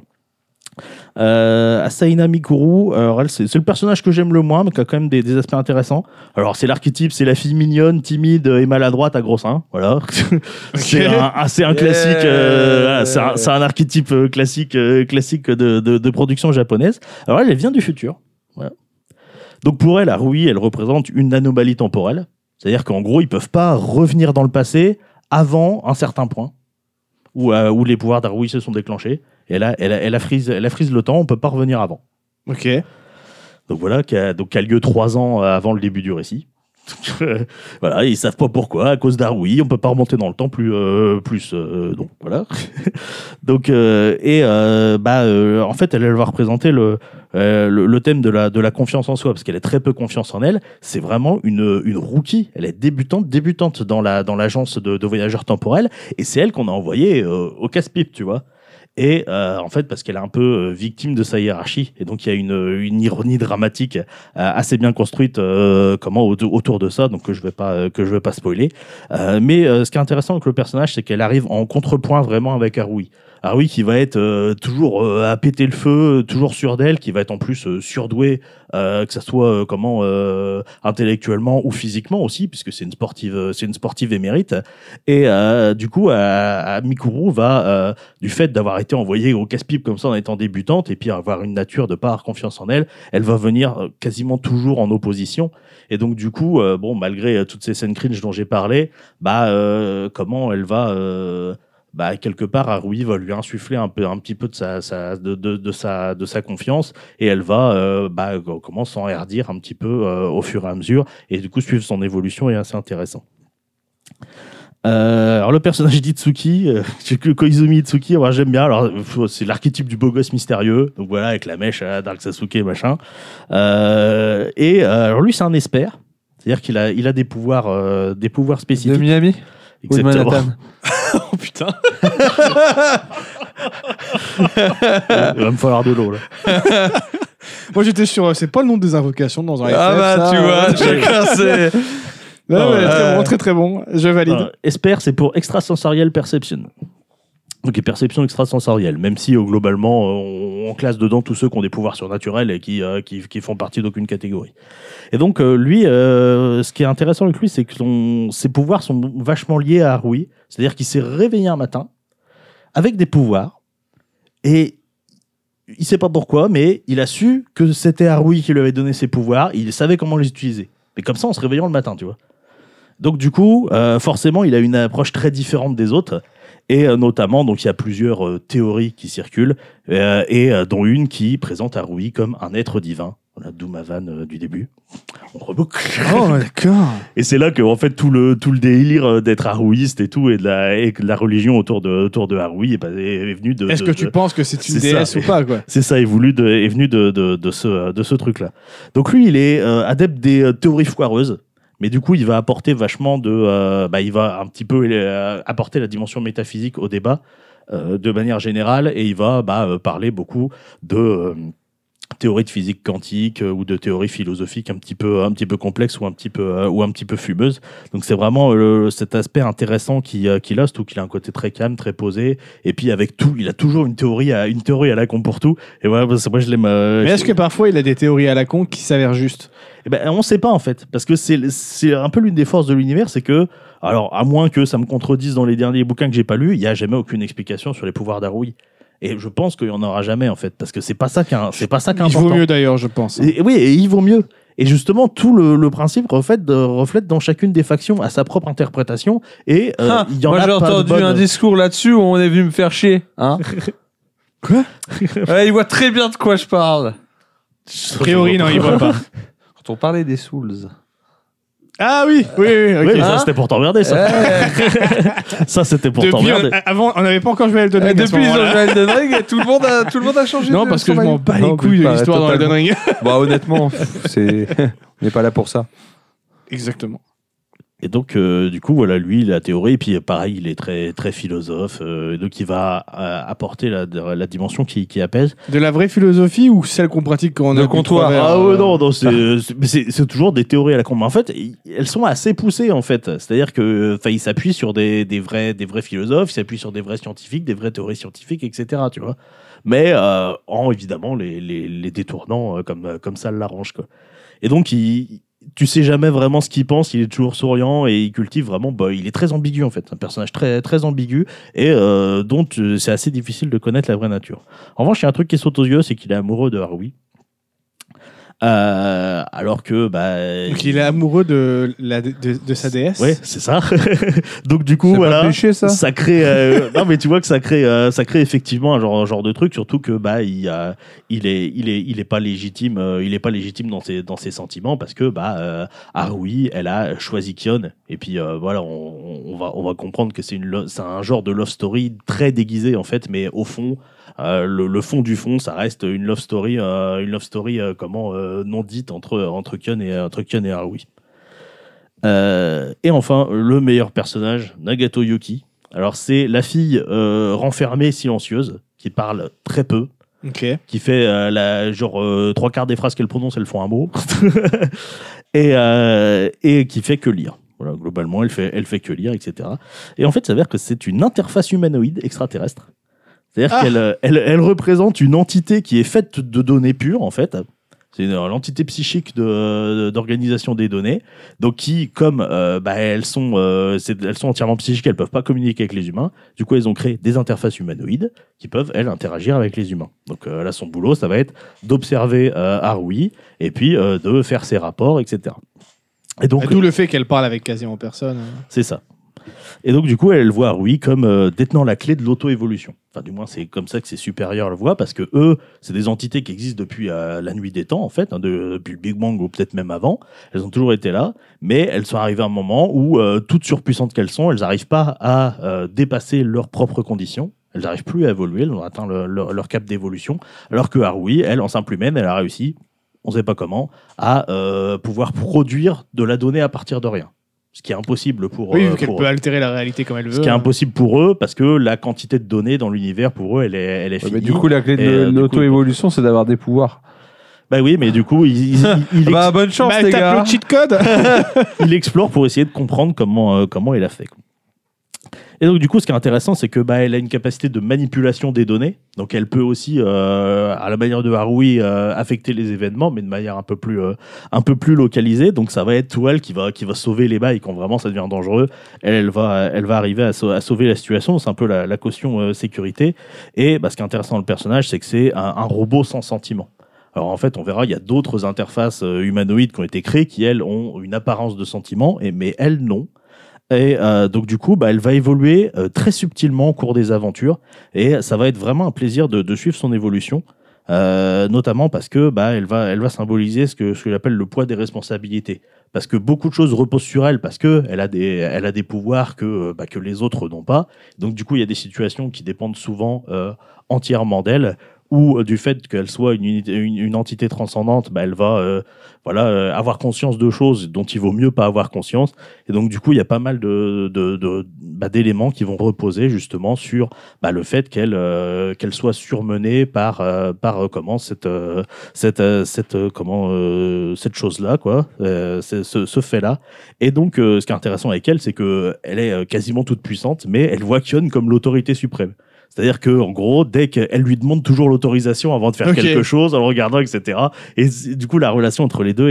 Asaina Mikuru, alors elle, c'est le personnage que j'aime le moins, mais qui a quand même des aspects intéressants. Alors c'est l'archétype, c'est la fille mignonne, timide et maladroite à gros seins, voilà. C'est un classique, c'est un archétype classique de production japonaise. Alors elle vient du futur, voilà. Donc pour elle, Harui, elle représente une anomalie temporelle, c'est-à-dire qu'en gros ils peuvent pas revenir dans le passé avant un certain point où les pouvoirs d'Harui se sont déclenchés. Et là, elle a frise le temps, on peut pas revenir avant. Ok. Donc voilà, qui a lieu 3 ans avant le début du récit. Voilà, ils savent pas pourquoi, à cause d'Harui, on peut pas remonter dans le temps plus. Donc voilà. Donc en fait, elle va représenter le thème de la confiance en soi, parce qu'elle a très peu confiance en elle. C'est vraiment une rookie. Elle est débutante dans l'agence de voyageurs temporels, et c'est elle qu'on a envoyée au casse-pipe, tu vois. Et en fait, parce qu'elle est un peu victime de sa hiérarchie, et donc il y a une ironie dramatique assez bien construite autour de ça, donc que je vais pas spoiler. Mais ce qui est intéressant avec le personnage, c'est qu'elle arrive en contrepoint vraiment avec Harui. Harui qui va être toujours à péter le feu, toujours sûr d'elle, qui va être en plus surdouée, que ça soit intellectuellement ou physiquement aussi, puisque c'est une sportive émérite. Et du coup, Mikuru va, du fait d'avoir été envoyée au casse-pipe comme ça en étant débutante, et puis avoir une nature de pas avoir confiance en elle, elle va venir quasiment toujours en opposition. Et donc du coup, malgré toutes ces scènes cringe dont j'ai parlé, comment elle va quelque part, Harui va lui insuffler un petit peu de sa confiance, et elle va comment s'enherdir un petit peu au fur et à mesure, et du coup suivre son évolution est assez intéressant. Alors le personnage d'Itsuki, Koizumi Itsuki, j'aime bien. Alors c'est l'archétype du beau gosse mystérieux, donc voilà, avec la mèche à Dark Sasuke machin. Alors lui c'est un esper, c'est-à-dire qu'il a des pouvoirs spécifiques. De Miami. Exactement. Oh putain. Il va me falloir de l'eau là. Moi j'étais sûr, c'est pas le nom des invocations dans un FF. Tu vois, chacun c'est. Très bon, très très bon, je valide. Esper, c'est pour extrasensoriel perception. Donc perception extrasensorielle, même si globalement on classe dedans tous ceux qui ont des pouvoirs surnaturels et qui font partie d'aucune catégorie. Et donc lui, ce qui est intéressant avec lui, c'est que ses pouvoirs sont vachement liés à Harui. C'est-à-dire qu'il s'est réveillé un matin avec des pouvoirs, et il sait pas pourquoi, mais il a su que c'était Harui qui lui avait donné ses pouvoirs, il savait comment les utiliser. Mais comme ça, en se réveillant le matin, tu vois. Donc du coup, forcément, il a une approche très différente des autres. Et notamment, donc il y a plusieurs théories qui circulent, et dont une qui présente Harui comme un être divin. Voilà, d'où ma vanne du début. On reboucle. Oh, d'accord. Et c'est là que en fait tout le délire d'être harouiste et tout et que la religion autour de Harui est venu de. Est-ce que tu penses que c'est une c'est déesse ça. ou pas, quoi? C'est ça, est venu de ce truc-là. Donc lui, il est adepte des théories foireuses, mais du coup, il va apporter vachement il va un petit peu apporter la dimension métaphysique au débat de manière générale, et il va parler beaucoup de théorie de physique quantique ou de théorie philosophique un petit peu complexe ou un petit peu fumeuse. Donc c'est vraiment cet aspect intéressant qu'il a, surtout qu'il a un côté très calme, très posé, et puis avec tout, il a toujours une théorie à la con pour tout. Et voilà, moi je l'aime. Mais est-ce que parfois il a des théories à la con qui s'avèrent justes? On sait pas en fait, parce que c'est un peu l'une des forces de l'univers, c'est que, alors à moins que ça me contredise dans les derniers bouquins que j'ai pas lus, il y a jamais aucune explication sur les pouvoirs d'Harui. Et je pense qu'il n'y en aura jamais, en fait, parce que c'est pas ça qui est important. Il vaut mieux, d'ailleurs, je pense. Et il vaut mieux. Et justement, tout le principe reflète dans chacune des factions à sa propre interprétation. Et il y en moi, a j'ai pas entendu de bonne. un discours là-dessus où on est venu me faire chier. Hein. Quoi? Il voit très bien de quoi je parle. A priori, non, il voit pas. Quand on parlait des Souls. Ah oui, ok. Oui, mais Hein ça c'était pour t'emmerder, ça. Ça c'était pour t'emmerder. Avant, on n'avait pas encore joué à Elden Ring. Depuis ils ont joué à Elden Ring, tout le monde a changé. Non, parce que je m'en bats les couilles de l'histoire dans Elden Ring. Bah honnêtement, on n'est pas là pour ça. Exactement. Et donc, du coup, voilà, lui, la théorie, et puis pareil, il est très, très philosophe, donc il va apporter la dimension qui apaise. De la vraie philosophie ou celle qu'on pratique quand on a Le comptoir. Non, c'est toujours des théories à la con. Mais en fait, elles sont assez poussées, en fait. C'est-à-dire que, il s'appuie sur des vrais philosophes, il s'appuie sur des vrais scientifiques, des vraies théories scientifiques, etc., tu vois. Mais, en évidemment, les détournant comme ça l'arrange, quoi. Et donc, tu sais jamais vraiment ce qu'il pense, il est toujours souriant et il cultive vraiment, il est très ambigu en fait, un personnage très, très ambigu et dont c'est assez difficile de connaître la vraie nature. En revanche, il y a un truc qui saute aux yeux, c'est qu'il est amoureux de Harui. Alors que donc il est amoureux de sa déesse. Ouais, c'est ça. Donc du coup c'est voilà, pas péché, ça crée non mais tu vois que ça crée effectivement un genre de truc, surtout que il est pas légitime, dans ses sentiments parce que Harui, elle a choisi Kion et puis voilà, on va comprendre que c'est un genre de love story très déguisé en fait, mais au fond le fond du fond, ça reste une love story non dite entre Kion et Harui. Et enfin, le meilleur personnage, Nagato Yuki. Alors c'est la fille renfermée, silencieuse, qui parle très peu, qui fait trois quarts des phrases qu'elle prononce, elles font un mot, et qui fait que lire. Voilà, globalement, elle fait que lire, etc. Et en fait, il s'avère que c'est une interface humanoïde extraterrestre. C'est-à-dire qu'elle représente une entité qui est faite de données pures, en fait. C'est l'entité psychique d'organisation des données. Donc, qui, comme elles sont entièrement psychiques, elles ne peuvent pas communiquer avec les humains. Du coup, elles ont créé des interfaces humanoïdes qui peuvent, elles, interagir avec les humains. Donc là, son boulot, ça va être d'observer Harui et puis de faire ses rapports, etc. Et donc, d'où le fait qu'elle parle avec quasiment personne. C'est ça. Et donc, du coup, elle voit Harui comme détenant la clé de l'auto-évolution. Enfin, du moins, c'est comme ça que ses supérieurs le voient, parce que eux, c'est des entités qui existent depuis la nuit des temps, en fait, depuis le Big Bang ou peut-être même avant. Elles ont toujours été là, mais elles sont arrivées à un moment où, toutes surpuissantes qu'elles sont, elles n'arrivent pas à dépasser leurs propres conditions. Elles n'arrivent plus à évoluer, elles ont atteint leur cap d'évolution, alors que Harui, elle, en simple humaine, elle a réussi, on ne sait pas comment, à pouvoir produire de la donnée à partir de rien. Ce qui est impossible pour oui, vu qu'elle peut altérer la réalité comme elle veut. Ce qui est impossible pour eux, parce que la quantité de données dans l'univers, pour eux, elle est finie. Mais du coup, la clé de l'auto-évolution, c'est d'avoir des pouvoirs. Bah oui, mais du coup, bonne chance, les gars. Tape le cheat code. Il explore pour essayer de comprendre comment il a fait. Et donc, du coup, ce qui est intéressant, c'est que elle a une capacité de manipulation des données. Donc, elle peut aussi, à la manière de Harui, affecter les événements, mais de manière un peu plus localisée. Donc, ça va être tout elle qui va sauver les bails quand vraiment ça devient dangereux. Elle va arriver à sauver la situation. C'est un peu la caution sécurité. Et ce qui est intéressant dans le personnage, c'est que c'est un robot sans sentiment. Alors en fait, on verra, il y a d'autres interfaces humanoïdes qui ont été créées qui, elles, ont une apparence de sentiment, mais elles, non. Et donc du coup, elle va évoluer très subtilement au cours des aventures, et ça va être vraiment un plaisir de suivre son évolution. Notamment parce que elle va symboliser ce que j'appelle le poids des responsabilités, parce que beaucoup de choses reposent sur elle, parce que elle a des pouvoirs que les autres n'ont pas. Donc du coup il y a des situations qui dépendent souvent entièrement d'elle, ou du fait qu'elle soit une entité transcendante, elle va avoir conscience de choses dont il vaut mieux pas avoir conscience. Et donc du coup il y a pas mal d'éléments qui vont reposer justement sur le fait qu'elle soit surmenée par cette chose-là, quoi, ce fait-là. Et donc ce qui est intéressant avec elle, c'est que elle est quasiment toute puissante, mais elle voit Kion comme l'autorité suprême. C'est-à-dire qu'en gros, dès qu'elle lui demande toujours l'autorisation avant de faire quelque chose, en le regardant, etc. Et du coup, la relation entre les deux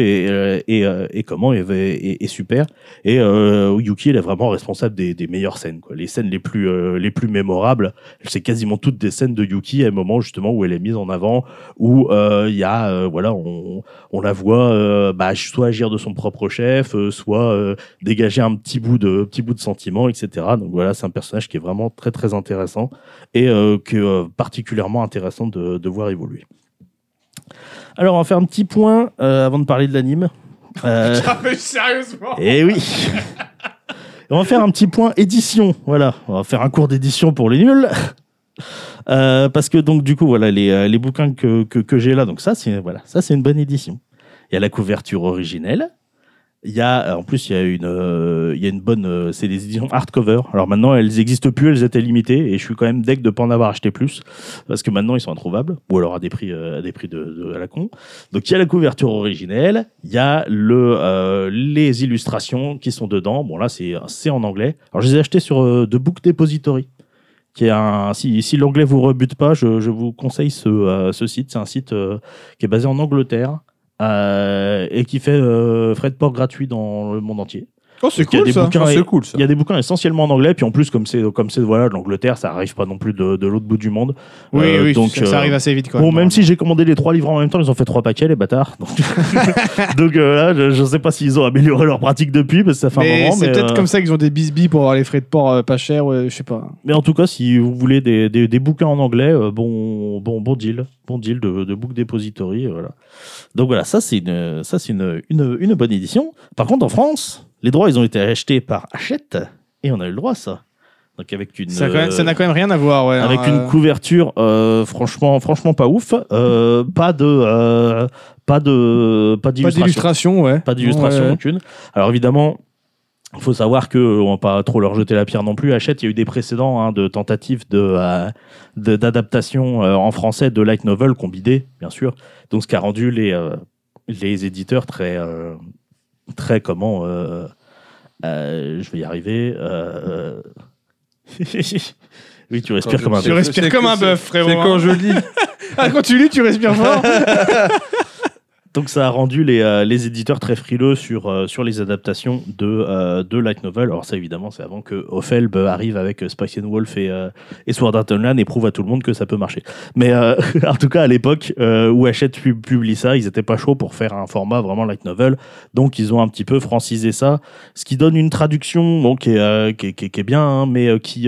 est super. Et Yuki, elle est vraiment responsable des meilleures scènes, quoi. Les scènes les plus mémorables, c'est quasiment toutes des scènes de Yuki à un moment justement où elle est mise en avant, où il y a, on la voit soit agir de son propre chef, soit dégager un petit bout de sentiment, etc. Donc voilà, c'est un personnage qui est vraiment très très intéressant, et particulièrement intéressant de voir évoluer. Alors, on va faire un petit point avant de parler de l'anime. Sérieusement. Eh oui. On va faire un petit point édition. Voilà, on va faire un cours d'édition pour les nuls. Parce que donc du coup voilà les bouquins que j'ai là, donc ça c'est une bonne édition. Il y a la couverture originelle. Il y a une bonne, c'est des éditions hardcover. Alors maintenant, elles n'existent plus, elles étaient limitées, et je suis quand même deg de pas en avoir acheté plus, parce que maintenant ils sont introuvables, ou alors à des prix à la con. Donc il y a la couverture originelle, il y a les illustrations qui sont dedans. Bon là c'est en anglais. Alors je les ai achetés sur The Book Depository, qui est si l'anglais vous rebute pas, je vous conseille ce site. C'est un site qui est basé en Angleterre. Et qui fait frais de port gratuits dans le monde entier. Oh, c'est cool, ça. Il y a des bouquins essentiellement en anglais, puis en plus, comme c'est de l'Angleterre, ça arrive pas non plus de l'autre bout du monde. Oui, donc ça arrive assez vite, quoi. Bon, même si j'ai commandé les 3 livres en même temps, ils ont fait 3 paquets, les bâtards. Donc là, je sais pas s'ils ont amélioré leur pratique depuis, parce que ça fait un moment. C'est peut-être comme ça qu'ils ont des bisbilles pour avoir les frais de port pas chers, je sais pas. Mais en tout cas, si vous voulez des bouquins en anglais, bon deal. Bon deal de Book Depository, voilà. Donc voilà, ça c'est une bonne édition. Par contre, en France, les droits, ils ont été achetés par Hachette, et on a eu le droit, ça. Donc avec ça n'a quand même rien à voir, ouais. Avec une couverture, franchement pas ouf. Pas d'illustration, ouais. Pas d'illustration aucune. Alors évidemment, il faut savoir qu'on va pas trop leur jeter la pierre non plus. Hachette, il y a eu des précédents de tentatives d'adaptation en français de light novel combinée, bien sûr. Donc ce qui a rendu les éditeurs très comment je vais y arriver. Oui, tu respires comme un bœuf. Tu respires comme un bœuf, frérot. C'est quand je lis. Quand tu lis, tu respires fort. Donc ça a rendu les éditeurs très frileux sur les adaptations de light novel. Alors ça, évidemment, c'est avant que Ophelb arrive avec Spice and Wolf et Sword Art Online et prouve à tout le monde que ça peut marcher. Mais en tout cas, à l'époque où Hachette publie ça, ils n'étaient pas chauds pour faire un format vraiment light novel. Donc ils ont un petit peu francisé ça, ce qui donne une traduction qui est bien, hein, mais qui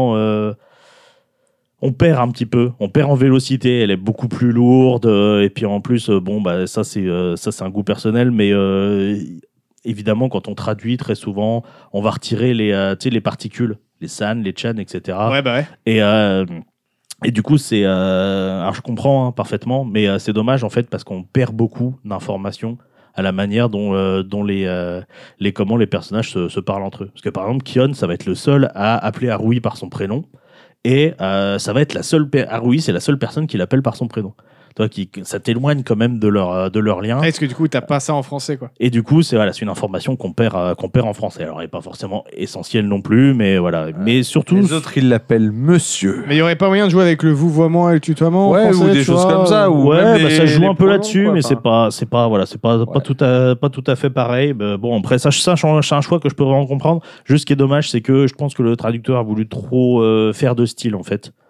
on perd un petit peu, on perd en vélocité, elle est beaucoup plus lourde, et puis en plus, ça c'est un goût personnel, mais évidemment, quand on traduit, très souvent, on va retirer les particules, les san, les chan, etc. Ouais, ouais. Et du coup, alors je comprends parfaitement, mais c'est dommage en fait, parce qu'on perd beaucoup d'informations à la manière dont les personnages se parlent entre eux. Parce que par exemple, Kion, ça va être le seul à appeler Harui par son prénom. Et ça va être la seule... Harui, c'est la seule personne qui l'appelle par son prénom. Toi, ça t'éloigne quand même de leur lien. Est-ce que du coup, t'as pas ça en français, quoi. Et du coup, c'est une information qu'on perd en français. Alors, elle n'est pas forcément essentielle non plus, mais voilà. Mais surtout... Les autres, ils l'appellent monsieur. Mais il n'y aurait pas moyen de jouer avec le vouvoiement et le tutoiement en français, ou des choses comme ça. Ça joue un peu là-dessus, mais c'est pas tout à fait pareil. Bon, après, ça, c'est un choix que je peux vraiment comprendre. Juste ce qui est dommage, c'est que je pense que le traducteur a voulu trop faire de style, en fait.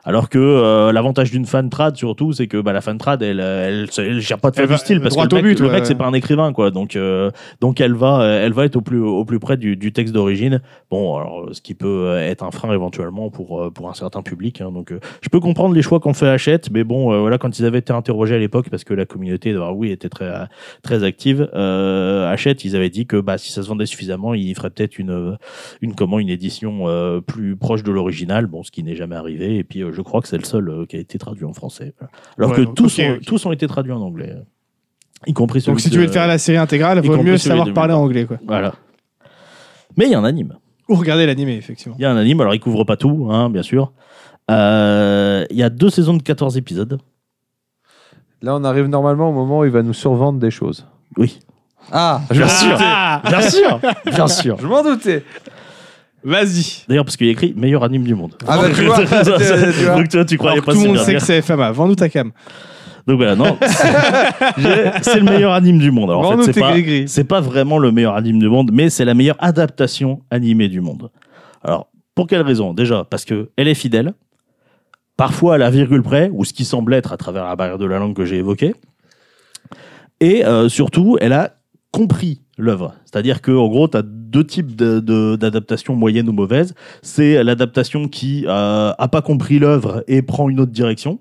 Alors que l'avantage d'une fan trad, surtout, c'est que la fan trad, elle gère pas de faire du style, parce que le mec, c'est pas un écrivain, quoi. Donc elle va être au plus près du texte d'origine. Bon, alors, ce qui peut être un frein éventuellement pour un certain public. Hein. Donc, je peux comprendre les choix qu'ont fait Hachette, mais bon, voilà, quand ils avaient été interrogés à l'époque, parce que la communauté était très, très active, Hachette, ils avaient dit que si ça se vendait suffisamment, ils feraient peut-être une édition plus proche de l'original, bon, ce qui n'est jamais arrivé. Et puis, je crois que c'est le seul qui a été traduit en français. Alors que tous ont été traduits en anglais. Y compris celui. Donc, si tu veux te faire la série intégrale, il vaut mieux savoir parler anglais, quoi. Voilà. Mais il y a un anime. Ou regarder l'anime, effectivement. Il y a un anime, alors il couvre pas tout, hein, bien sûr. Il y a 2 saisons de 14 épisodes. Là, on arrive normalement au moment où il va nous survendre des choses. Oui. Ah, bien sûr. Bien sûr. Je m'en doutais. Vas-y. D'ailleurs, parce qu'il y a écrit meilleur anime du monde. Ah bah tu vois. Donc toi, tu croyais alors pas tout le monde bien sait que c'est FMA. Vends-nous ta cam. Donc voilà, non. C'est le meilleur anime du monde. Alors, en fait, c'est pas vraiment le meilleur anime du monde, mais c'est la meilleure adaptation animée du monde. Alors, pour quelle raison ? Déjà, parce qu'elle est fidèle, parfois à la virgule près, ou ce qui semble être à travers la barrière de la langue que j'ai évoquée. Et surtout, elle a compris l'œuvre. C'est-à-dire qu'en gros, tu as 2 types d'adaptations moyennes ou mauvaises. C'est l'adaptation qui a pas compris l'œuvre et prend une autre direction.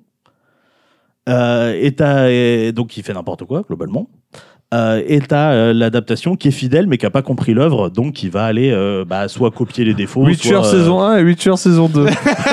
Et donc qui fait n'importe quoi, globalement. Et t'as l'adaptation qui est fidèle mais qui n'a pas compris l'œuvre, donc qui va aller soit copier les défauts. Witcher saison 1 et Witcher saison 2.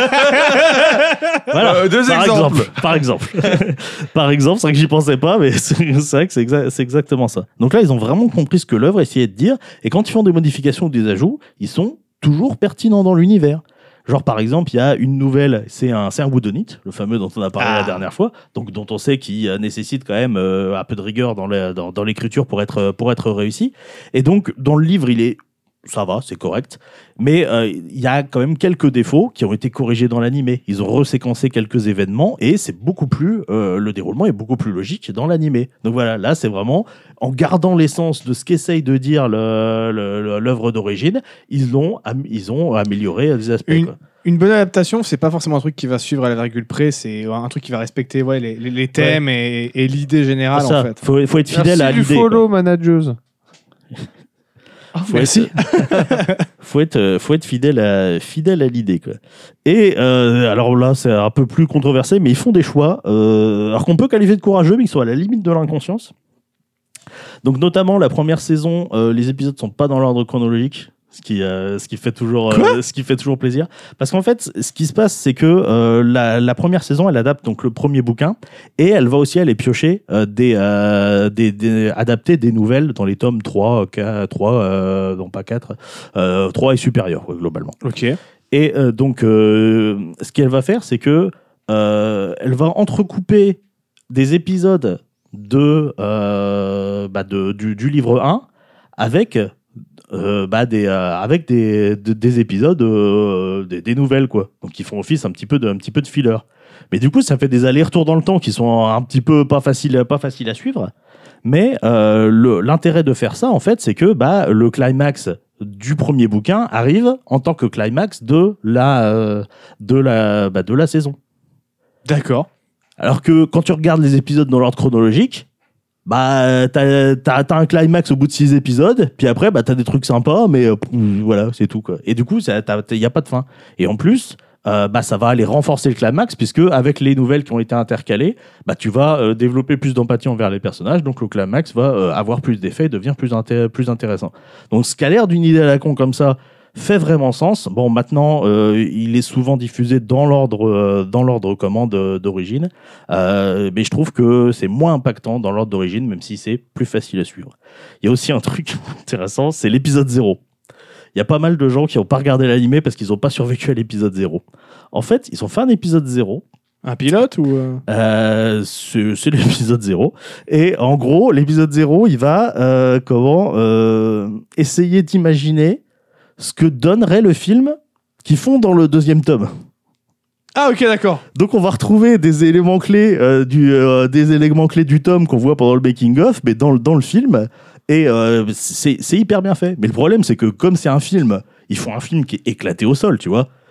Voilà, 2 exemples. Par exemple, c'est vrai que j'y pensais pas, mais c'est vrai que c'est exactement ça. Donc là, ils ont vraiment compris ce que l'œuvre essayait de dire, et quand ils font des modifications ou des ajouts, ils sont toujours pertinents dans l'univers. Genre, par exemple, il y a une nouvelle, c'est un whodunit, le fameux dont on a parlé la dernière fois, donc dont on sait qu'il nécessite quand même un peu de rigueur dans l'écriture pour être réussi. Et donc, dans le livre, ça va, c'est correct, mais il y a quand même quelques défauts qui ont été corrigés dans l'animé. Ils ont reséquencé quelques événements et c'est beaucoup plus le déroulement est beaucoup plus logique dans l'animé. Donc voilà, là c'est vraiment en gardant l'essence de ce qu'essaye de dire l'œuvre d'origine, ils ont amélioré des aspects. Une bonne adaptation, c'est pas forcément un truc qui va suivre à la virgule près, c'est un truc qui va respecter les thèmes et l'idée générale ça, en fait. Faut être fidèle à l'idée. Follow manageuse. Faut être fidèle à l'idée, quoi. Et alors là, c'est un peu plus controversé, mais ils font des choix, alors qu'on peut qualifier de courageux, mais qui sont à la limite de l'inconscience. Donc notamment la première saison, les épisodes sont pas dans l'ordre chronologique. Ce qui fait toujours plaisir, parce qu'en fait ce qui se passe c'est que la première saison elle adapte donc le premier bouquin et elle va aussi aller piocher adapter des nouvelles dans les tomes 3 non pas 4 3 et supérieurs globalement. OK. Et donc ce qu'elle va faire c'est que elle va entrecouper des épisodes du livre 1 avec avec des épisodes des nouvelles, quoi. Donc qui font office un petit peu de filler. Mais du coup ça fait des allers-retours dans le temps qui sont un petit peu pas faciles à suivre. Mais l'intérêt de faire ça en fait c'est que le climax du premier bouquin arrive en tant que climax de la saison. D'accord. Alors que quand tu regardes les épisodes dans l'ordre chronologique, t'as un climax au bout de 6 épisodes, puis après t'as des trucs sympas, mais voilà, c'est tout, quoi. Et du coup, il y a pas de fin. Et en plus, ça va aller renforcer le climax, puisque avec les nouvelles qui ont été intercalées, tu vas développer plus d'empathie envers les personnages, donc le climax va avoir plus d'effets et devient plus intéressant. Donc ce qui a l'air d'une idée à la con comme ça fait vraiment sens. Bon, maintenant, il est souvent diffusé dans l'ordre d'origine, mais je trouve que c'est moins impactant dans l'ordre d'origine, même si c'est plus facile à suivre. Il y a aussi un truc intéressant, c'est l'épisode 0. Il y a pas mal de gens qui n'ont pas regardé l'animé parce qu'ils n'ont pas survécu à l'épisode 0. En fait, ils ont fait un épisode 0. Un pilote ou c'est l'épisode 0. Et en gros, l'épisode 0, il va essayer d'imaginer ce que donnerait le film qu'ils font dans le 2e tome. Ah ok, d'accord. Donc on va retrouver des éléments clés du tome qu'on voit pendant le making of, mais dans le film, et c'est hyper bien fait. Mais le problème c'est que comme c'est un film, ils font un film qui est éclaté au sol, tu vois.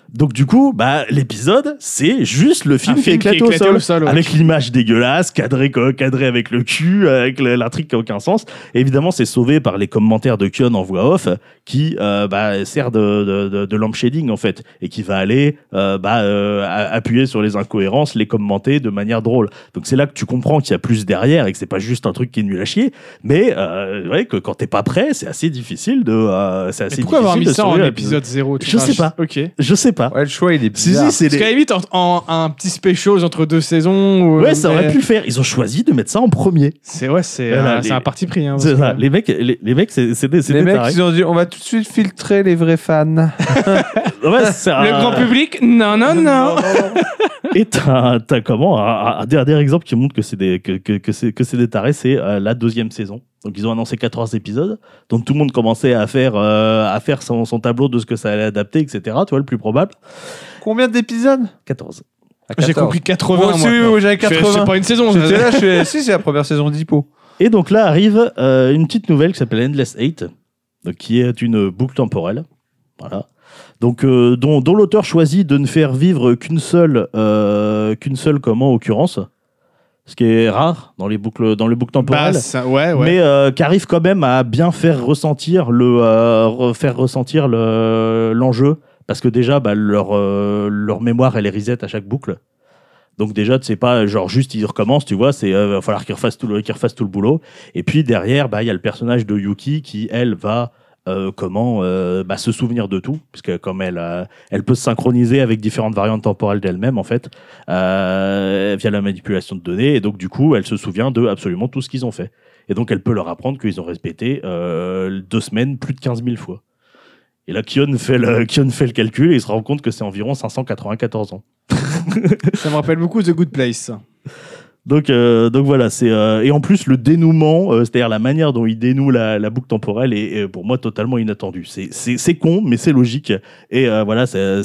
Donc du coup, bah l'épisode, c'est juste le film qui est éclaté au sol, ouais. avec l'image dégueulasse, cadré avec le cul, avec l'intrigue qui a aucun sens. Et évidemment, c'est sauvé par les commentaires de Kion en voix off, qui sert de lamp shading en fait, et qui va aller appuyer sur les incohérences, les commenter de manière drôle. Donc c'est là que tu comprends qu'il y a plus derrière et que c'est pas juste un truc qui est nul à chier, mais que quand t'es pas prêt, c'est assez difficile de. Pourquoi avoir mis ça en épisode 0 Je sais pas. Ok. Je sais pas. Ouais, le choix, il est bizarre. Si, c'est Parce qu'à la limite, un petit special entre 2 saisons. Ouais, ça aurait pu le faire. Ils ont choisi de mettre ça en premier. C'est Voilà, un parti pris. Hein, C'est ça. que... Les mecs, c'est des Les mecs, tarés. ils ont dit on va tout de suite filtrer les vrais fans. Ouais, c'est Le grand public, non. Et t'as comment un dernier exemple qui montre que c'est des tarés, c'est la 2e saison. Donc ils ont annoncé 14 épisodes, donc tout le monde commençait à faire son tableau de ce que ça allait adapter, etc. Tu vois, le plus probable. Combien d'épisodes? 14. J'ai compris 80. Moi aussi, oui, j'avais 80. C'est pas une saison. J'étais là, si, c'est la première saison d'Hippo. Et donc là arrive une petite nouvelle qui s'appelle Endless 8, donc qui est une boucle temporelle. Voilà. Donc, dont l'auteur choisit de ne faire vivre qu'une seule occurrence, ce qui est rare dans les boucles temporelles, ouais. mais qui arrive quand même à bien faire ressentir l'enjeu, parce que déjà leur mémoire elle est reset à chaque boucle. Donc déjà, c'est pas genre juste ils recommencent, tu vois, c'est va falloir qu'ils refassent tout le boulot. Et puis derrière, il y a le personnage de Yuki qui elle va se souvenir de tout, puisque comme elle peut se synchroniser avec différentes variantes temporelles d'elle-même en fait, via la manipulation de données, et donc du coup elle se souvient de absolument tout ce qu'ils ont fait, et donc elle peut leur apprendre qu'ils ont répété 2 semaines plus de 15 000 fois. Et là Kion fait le calcul et il se rend compte que c'est environ 594 ans. Ça me rappelle beaucoup The Good Place. Donc voilà, et en plus le dénouement, c'est-à-dire la manière dont il dénoue la boucle temporelle est pour moi totalement inattendue. C'est con, mais c'est logique. Et voilà,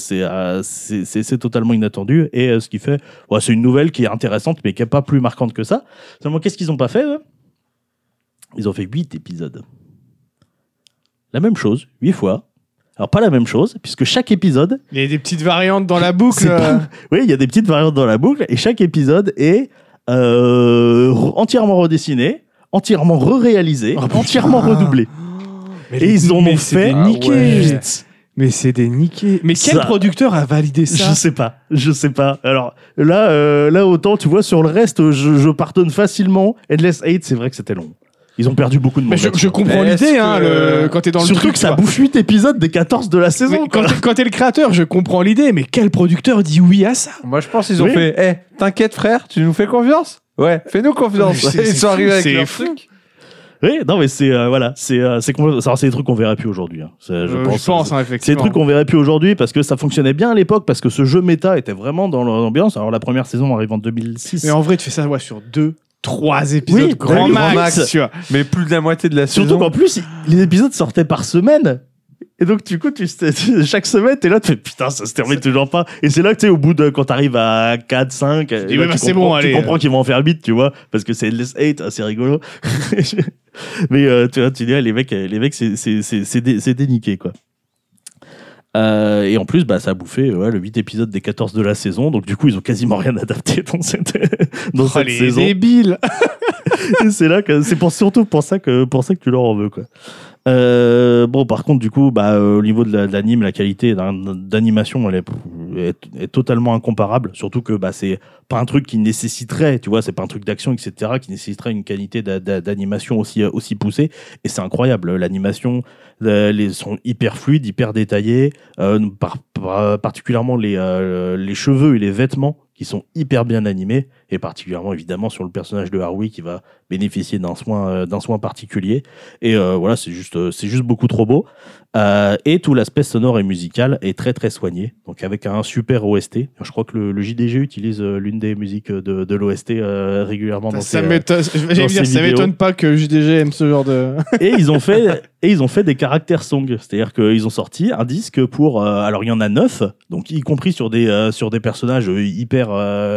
c'est totalement inattendu. Et ce qui fait, c'est une nouvelle qui est intéressante, mais qui est pas plus marquante que ça. Seulement, qu'est-ce qu'ils ont pas fait eux ? Ils ont fait 8 épisodes. La même chose, 8 fois. Alors pas la même chose, puisque chaque épisode... Il y a des petites variantes dans la boucle. Oui, il y a des petites variantes dans la boucle, et chaque épisode est entièrement redessiné, entièrement re-réalisé, entièrement redoublé. Et ils en ont fait niquer. Mais c'est des niqués. Mais quel producteur a validé ça ? Je sais pas. Alors là autant, tu vois, sur le reste, je pardonne facilement. Endless 8, c'est vrai que c'était long. Ils ont perdu beaucoup de monde. Mais je comprends l'idée, quand t'es dans le surtout truc. Que ça bouffe 8 épisodes des 14 de la saison. Quand t'es le créateur, je comprends l'idée, mais quel producteur dit oui à ça ? Moi, je pense qu'ils ont fait t'inquiète, frère, tu nous fais confiance ? Ouais, fais-nous confiance. Ils sont arrivés avec leur truc. Oui, non, mais c'est des trucs qu'on verrait plus aujourd'hui. Hein. Je pense, effectivement. C'est des trucs qu'on verrait plus aujourd'hui parce que ça fonctionnait bien à l'époque, parce que ce jeu méta était vraiment dans l'ambiance. Alors la première saison arrive en 2006. Mais en vrai, tu fais ça sur 2-3 épisodes grand max, tu vois. Mais plus de la moitié de la saison. Surtout qu'en plus, les épisodes sortaient par semaine. Et donc, du coup, chaque semaine, t'es là, tu fais putain, ça se termine toujours pas. Et c'est là que tu sais, au bout de, quand t'arrives à 4, 5, c'est bon, allez. Tu comprends qu'ils vont en faire 8, tu vois, parce que c'est Endless 8, c'est rigolo. Mais, tu vois, tu dis, les mecs, c'est déniqué, quoi. Et en plus, ça a bouffé le 8 épisodes des 14 de la saison. Donc, du coup, ils ont quasiment rien adapté dans cette saison. Les débiles. C'est surtout pour ça que tu leur en veux, quoi. Par contre, du coup, au niveau de l'anime, la qualité d'animation, elle est totalement incomparable. Surtout que c'est pas un truc qui nécessiterait, tu vois, c'est pas un truc d'action, etc., qui nécessiterait une qualité d'animation aussi poussée. Et c'est incroyable. L'animation, sont hyper fluides, hyper détaillés, particulièrement les cheveux et les vêtements qui sont hyper bien animés, et particulièrement évidemment sur le personnage de Harui qui va bénéficier d'un soin particulier. Et voilà, c'est juste beaucoup trop beau. Et tout l'aspect sonore et musical est très très soigné, donc avec un super OST. Je crois que le JDG utilise l'une des musiques de l'OST régulièrement dans ses vidéos. Ça m'étonne pas que JDG aime ce genre de... Et Et ils ont fait des caractères songs, c'est-à-dire qu'ils ont sorti un disque pour, alors il y en a 9, donc y compris sur des personnages hyper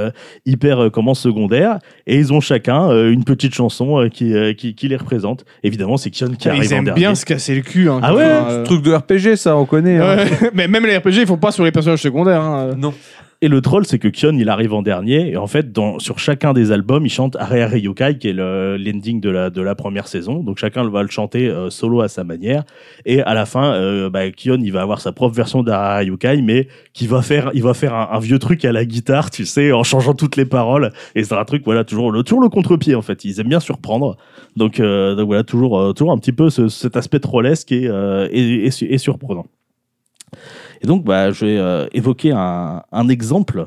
secondaires, et ils ont chacun une petite chanson qui les représente. Évidemment, c'est Kion qui arrive en dernier. Ils aiment bien se casser le cul. Hein, Ah ouais, Ce truc de RPG, ça, on connaît. hein. Ouais. Mais même les RPG, ils font pas sur les personnages secondaires. Hein. Non. Et le troll, c'est que Kion, il arrive en dernier. Et en fait, sur chacun des albums, il chante Are Are Yokai, qui est l'ending de la première saison. Donc chacun va le chanter solo à sa manière. Et à la fin, Kion, il va avoir sa propre version d'Are Are Yokai, mais il va faire un vieux truc à la guitare, tu sais, en changeant toutes les paroles. Et c'est un truc, voilà, toujours le contre-pied, en fait. Ils aiment bien surprendre. Donc voilà, toujours un petit peu cet aspect trollesque et surprenant. Et donc, je vais évoquer un exemple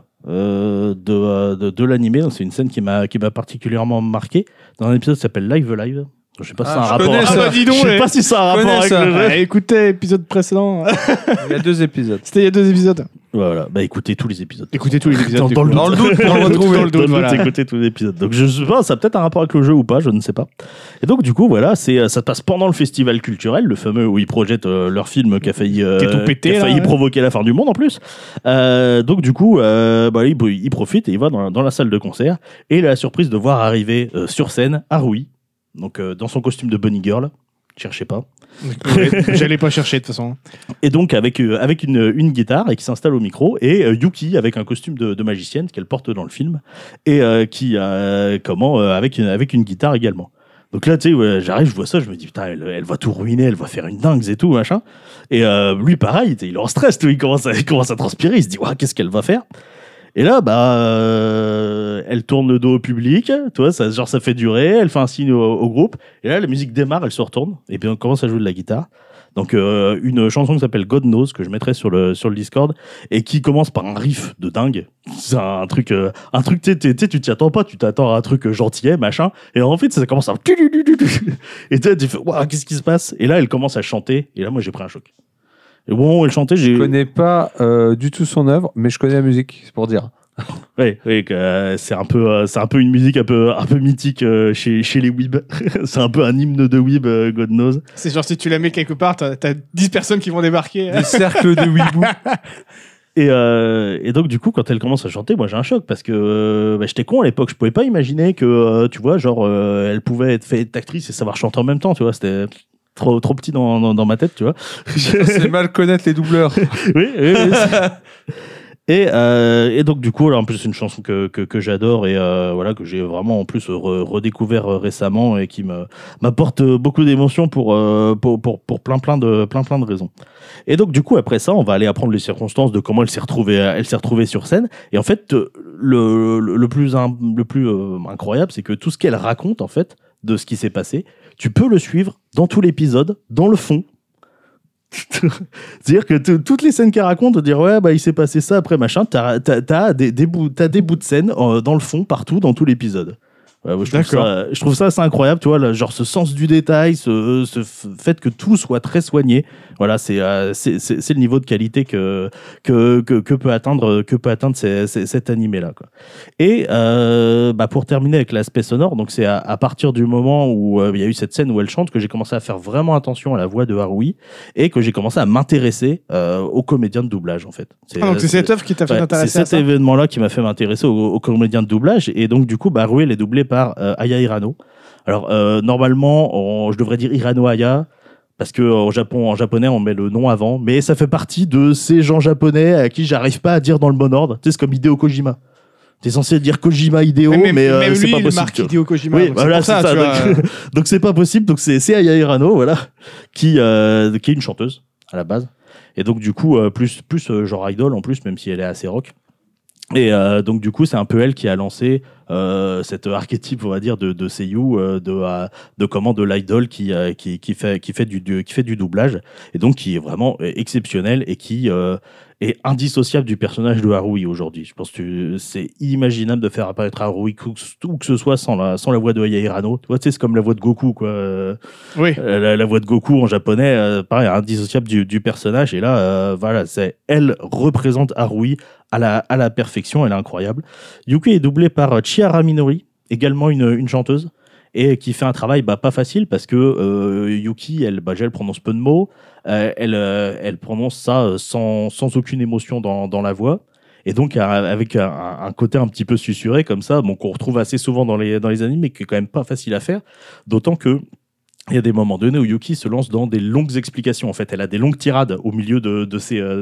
de l'animé. C'est une scène qui m'a particulièrement marqué dans un épisode qui s'appelle Live Live. Je sais pas si ça a un rapport. Je sais pas si ça a un rapport avec le jeu. Écoutez l'épisode précédent. Il y a 2 épisodes. C'était il y a 2 épisodes. Voilà, écoutez tous les épisodes. Écoutez tous les épisodes. Dans le doute, voilà. écoutez tous les épisodes. Donc je sais pas, ça a peut-être un rapport avec le jeu ou pas, je ne sais pas. Et donc du coup, voilà, ça passe pendant le festival culturel, le fameux où ils projettent leur film qui a failli provoquer la fin du monde en plus. Donc du coup, il profite et il va dans la salle de concert et il a la surprise de voir arriver sur scène Haruhi, donc dans son costume de bunny girl. Cherchez pas. J'allais pas chercher de toute façon. Et donc avec une guitare et qui s'installe au micro, et Yuki avec un costume de magicienne qu'elle porte dans le film et avec une guitare également. Donc là, tu sais, j'arrive, je vois ça, je me dis putain, elle va tout ruiner, elle va faire une dingue et tout machin. Et lui pareil, il est en stress, il commence à transpirer, il se dit ouais, qu'est-ce qu'elle va faire? Et là, elle tourne le dos au public, tu vois, ça fait durer, elle fait un signe au groupe, et là, la musique démarre, elle se retourne, et puis on commence à jouer de la guitare. Donc, une chanson qui s'appelle God Knows, que je mettrai sur le Discord, et qui commence par un riff de dingue. C'est un truc, tu t'y attends pas, tu t'attends à un truc gentillet, machin, et en fait, ça commence à... Et tu fais, waouh, qu'est-ce qui se passe? Et là, elle commence à chanter, et là, moi, j'ai pris un choc. Et au moment où elle chantait, Je connais pas du tout son œuvre, mais je connais la musique, c'est pour dire. Oui, c'est un peu une musique un peu mythique chez les weebs. C'est un peu un hymne de weeb, God knows. C'est genre si tu la mets quelque part, t'as 10 personnes qui vont débarquer. Le cercle de weebou. Et donc du coup, quand elle commence à chanter, moi j'ai un choc parce que j'étais con à l'époque, je pouvais pas imaginer que tu vois, genre elle pouvait être actrice et savoir chanter en même temps, tu vois, c'était trop petit dans ma tête, tu vois. C'est mal connaître les doubleurs. Oui. Et donc du coup, là, en plus c'est une chanson que j'adore et voilà, que j'ai vraiment en plus redécouvert récemment et qui m'apporte beaucoup d'émotions pour plein de raisons. Et donc du coup, après ça, on va aller apprendre les circonstances de comment elle s'est retrouvée sur scène. Et en fait, le plus incroyable, c'est que tout ce qu'elle raconte en fait de ce qui s'est passé, tu peux le suivre dans tout l'épisode, dans le fond. C'est-à-dire que toutes les scènes qu'elle raconte, de dire ouais, il s'est passé ça après machin, t'as des bouts de scène dans le fond, partout, dans tout l'épisode. Ouais, je trouve ça assez incroyable, tu vois, là, genre ce sens du détail, ce fait que tout soit très soigné. Voilà, c'est le niveau de qualité que peut atteindre cet animé là, quoi. Et pour terminer avec l'aspect sonore, donc c'est à partir du moment où il y a eu cette scène où elle chante que j'ai commencé à faire vraiment attention à la voix de Haruhi et que j'ai commencé à m'intéresser aux comédiens de doublage en fait. Donc c'est cette œuvre qui t'a fait t'intéresser à ça. C'est cet événement là qui m'a fait m'intéresser aux comédiens de doublage et donc du coup Haruhi elle est doublée par Aya Hirano. Alors normalement je devrais dire Hirano Aya parce que en japonais on met le nom avant, mais ça fait partie de ces gens japonais à qui j'arrive pas à dire dans le bon ordre. Tu sais, c'est comme Hideo Kojima. T'es censé dire Kojima Hideo, mais c'est pas possible. Il marque Hideo Kojima. Oui, voilà, c'est ça. Donc c'est pas possible. Donc c'est Aya Hirano, voilà, qui est une chanteuse à la base. Et donc du coup plus genre idol en plus, même si elle est assez rock. Et donc du coup c'est un peu elle qui a lancé cet archétype, on va dire, de seiyuu, de l'idol qui fait du doublage et donc qui est vraiment exceptionnel et qui est indissociable du personnage de Haruhi aujourd'hui. Je pense que c'est inimaginable de faire apparaître Haruhi où que ce soit sans la voix de Aya Hirano. Tu vois, c'est comme la voix de Goku, quoi. Oui. La voix de Goku en japonais, pareil, indissociable du personnage. Et là, voilà, elle représente Haruhi à la perfection. Elle est incroyable. Yuki est doublée par Chiara Minori, également une chanteuse. et qui fait un travail pas facile parce que Yuki, elle prononce peu de mots, elle prononce ça sans aucune émotion dans la voix. Et donc, avec un côté un petit peu susurré comme ça, qu'on retrouve assez souvent dans les animes, mais qui est quand même pas facile à faire. D'autant que il y a des moments donnés où Yuki se lance dans des longues explications. En fait, elle a des longues tirades au milieu de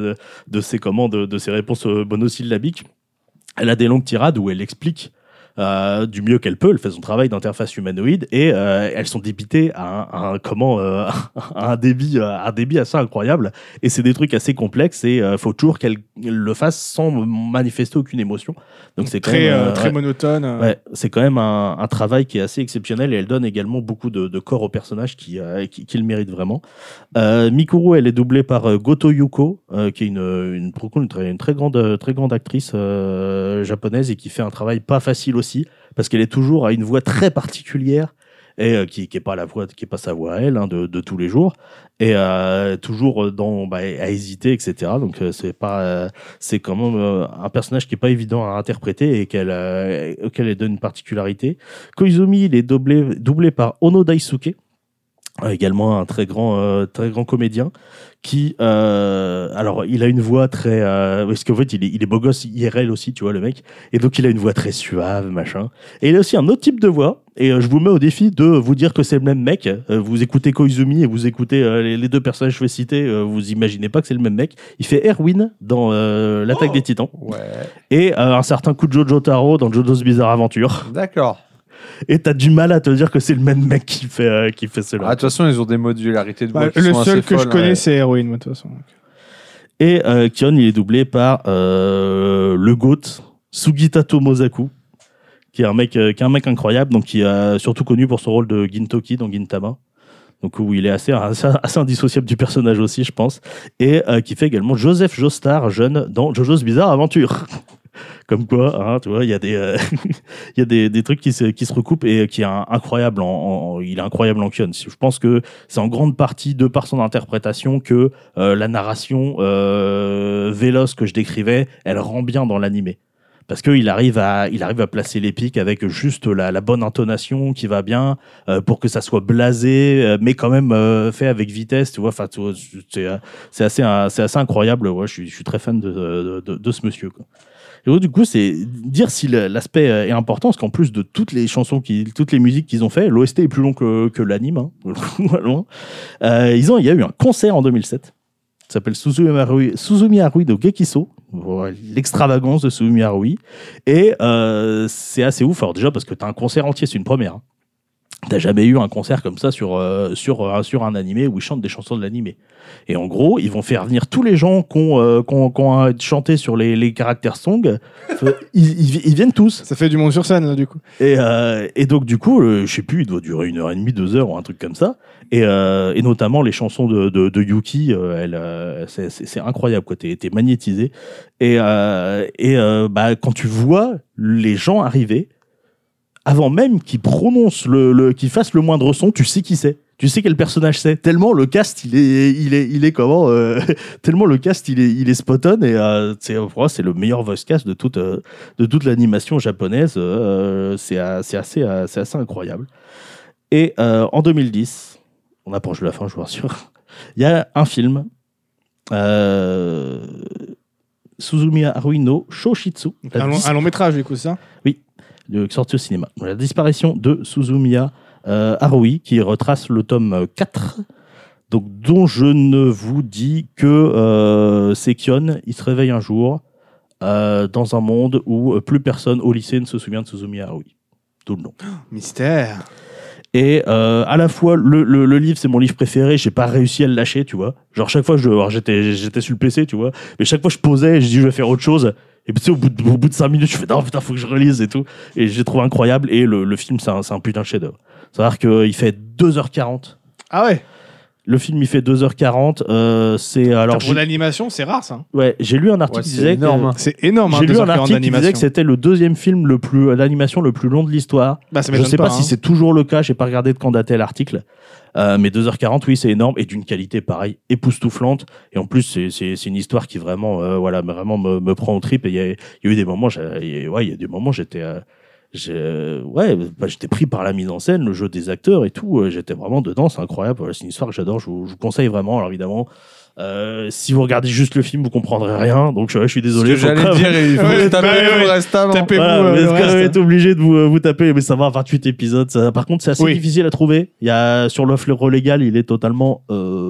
ses réponses monosyllabiques. Elle a des longues tirades où elle explique du mieux qu'elle peut. Elle fait son travail d'interface humanoïde et elles sont débitées à un débit assez incroyable. Et c'est des trucs assez complexes et faut toujours qu'elle le fasse sans manifester aucune émotion. Donc c'est très ouais, monotone. Ouais, c'est quand même un travail qui est assez exceptionnel et elle donne également beaucoup de corps au personnage qui le mérite vraiment. Mikuru, elle est doublée par Goto Yuko, qui est une très grande actrice japonaise et qui fait un travail pas facile aussi parce qu'elle est toujours à une voix très particulière et qui est pas sa voix à elle de tous les jours et toujours à hésiter, etc. Donc c'est quand même un personnage qui est pas évident à interpréter et auquel elle donne une particularité. Koizumi, il est doublé par Ono Daisuke, également un très grand comédien qui alors il a une voix très parce qu'en fait il est beau gosse IRL aussi, tu vois, le mec, et donc il a une voix très suave machin, et il a aussi un autre type de voix et je vous mets au défi de vous dire que c'est le même mec. Vous écoutez Koizumi et vous écoutez les deux personnages que je vais citer, vous imaginez pas que c'est le même mec. Il fait Erwin dans l'attaque des Titans, et un certain Kujo Jotaro dans JoJo's Bizarre Adventure. D'accord. Et t'as du mal à te dire que c'est le même mec qui fait cela. De toute façon, ils ont des modularités de voix qui le sont seul assez que folles, je connais, c'est Heroin, de toute façon. Et Kion, il est doublé par le GOAT, Sugita Tomozaku, qui est un mec incroyable, donc qui est surtout connu pour son rôle de Gintoki dans Gintama. Donc où il est assez indissociable du personnage aussi, je pense. Et qui fait également Joseph Joestar, jeune, dans JoJo's Bizarre Adventure. Comme quoi, tu vois, il y a des trucs qui se recoupent et qui est incroyable il est incroyable en Kion. Je pense que c'est en grande partie de par son interprétation que la narration véloce que je décrivais, elle rend bien dans l'animé. Parce qu'il arrive à placer l'épique avec juste la bonne intonation qui va bien pour que ça soit blasé, mais quand même fait avec vitesse. Tu vois, c'est assez incroyable. Ouais, je suis très fan de ce monsieur, quoi. Et du coup, c'est dire si l'aspect est important, parce qu'en plus de toutes les chansons, toutes les musiques qu'ils ont fait, l'OST est plus long que l'anime. Hein. Il y a eu un concert en 2007. Ça s'appelle Suzumi Harui no Gekiso. Voilà, l'extravagance de Suzumi Harui. Et c'est assez ouf. Alors déjà, parce que tu as un concert entier, c'est une première. Hein. T'as jamais eu un concert comme ça sur un animé où ils chantent des chansons de l'animé. Et en gros, ils vont faire venir tous les gens qui ont chanté sur les caractères song. Ils viennent tous. Ça fait du monde sur scène, là, du coup. Et donc, du coup, je sais plus, il doit durer 1h30, 2 heures ou un truc comme ça. Et notamment les chansons de Yuki, c'est incroyable, quoi. T'es magnétisé. Et quand tu vois les gens arriver, avant même qu'il prononce qu'il fasse le moindre son, tu sais qui c'est. Tu sais quel personnage c'est. Tellement le cast, il est comment tellement le cast, il est spot on et pour moi, c'est le meilleur voice cast de toute l'animation japonaise. C'est assez incroyable. Et en 2010, on approche de la fin, je vous rassure. Il y a un film. Suzumi Harui no Shoshitsu. Un long métrage, du coup, ça. Oui. Sorti au cinéma. La disparition de Suzumiya Harui, qui retrace le tome 4, donc, dont je ne vous dis que c'est Kion, il se réveille un jour dans un monde où plus personne au lycée ne se souvient de Suzumiya Harui. Tout le nom. Mystère. Et à la fois, le livre, c'est mon livre préféré, j'ai pas réussi à le lâcher, tu vois. Genre, chaque fois, j'étais sur le PC, tu vois, mais chaque fois, je posais et je dis, je vais faire autre chose. Et puis, tu sais, au bout de 5 minutes, je fais non, putain, faut que je relise et tout. Et j'ai trouvé incroyable. Et le film, c'est un putain de chef-d'œuvre. C'est-à-dire qu'il fait 2h40. Ah ouais? Le film, il fait 2h40. Pour l'animation, c'est rare, ça. Ouais, j'ai lu un article qui disait énorme. C'est énorme. J'ai lu un article qui disait que c'était le deuxième film d'animation le plus long de l'histoire. Je sais pas si c'est toujours le cas. J'ai pas regardé de quand datait l'article. Mais 2h40, oui, c'est énorme et d'une qualité pareil, époustouflante. Et en plus, c'est une histoire qui vraiment, vraiment me prend au trip. Et il y a eu des moments, j'étais j'étais pris par la mise en scène, le jeu des acteurs et tout. J'étais vraiment dedans, c'est incroyable. Voilà, c'est une histoire que j'adore, je vous conseille vraiment. Alors évidemment, si vous regardez juste le film, vous comprendrez rien. Donc je suis désolé. Ce que j'allais dire, il faut taper le reste avant. Tapez-vous Voilà, le vous reste. êtes obligé de vous taper, mais ça va, 28 épisodes. Par contre, c'est assez difficile à trouver. Il y a sur l'offre légale, il est totalement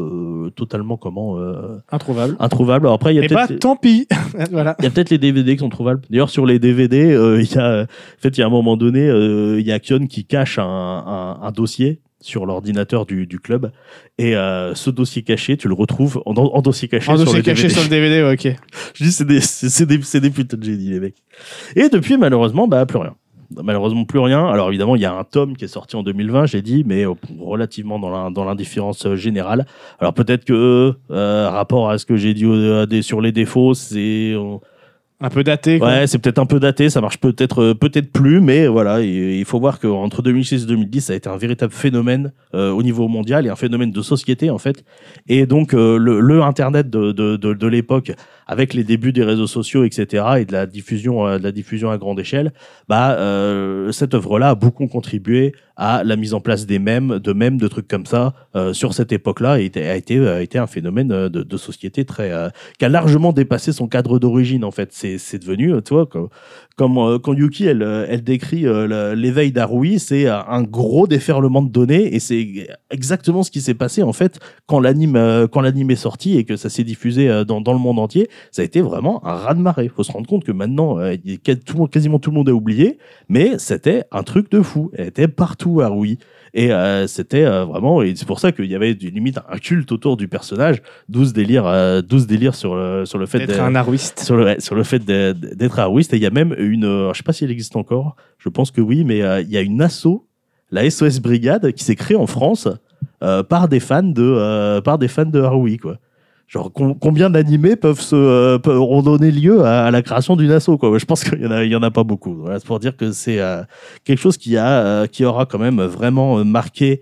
introuvable. Alors après, il y a peut-être tant pis. Voilà. il y a peut-être les DVD qui sont trouvables. D'ailleurs, sur les DVD, il y a un moment donné, il y a Kion qui cache un dossier sur l'ordinateur du club. Et ce dossier caché, tu le retrouves en dossier caché sur le DVD. Sur le DVD, ouais, ok. Je dis, c'est des putains de génies, les mecs. Et depuis, malheureusement, plus rien. Malheureusement, plus rien. Alors, évidemment, il y a un tome qui est sorti en 2020, j'ai dit, mais relativement dans l'indifférence générale. Alors, peut-être que, rapport à ce que j'ai dit sur les défauts, c'est... Un peu daté, quoi. Ouais, c'est peut-être un peu daté, ça marche peut-être plus, mais voilà, il faut voir qu'entre 2006 et 2010, ça a été un véritable phénomène au niveau mondial et un phénomène de société, en fait. Et donc, le Internet de l'époque, avec les débuts des réseaux sociaux, etc., et de la diffusion à grande échelle, cette œuvre-là a beaucoup contribué à la mise en place des mèmes, de trucs comme ça, sur cette époque-là, et a été un phénomène de société qui a largement dépassé son cadre d'origine, en fait. C'est devenu, tu vois, quand Yuki, elle décrit l'éveil d'Harui, c'est un gros déferlement de données, et c'est exactement ce qui s'est passé, en fait, quand l'anime est sorti et que ça s'est diffusé dans le monde entier. Ça a été vraiment un raz-de-marée. Il faut se rendre compte que maintenant, quasiment tout le monde a oublié, mais c'était un truc de fou. Elle était partout, Harui. Et c'était vraiment, et c'est pour ça qu'il y avait limite un culte autour du personnage, 12 délires sur le fait d'être un harouiste. sur le fait d'être harouiste. Et il y a même je sais pas si elle existe encore, je pense que oui, mais il y a une asso, la SOS Brigade, qui s'est créée en France par des fans de Harui, quoi. Genre, combien d'animés peuvent donner lieu à la création d'une asso, quoi. Je pense qu'il y en a pas beaucoup. Voilà, c'est pour dire que c'est quelque chose qui aura quand même vraiment marqué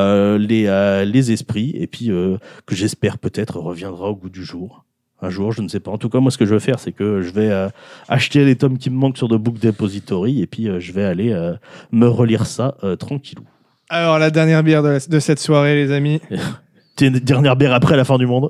les esprits, et puis que j'espère peut-être reviendra au goût du jour. Un jour, je ne sais pas. En tout cas, moi, ce que je vais faire, c'est que je vais acheter les tomes qui me manquent sur The Book Depository, et puis je vais aller me relire ça tranquillou. Alors, la dernière bière de cette soirée, les amis. Une dernière bière après la fin du monde.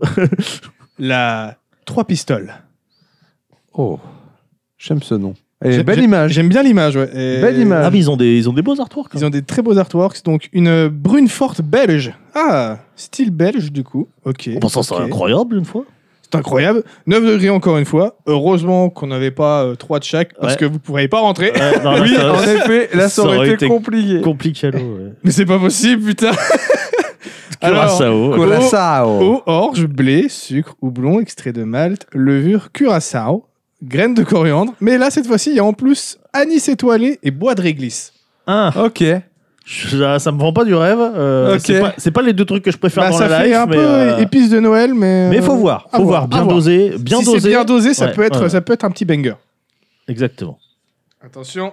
La 3 pistoles. Oh, j'aime ce nom. Et belle image. J'aime bien l'image, ouais. Et... Belle image. Ah, mais ils ont des beaux artworks. Ils ont des très beaux artworks. Donc, une brune forte belge. Ah, style belge, du coup. Ok. On pense que c'est incroyable, une fois. C'est incroyable. 9 degrés encore une fois. Heureusement qu'on n'avait pas 3 de chaque, parce que vous ne pourriez pas rentrer. Non, Oui, en effet, là, ça aurait été compliqué. Compliqué, ouais. Mais c'est pas possible, putain. Curaçao. Eau, orge, blé, sucre, houblon, extrait de malt, levure, curaçao, graines de coriandre. Mais là, cette fois-ci, il y a en plus anis étoilé et bois de réglisse. Ah, ok. Ça me vend pas du rêve. C'est pas les deux trucs que je préfère dans ça la fait life. un peu épices de Noël, mais... Mais faut voir. Bien dosé. Si c'est bien dosé, ça peut être un petit banger. Exactement. Attention.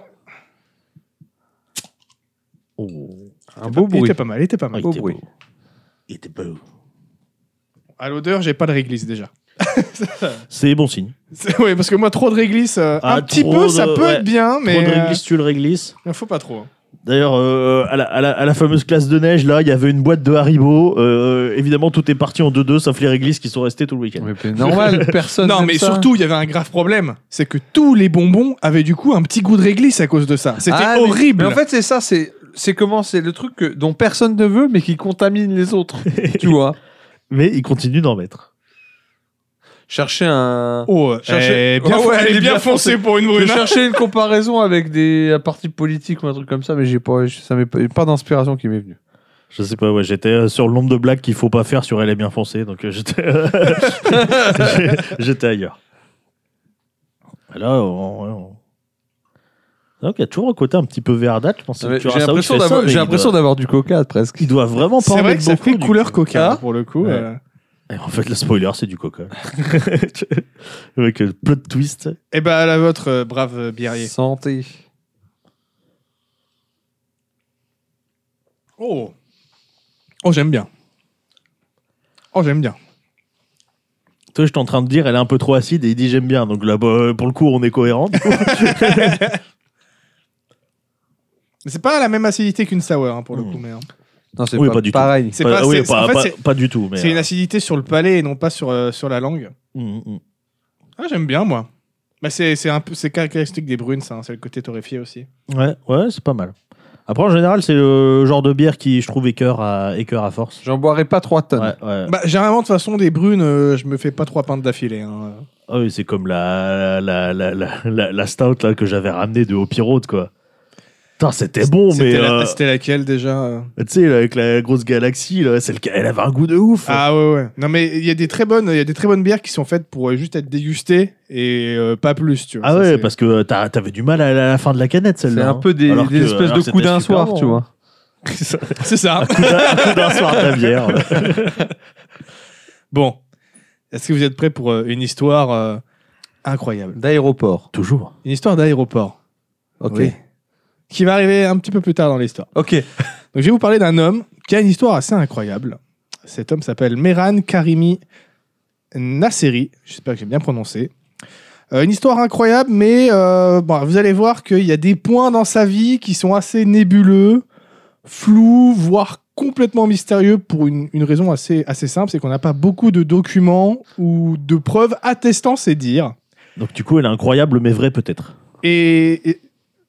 Oh. Un beau bruit. Il était pas mal. Beau bruit. Il était beau. À l'odeur, j'ai pas de réglisse déjà. C'est bon signe. Oui, parce que moi, trop de réglisse, un petit peu, ça peut être bien, mais... Trop de réglisse, tu le réglisses. Il faut pas trop. Hein. D'ailleurs, à la fameuse classe de neige, là, il y avait une boîte de Haribo. Évidemment, tout est parti en 2-2, sauf les réglisses qui sont restées tout le week-end. Mais normal, personne. Non, mais ça. surtout, il y avait un grave problème. C'est que tous les bonbons avaient du coup un petit goût de réglisse à cause de ça. C'était horrible. Mais en fait, c'est ça, c'est le truc dont personne ne veut, mais qui contamine les autres. Tu vois. Mais ils continuent d'en mettre. Chercher un. Elle est bien foncée pour une brune. J'ai cherché une comparaison avec un parti politique ou un truc comme ça, mais ça m'est pas d'inspiration qui m'est venue. Je sais pas, j'étais sur le nombre de blagues qu'il faut pas faire sur Elle est bien foncée, donc j'étais j'étais ailleurs. Et là, donc il y a toujours un côté un petit peu verdâtre, je pense. J'ai l'impression d'avoir du coca presque. Il doit vraiment pas en mettre mettre beaucoup. C'est vrai que ça fait couleur coca pour le coup. Ouais. Et en fait, le spoiler, c'est du coca. Avec le plot twist. Et bah, à la vôtre, brave biérier. Santé. Oh, j'aime bien. Toi, j'étais en train de dire, elle est un peu trop acide, et il dit j'aime bien. Donc là, pour le coup, on est cohérent. Mais c'est pas la même acidité qu'une sour, hein, pour le coup. Mais, hein. Non, c'est Oui, pas du tout. pareil. C'est pas, oui, c'est- en fait, pas du tout. Mais, c'est une acidité sur le palais et non pas sur la langue. Ah, j'aime bien, moi. Bah, c'est un peu, c'est caractéristique des brunes, ça. Hein, c'est le côté torréfié aussi. Ouais, c'est pas mal. Après, en général, c'est le genre de bière qui, je trouve, écœure à force. J'en boirais pas 3 tonnes. Ouais. Bah, généralement, de toute façon, des brunes, je me fais pas 3 pintes d'affilée. Hein. Ah oui, c'est comme la stout là, que j'avais ramenée de Haut-Pyrote, quoi. Putain, c'était bon, mais... C'était laquelle, déjà Tu sais, là, avec la grosse galaxie, là, elle avait un goût de ouf. Ah ouais. Non, mais il y a des très bonnes bières qui sont faites pour juste être dégustées et pas plus, tu vois. Ah Ça, ouais, c'est- parce que t'avais du mal à la fin de la canette, C'est celle-là. un peu des Alors que- espèces alors de c'était coups d'un super soir, bon, tu hein. vois. C'est ça. Un coup d'un soir de la bière. Bon. Est-ce que vous êtes prêts pour une histoire incroyable? D'aéroport. Toujours. Une histoire d'aéroport. Ok. Oui. Qui va arriver un petit peu plus tard dans l'histoire. Ok. Donc, je vais vous parler d'un homme qui a une histoire assez incroyable. Cet homme s'appelle Mehran Karimi Nasseri. J'espère que j'ai bien prononcé. Une histoire incroyable, mais vous allez voir qu'il y a des points dans sa vie qui sont assez nébuleux, flous, voire complètement mystérieux pour une raison assez simple, c'est qu'on n'a pas beaucoup de documents ou de preuves attestant ces dires. Donc, du coup, elle est incroyable, mais vraie, peut-être. Et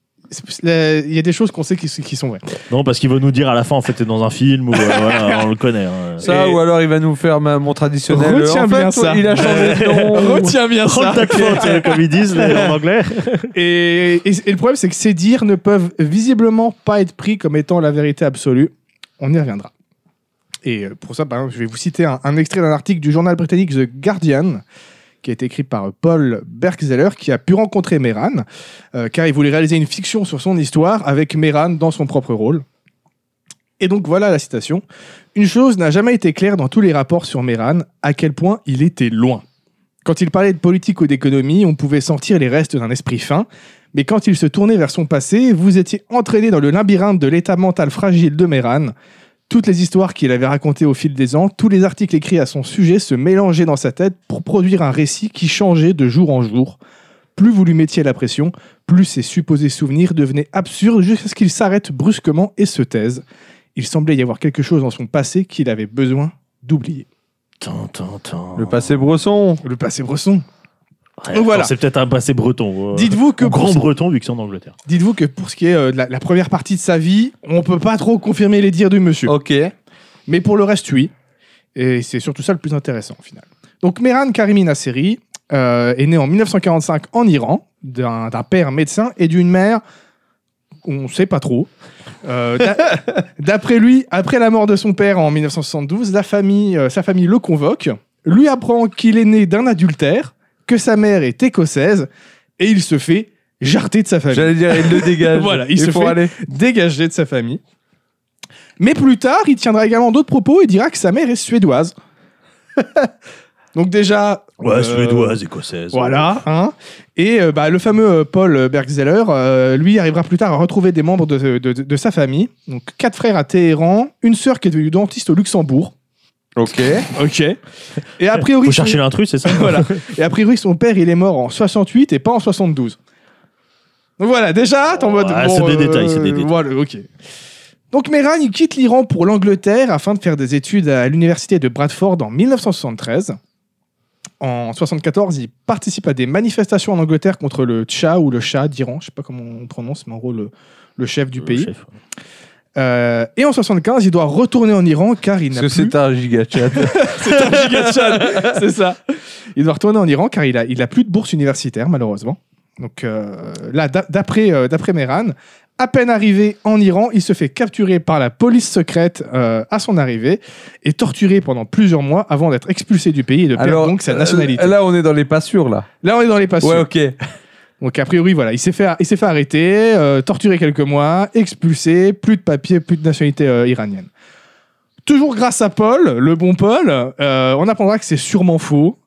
il y a des choses qu'on sait qui sont vraies. Non, parce qu'il veut nous dire à la fin, en fait, t'es dans un film, ou voilà, on le connaît. Hein. Ça, Et- ou alors il va nous faire mon traditionnel. Retiens en fait, bien ça. Il a changé de nom. Retiens bien ça. Contact faute, comme ils disent en anglais. Et le problème, c'est que ces dires ne peuvent visiblement pas être pris comme étant la vérité absolue. On y reviendra. Et pour ça, je vais vous citer un extrait d'un article du journal britannique The Guardian, qui a été écrit par Paul Bergzeller, qui a pu rencontrer Mehran, car il voulait réaliser une fiction sur son histoire avec Mehran dans son propre rôle. Et donc voilà la citation. « Une chose n'a jamais été claire dans tous les rapports sur Mehran, à quel point il était loin. Quand il parlait de politique ou d'économie, on pouvait sentir les restes d'un esprit fin, mais quand il se tournait vers son passé, vous étiez entraîné dans le labyrinthe de l'état mental fragile de Mehran. Toutes les histoires qu'il avait racontées au fil des ans, tous les articles écrits à son sujet se mélangeaient dans sa tête pour produire un récit qui changeait de jour en jour. Plus vous lui mettiez la pression, plus ses supposés souvenirs devenaient absurdes jusqu'à ce qu'il s'arrête brusquement et se taise. Il semblait y avoir quelque chose dans son passé qu'il avait besoin d'oublier. » Le passé bresson. Le passé bresson. Ouais, Donc voilà. C'est peut-être un passé breton. Dites-vous que Ou pour grand ce- breton, vu que c'est en Angleterre. Dites-vous que pour ce qui est de la première partie de sa vie, on peut pas trop confirmer les dires du monsieur. Ok. Mais pour le reste, oui. Et c'est surtout ça le plus intéressant, au final. Donc, Mehran Karimi Nasseri est né en 1945 en Iran, d'un père médecin et d'une mère, on ne sait pas trop. D'après lui, après la mort de son père en 1972, sa famille le convoque, lui apprend qu'il est né d'un adultère, que sa mère est écossaise, et il se fait jarter de sa famille. J'allais dire, il le dégage. Voilà, il se faut fait aller. dégager de sa famille. Mais plus tard, il tiendra également d'autres propos et dira que sa mère est suédoise. Donc déjà... Ouais, suédoise, écossaise. Voilà. Hein. Et le fameux Paul Bergzeller, lui, arrivera plus tard à retrouver des membres de sa famille. Donc 4 frères à Téhéran, une sœur qui est devenue dentiste au Luxembourg. Ok. Ok. Et a priori... Faut chercher l'intrus, c'est ça? Voilà. Et a priori, son père, il est mort en 68 et pas en 72. Donc voilà, déjà, t'es en mode... c'est des détails, c'est des détails. Voilà, ok. Donc Mehran, il quitte l'Iran pour l'Angleterre afin de faire des études à l'université de Bradford en 1973. En 1974, il participe à des manifestations en Angleterre contre le Tcha ou le Shah d'Iran, je sais pas comment on prononce, mais en gros le chef du pays. Chef. Et en 1975, il doit retourner en Iran car il n'a Parce que plus... c'est un giga chat. C'est un giga Tchad, c'est ça. Il doit retourner en Iran car il a plus de bourse universitaire, malheureusement. Donc là, d'après Mehran, à peine arrivé en Iran, il se fait capturer par la police secrète à son arrivée et torturé pendant plusieurs mois avant d'être expulsé du pays et de perdre donc sa nationalité. Là, on est dans les pas sûrs, là. Là, on est dans les passions. Ouais, ok. Donc a priori, voilà, il s'est fait arrêter, torturé quelques mois, expulsé, plus de papier, plus de nationalité iranienne. Toujours grâce à Paul, le bon Paul, on apprendra que c'est sûrement faux.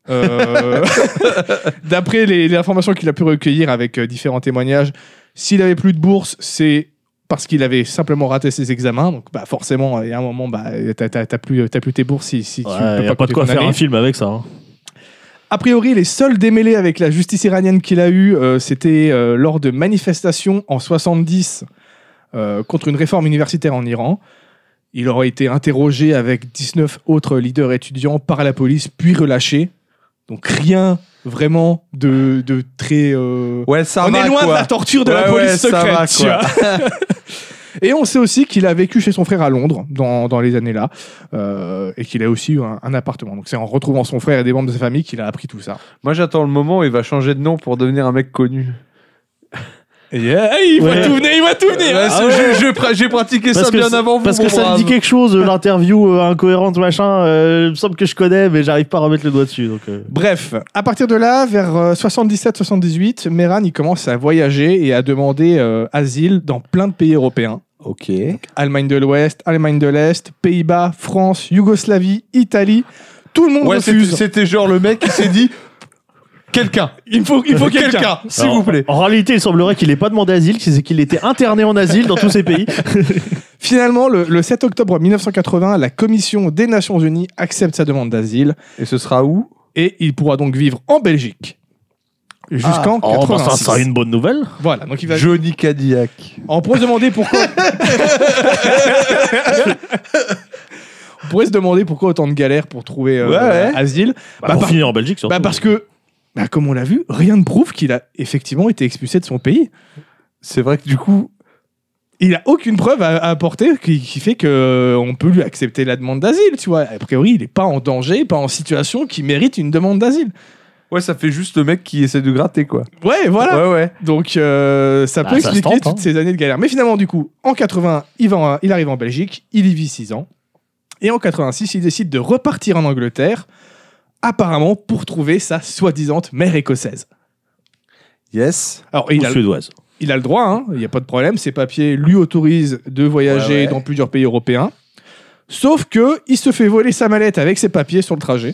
D'après les informations qu'il a pu recueillir avec différents témoignages, s'il avait plus de bourse, c'est parce qu'il avait simplement raté ses examens. Donc forcément, il y a un moment, t'as plus tes bourses si tu peux Il n'y pas a pas de quoi faire un film avec ça. Hein. A priori, les seuls démêlés avec la justice iranienne qu'il a eu, c'était lors de manifestations en 70 contre une réforme universitaire en Iran. Il aurait été interrogé avec 19 autres leaders étudiants par la police, puis relâché. Donc rien vraiment de très... Ouais, ça on va, est loin quoi. de la torture de la Ouais, police ouais, ça secrète. va, Tu vois. Et on sait aussi qu'il a vécu chez son frère à Londres dans les années-là et qu'il a aussi eu un appartement. Donc c'est en retrouvant son frère et des membres de sa famille qu'il a appris tout ça. Moi, j'attends le moment où il va changer de nom pour devenir un mec connu. Yeah, il va tout venir, il va tout venir. Ouais, hein. j'ai pratiqué ça Parce que bien c'est- avant vous, Parce mon que ça me brave. dit quelque chose, l'interview incohérente, machin. Il me semble que je connais, mais j'arrive pas à remettre le doigt dessus. Donc, Bref, à partir de là, vers 77-78, Mehran il commence à voyager et à demander asile dans plein de pays européens. Ok. Allemagne de l'Ouest, Allemagne de l'Est, Pays-Bas, France, Yougoslavie, Italie. Tout le monde Ouais, refuse. c'était genre le mec qui s'est dit quelqu'un. Il faut quelqu'un. S'il alors, vous plaît. En réalité, il semblerait qu'il ait pas demandé asile, c'est qu'il était interné en asile dans tous ces pays. Finalement, le 7 octobre 1980, la Commission des Nations Unies accepte sa demande d'asile Et ce sera où? et il pourra donc vivre en Belgique jusqu'en Oh, bah, 86. ça sera une bonne nouvelle. Voilà, donc il va. Johnny Cadillac. On pourrait se demander pourquoi. On pourrait se demander pourquoi autant de galères pour trouver Ouais. asile. Pour par- finir en Belgique, surtout. Parce que, comme on l'a vu, rien ne prouve qu'il a effectivement été expulsé de son pays. C'est vrai que du coup, Il n'a aucune preuve à apporter qui fait qu'on peut lui accepter la demande d'asile, tu vois. A priori, il n'est pas en danger, pas en situation qui mérite une demande d'asile. ouais, ça fait juste le mec qui essaie de gratter, quoi. Ouais, voilà. Ouais, ouais. Donc, ça peut ça se expliquer tente, hein. toutes ces années de galère. Mais finalement, du coup, en 80, il arrive en Belgique, il y vit 6 ans. Et en 86, il décide de repartir en Angleterre, apparemment pour trouver sa soi-disant mère écossaise. Yes. Alors, Ou suédoise. il a le droit, hein, il n'y a pas de problème. Ses papiers lui autorisent de voyager Ouais, ouais. dans plusieurs pays européens. Sauf que il se fait voler sa mallette avec ses papiers sur le trajet.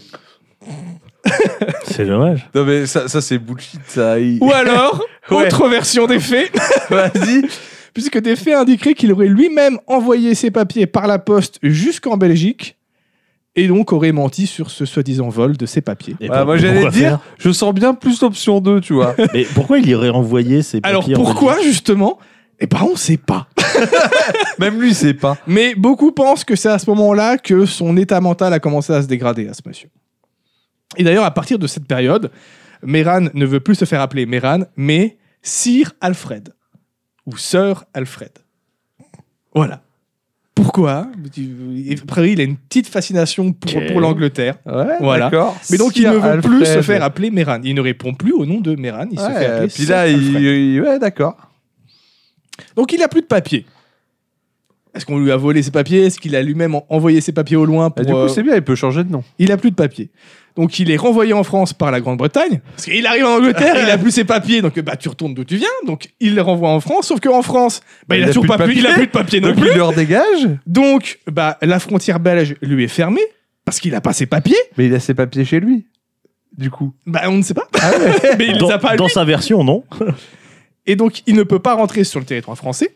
C'est dommage. Non, mais ça c'est bullshit, ça. Ou alors, Ouais. autre version des faits, Vas-y. puisque des faits indiqueraient qu'il aurait lui-même envoyé ses papiers par la poste jusqu'en Belgique et donc aurait menti sur ce soi-disant vol de ses papiers. Et Ouais, moi, j'allais pourquoi dire, faire je sens bien plus l'option 2, tu vois. Mais pourquoi il y aurait envoyé ces Alors papiers en pourquoi Belgique justement? Eh ben on sait pas. Même lui, c'est pas. Mais beaucoup pensent que c'est à ce moment-là que son état mental a commencé à se dégrader à ce monsieur. Et d'ailleurs, à partir de cette période, Mehran ne veut plus se faire appeler Mehran, mais Sir Alfred ou Sir Alfred. Voilà. Pourquoi? Après, il a une petite fascination Ok. pour l'Angleterre. Ouais, Voilà. d'accord. Mais donc, il Sir ne veut plus Alfred. se faire appeler Mehran. Il ne répond plus au nom de Mehran. Il se fait Ouais, appeler puis Sir là, Alfred. ouais, d'accord. Donc, il n'a plus de papiers. Est-ce qu'on lui a volé ses papiers? Est-ce qu'il a lui-même envoyé ses papiers au loin Et pour, du coup, c'est bien, il peut changer de nom. Il a plus de papiers. Donc il est renvoyé en France par la Grande-Bretagne. Parce qu'il arrive en Angleterre, il a plus ses papiers. Donc tu retournes d'où tu viens. Donc il les renvoie en France. Sauf qu'en France, il a toujours plus de pas plus, il a papiers. plus de papiers non Donc plus. il leur dégage, Donc la frontière belge lui est fermée parce qu'il a pas ses papiers. mais il a ses papiers chez lui. Du coup. On ne sait pas. Ah ouais. Mais il les a pas lui. Dans sa version, non. Et donc il ne peut pas rentrer sur le territoire français.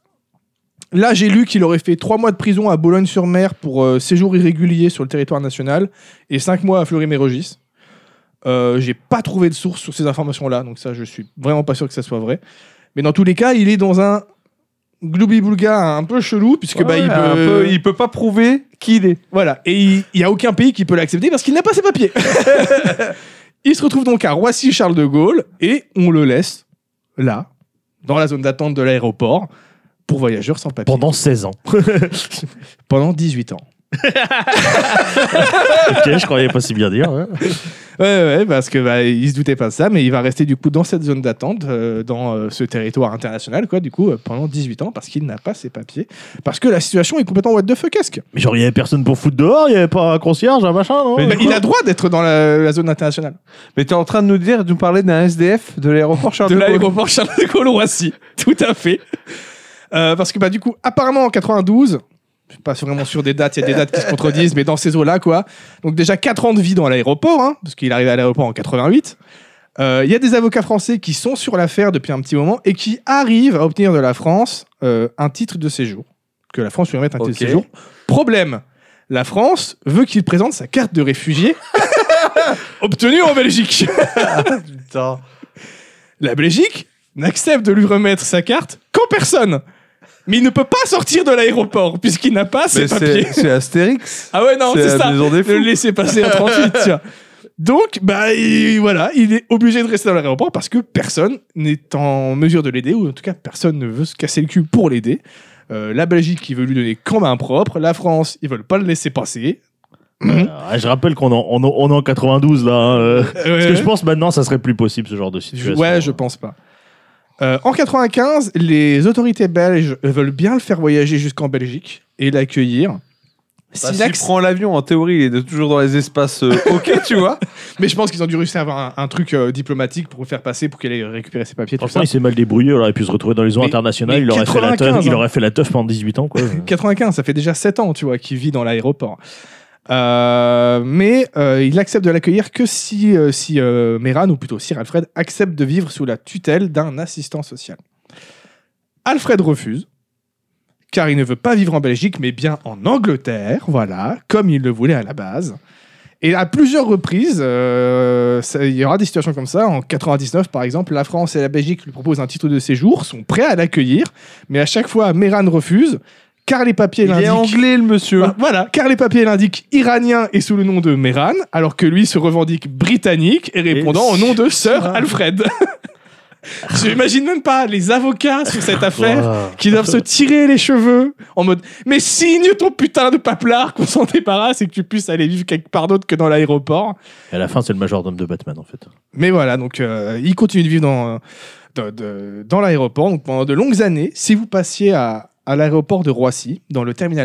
Là, j'ai lu qu'il aurait fait 3 mois de prison à Boulogne-sur-Mer pour séjour irrégulier sur le territoire national et 5 mois à Fleury-Mérogis. J'ai pas trouvé de source sur ces informations-là, donc ça, je suis vraiment pas sûr que ça soit vrai. Mais dans tous les cas, il est dans un gloubi-boulga un peu chelou, puisque Ouais, il peut pas prouver qui il est. voilà, et il y a aucun pays qui peut l'accepter parce qu'il n'a pas ses papiers. Il se retrouve donc à Roissy-Charles de Gaulle et on le laisse là, dans la zone d'attente de l'aéroport, pour voyageurs sans papiers. Pendant 16 ans. Pendant 18 ans. Ok, je croyais pas si bien dire. Ouais. Ouais, parce que il se doutait pas de ça, mais il va rester du coup dans cette zone d'attente, dans ce territoire international, quoi, du coup, pendant 18 ans, parce qu'il n'a pas ses papiers, parce que la situation est complètement what the fuckesque. Mais genre, il y avait personne pour foutre dehors, il y avait pas un concierge, un machin, non Mais Mais il a droit d'être dans la zone internationale. Mais t'es en train de nous parler d'un SDF de l'aéroport Charles De de Gaulle. l'aéroport Charles de Gaulle Roissy. Tout à fait. Parce que du coup, apparemment en 92, je suis pas vraiment sûr des dates, il y a des dates qui se contredisent, mais dans ces eaux-là, quoi. Donc déjà 4 ans de vie dans l'aéroport, hein, parce qu'il est arrivé à l'aéroport en 88. Il y a des avocats français qui sont sur l'affaire depuis un petit moment et qui arrivent à obtenir de la France un titre de séjour. Que la France lui remette un titre de Ok. séjour. Problème, la France veut qu'il présente sa carte de réfugié obtenue en Belgique. Putain. La Belgique n'accepte de lui remettre sa carte qu'en personne. Mais il ne peut pas sortir de l'aéroport puisqu'il n'a pas ses papiers. C'est Astérix. Ah ouais, non, c'est la ça. maison des fous. Le laisser passer à 38, tu vois. Donc, il est obligé de rester dans l'aéroport parce que personne n'est en mesure de l'aider, ou en tout cas, personne ne veut se casser le cul pour l'aider. La Belgique, qui veut lui donner qu'en main propre. La France, ils veulent pas le laisser passer. Je rappelle qu'on est en 92 là. Parce que je pense maintenant, ça serait plus possible ce genre de situation. Ouais, je pense pas. En 95, les autorités belges veulent bien le faire voyager jusqu'en Belgique et l'accueillir. S'il prend l'avion, en théorie, il est toujours dans les espaces OK, tu vois. Mais je pense qu'ils ont dû réussir à avoir un truc diplomatique pour le faire passer, pour qu'il ait récupéré ses papiers. Franchement, il s'est mal débrouillé, il aurait pu se retrouver dans les eaux internationales, il aurait fait la teuf pendant 18 ans. Quoi. 95, ça fait déjà 7 ans, tu vois, qu'il vit dans l'aéroport. Mais il accepte de l'accueillir que si Mehran, ou plutôt Sir Alfred, accepte de vivre sous la tutelle d'un assistant social. Alfred refuse, car il ne veut pas vivre en Belgique, mais bien en Angleterre, voilà, comme il le voulait à la base. Et à plusieurs reprises, il y aura des situations comme ça. En 99, par exemple, la France et la Belgique lui proposent un titre de séjour, sont prêts à l'accueillir, mais à chaque fois, Mehran refuse, car les papiers l'indiquent... Il est anglais, le monsieur. Voilà, car les papiers l'indiquent iranien et sous le nom de Mehran, alors que lui se revendique britannique et répondant au nom de Sir Alfred. Je n'imagine même pas les avocats sur cette affaire qui doivent se tirer les cheveux en mode « Mais signe ton putain de paplard qu'on s'en débarrasse et que tu puisses aller vivre quelque part d'autre que dans l'aéroport. » Et à la fin, c'est le majordome de Batman, en fait. Mais voilà, donc il continue de vivre dans l'aéroport. Donc pendant de longues années, si vous passiez à l'aéroport de Roissy, dans le terminal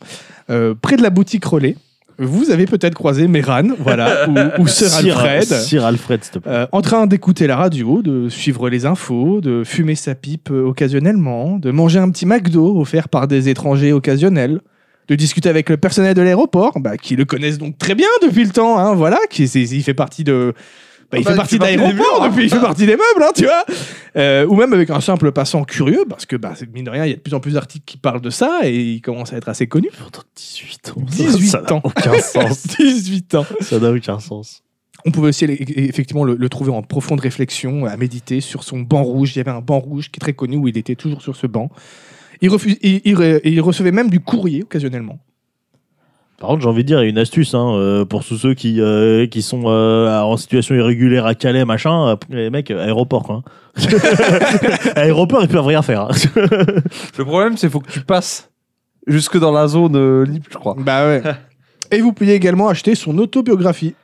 1, près de la boutique Relais, vous avez peut-être croisé Mehran, voilà, ou Sir Alfred. Sir Alfred, s'il te plaît. En train d'écouter la radio, de suivre les infos, de fumer sa pipe occasionnellement, de manger un petit McDo offert par des étrangers occasionnels, de discuter avec le personnel de l'aéroport, qui le connaissent donc très bien depuis le temps, hein, voilà, il fait partie de... il fait partie de l'aéroport depuis, il fait partie des meubles, hein, tu vois. Ou même avec un simple passant curieux, parce que, mine de rien, il y a de plus en plus d'articles qui parlent de ça et il commence à être assez connu. Pendant 18 ans. 18 ça ans. n'a aucun sens. 18 ans. Ça n'a aucun sens. On pouvait aussi effectivement le trouver en profonde réflexion, à méditer sur son banc rouge. Il y avait un banc rouge qui est très connu où il était toujours sur ce banc. Il recevait même du courrier occasionnellement. Par contre, j'ai envie de dire, il y a une astuce pour tous ceux qui sont en situation irrégulière à Calais, machin. Les mecs, aéroport, quoi. Aéroport, ils peuvent rien faire. Hein. Le problème, c'est qu'il faut que tu passes jusque dans la zone libre, je crois. Bah ouais. Et vous pouviez également acheter son autobiographie.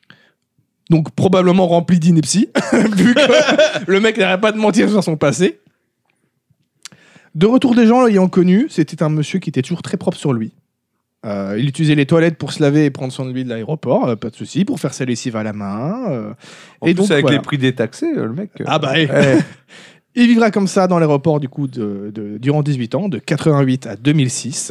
Donc, probablement remplie d'ineptie, vu que le mec n'arrête pas de mentir sur son passé. De retour des gens l'ayant connu, c'était un monsieur qui était toujours très propre sur lui. Il utilisait les toilettes pour se laver et prendre soin de lui de l'aéroport, pas de souci, pour faire sa lessive à la main. Et donc, avec les prix détaxés, le mec. Il vivra comme ça dans l'aéroport du coup durant 18 ans, de 88 à 2006,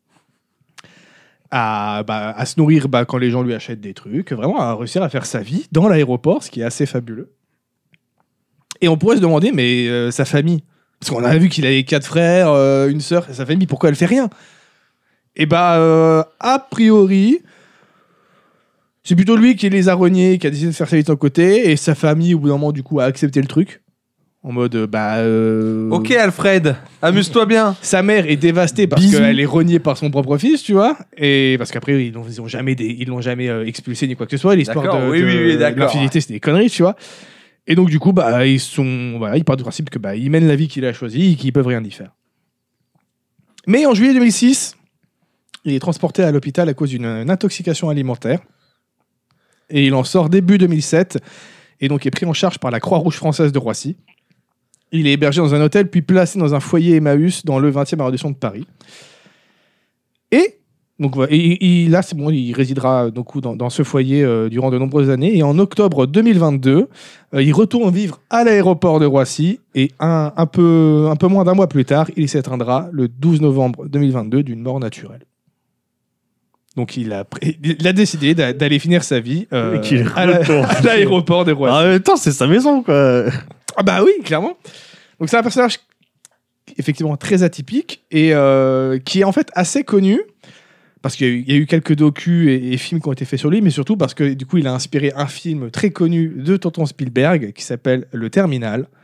à se nourrir quand les gens lui achètent des trucs, vraiment à réussir à faire sa vie dans l'aéroport, ce qui est assez fabuleux. Et on pourrait se demander, mais sa famille, parce qu'on a vu qu'il avait 4 frères, une sœur, sa famille, pourquoi elle fait rien ? Et a priori, c'est plutôt lui qui les a reniés, qui a décidé de faire sa vie de son côté, et sa famille, au bout d'un moment, du coup, a accepté le truc. En mode, Ok, Alfred, amuse-toi bien. Sa mère est dévastée parce qu'elle est reniée par son propre fils, tu vois. Et parce qu'après, ils l'ont jamais expulsé ni quoi que ce soit. L'histoire de l'infidélité, c'était des conneries, tu vois. Et donc, du coup, ils partent du principe que ils mènent la vie qu'il a choisie et qu'ils peuvent rien y faire. Mais en juillet 2006, il est transporté à l'hôpital à cause d'une intoxication alimentaire. Et il en sort début 2007. Et donc est pris en charge par la Croix-Rouge française de Roissy. Il est hébergé dans un hôtel, puis placé dans un foyer Emmaüs dans le 20e arrondissement de Paris. Et donc, là, c'est bon, il résidera donc, dans ce foyer durant de nombreuses années. Et en octobre 2022, il retourne vivre à l'aéroport de Roissy. Et un peu moins d'un mois plus tard, il s'éteindra le 12 novembre 2022 d'une mort naturelle. Donc il a décidé d'aller finir sa vie à l'aéroport de Roissy. En même temps, c'est sa maison, quoi. Ah bah oui, clairement. Donc c'est un personnage effectivement très atypique et qui est en fait assez connu parce qu'il y a eu quelques docus et films qui ont été faits sur lui, mais surtout parce que du coup il a inspiré un film très connu de Tonton Spielberg qui s'appelle Le Terminal,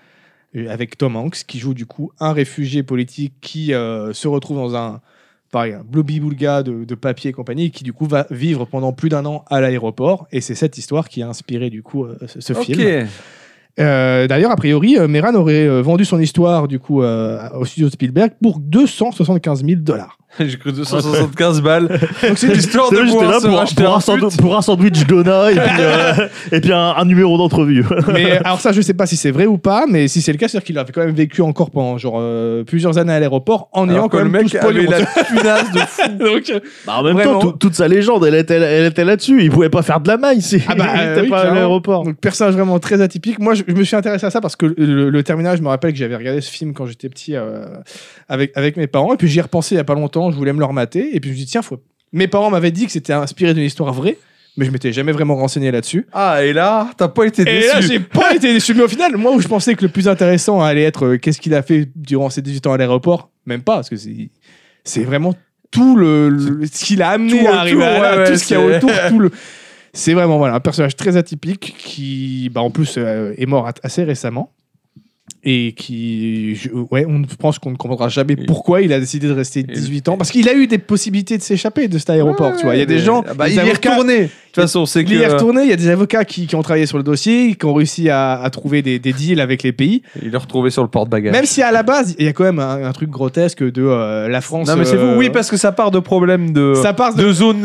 avec Tom Hanks, qui joue du coup un réfugié politique qui se retrouve dans un blobby-boulga de papier et compagnie, et qui du coup va vivre pendant plus d'1 an à l'aéroport. Et c'est cette histoire qui a inspiré du coup ce film. D'ailleurs, a priori, Meran aurait vendu son histoire du coup au studio de Spielberg pour $275 000. J'ai cru 275 balles. Donc c'est l'histoire de J'étais pouvoir là se racheter un pute. pour un sandwich Donna et puis un numéro d'entrevue. Mais alors ça, je sais pas si c'est vrai ou pas, mais si c'est le cas, c'est-à-dire qu'il avait quand même vécu encore pendant plusieurs années à l'aéroport en ayant Alors que quand le même mec tout spoilé. avait la punasse de fou. Donc, Bah, en même Vraiment. temps, toute sa légende, elle était là-dessus. Il pouvait pas faire de la maille si Ah bah, il était oui, pas à clairement. l'aéroport. Donc personnage vraiment très atypique. Moi, je me suis intéressé à ça parce que le Terminal, je me rappelle que j'avais regardé ce film quand j'étais petit avec mes parents, et puis j'y ai repensé il y a pas longtemps. Je voulais me le remater, et puis je me suis dit tiens, mes parents m'avaient dit que c'était inspiré d'une histoire vraie, mais je m'étais jamais vraiment renseigné là-dessus. Ah, et là, t'as pas été Et déçu. là, j'ai pas été déçu. Mais au final, moi, où je pensais que le plus intéressant allait être qu'est-ce qu'il a fait durant ses 18 ans à l'aéroport, même pas, parce que c'est vraiment tout ce qu'il a amené Tout à arriver autour, là, ouais, tout ouais, ce qu'il y a autour, c'est vraiment voilà, un personnage très atypique qui, en plus, est mort assez récemment. Et qui, on pense qu'on ne comprendra jamais pourquoi il a décidé de rester 18 ans, parce qu'il a eu des possibilités de s'échapper de cet aéroport. Tu vois, il y a des gens, il y est retourné. De toute façon, c'est que il y est retourné. Il y a des avocats qui ont travaillé sur le dossier, qui ont réussi à trouver des deals avec les pays. il est retrouvé sur le porte-bagages. Même si à la base, il y a quand même un truc grotesque de la France. Non, mais c'est fou. Oui, parce que ça part de problèmes ça part de zones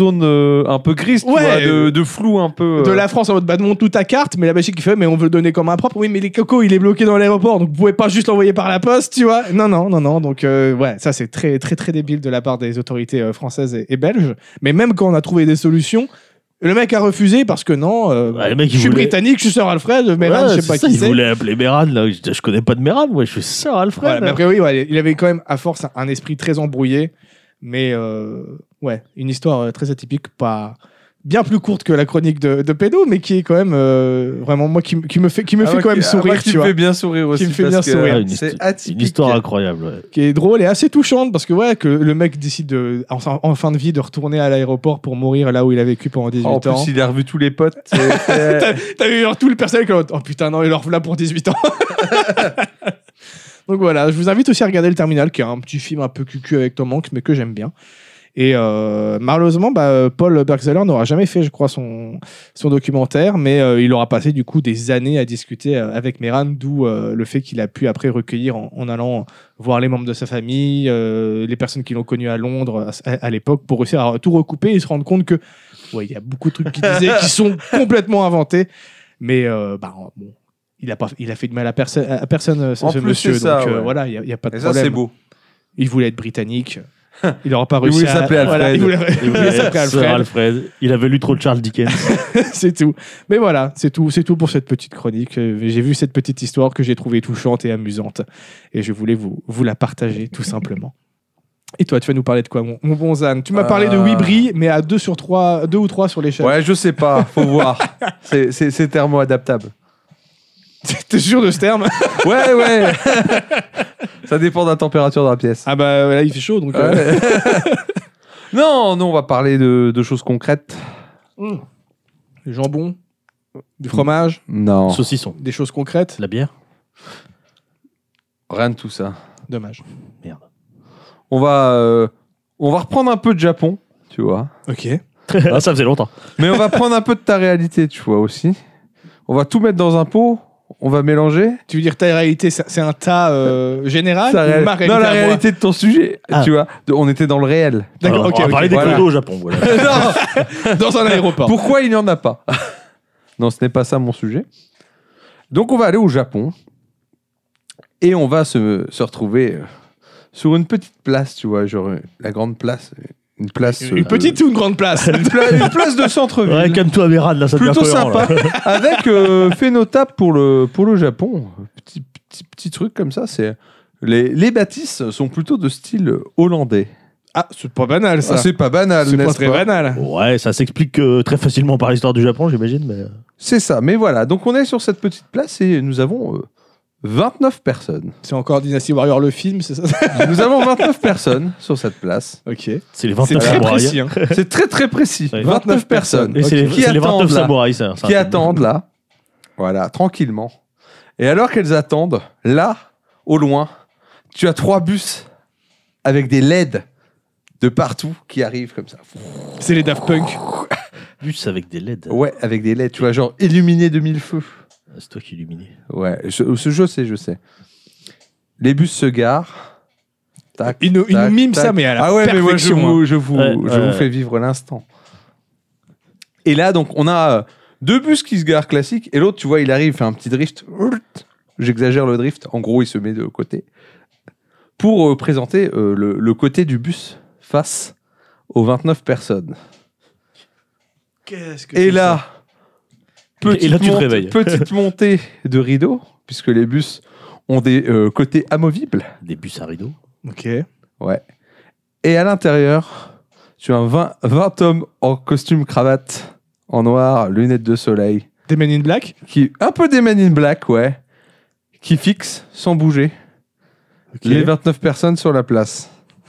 un peu grises, tu Ouais, vois, de flou un peu. de la France en mode montre toute ta carte, mais la Belgique qui fait mais on veut le donner comme un propre. Oui, mais les cocos, il est bloqué dans l'aéroport, donc vous pouvez pas juste l'envoyer par la poste, tu vois. Non. Donc ouais, ça c'est très très très débile de la part des autorités françaises et belges. Mais même quand on a trouvé des solutions, le mec a refusé parce que non. Le mec, je suis britannique, je suis Sir Alfred, Meran, je sais pas qui il c'est. voulait appeler Meran, là. Je connais pas de Meran, je suis Sir Alfred. Voilà, mais après, oui, il avait quand même à force un esprit très embrouillé, mais ouais, une histoire très atypique, pas bien plus courte que la chronique de Pédo, mais qui est quand même vraiment moi qui me fait quand même sourire, qui tu me vois, fait bien sourire aussi. Qui me fait parce bien que sourire. C'est atypique. Une histoire incroyable. Ouais. qui est drôle et assez touchante parce que ouais, que le mec décide en fin de vie de retourner à l'aéroport pour mourir là où il a vécu pendant 18 En ans. plus, il a revu tous les potes. T'as vu genre, tout le personnel qui est là, oh putain non, il leur là pour 18 ans. Donc voilà, je vous invite aussi à regarder Le Terminal, qui est un petit film un peu cucu avec Tom Hanks, mais que j'aime bien. Et malheureusement, Paul Bergzeller n'aura jamais fait, je crois, son documentaire, mais il aura passé du coup des années à discuter avec Meran, d'où le fait qu'il a pu après recueillir en allant voir les membres de sa famille, les personnes qui l'ont connu à Londres à l'époque, pour réussir à tout recouper et se rendre compte que il y a beaucoup de trucs qu'il disait qui sont complètement inventés, mais bon. Il a fait de mal à personne, ce plus, monsieur. c'est ça, donc ouais. voilà, il y a pas de Et problème. ça, c'est beau. Il voulait être britannique. Il n'aura pas Il réussi voulait s'appeler Alfred. Voilà, il voulait s'appeler Sir Alfred. Alfred. Il avait lu trop de Charles Dickens. C'est tout. Mais voilà, c'est tout pour cette petite chronique. J'ai vu cette petite histoire que j'ai trouvée touchante et amusante. Et je voulais vous la partager, tout simplement. Et toi, tu vas nous parler de quoi, mon bon Zan? Tu m'as parlé de Wibri, mais à 2 ou 3 sur l'échelle. Ouais, je sais pas. Faut voir. C'est thermo-adaptable. T'es sûr de ce terme? Ouais. Ça dépend de la température de la pièce. Ah bah là, il fait chaud, donc... Ouais. Non, on va parler de choses concrètes. Du jambon, du fromage, Non, Saucisson. des choses concrètes. La bière. rien de tout ça. Dommage. Merde. On va reprendre un peu de Japon, tu vois. Ok. Ah, ça faisait longtemps. Mais on va prendre un peu de ta réalité, tu vois, aussi. On va tout mettre dans un pot, on va mélanger. Tu veux dire ta réalité, c'est un tas général Ça ou réel- ma réalité non, la à moi? réalité de ton sujet, Ah. tu vois. On était dans le réel. D'accord, Alors, ok. on va parler des voilà. clodos au Japon. Voilà. Non. Dans un aéroport. Pourquoi il n'y en a pas? Non, ce n'est pas ça mon sujet. Donc on va aller au Japon et on va se retrouver sur une petite place, tu vois, genre la grande place. Une place... Une petite ou une grande place? une place de centre-ville. Ouais, calme-toi, Meran, là, ça devient Plutôt cohérent, là. sympa, avec fait notable pour le Japon. Petit truc comme ça, c'est les bâtisses sont plutôt de style hollandais. Ah, c'est pas banal ça. Ah, c'est pas banal, C'est pas n'est-ce très pas banal. Ouais, ça s'explique très facilement par l'histoire du Japon, j'imagine. Mais... C'est ça, mais voilà. Donc on est sur cette petite place et nous avons 29 personnes. C'est encore Dynasty Warrior le film, c'est ça? Nous avons 29 personnes sur cette place. Ok. C'est les C'est 29 très samouraïs. précis. Hein. C'est très très précis. Ouais. 29 personnes Et c'est qui les 29 attendent là. samouraïs, ça. Qui attendent là. Voilà, tranquillement. Et alors qu'elles attendent, là, au loin, tu as 3 bus avec des LED de partout qui arrivent comme ça. C'est les Daft Punk. Bus avec des LED. Ouais, avec des LED, tu vois, genre illuminés de 1000 feux. C'est toi qui illuminé. Ouais, je sais. Les bus se garent. Tac, Ils nous miment ça, mais à la mais moi, perfection. je vous fais vivre l'instant. Et là, donc, on a 2 bus qui se garent classiques, et l'autre, tu vois, il arrive, fait un petit drift. J'exagère le drift. En gros, il se met de côté pour présenter le côté du bus face aux 29 personnes. Qu'est-ce que Et c'est là, Et là, tu te réveilles. petite montée de rideau, puisque les bus ont des côtés amovibles. Des bus à rideaux. ça Ok. Ouais. Et à l'intérieur, tu as 20 hommes en costume cravate, en noir, lunettes de soleil, Des Men in Black. un peu des Men in Black, ouais, qui fixent, sans bouger, les 29 personnes sur la place.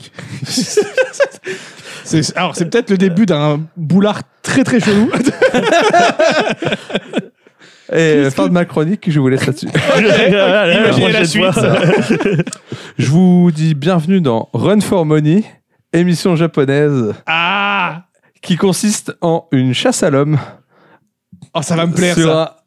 Alors, c'est peut-être le début d'un boulard très très chelou. Et fin de ma chronique, je vous laisse là-dessus. Imaginez la suite. Je vous dis bienvenue dans Run for Money, émission japonaise Ah qui consiste en une chasse à l'homme. Oh, ça va me plaire, ça.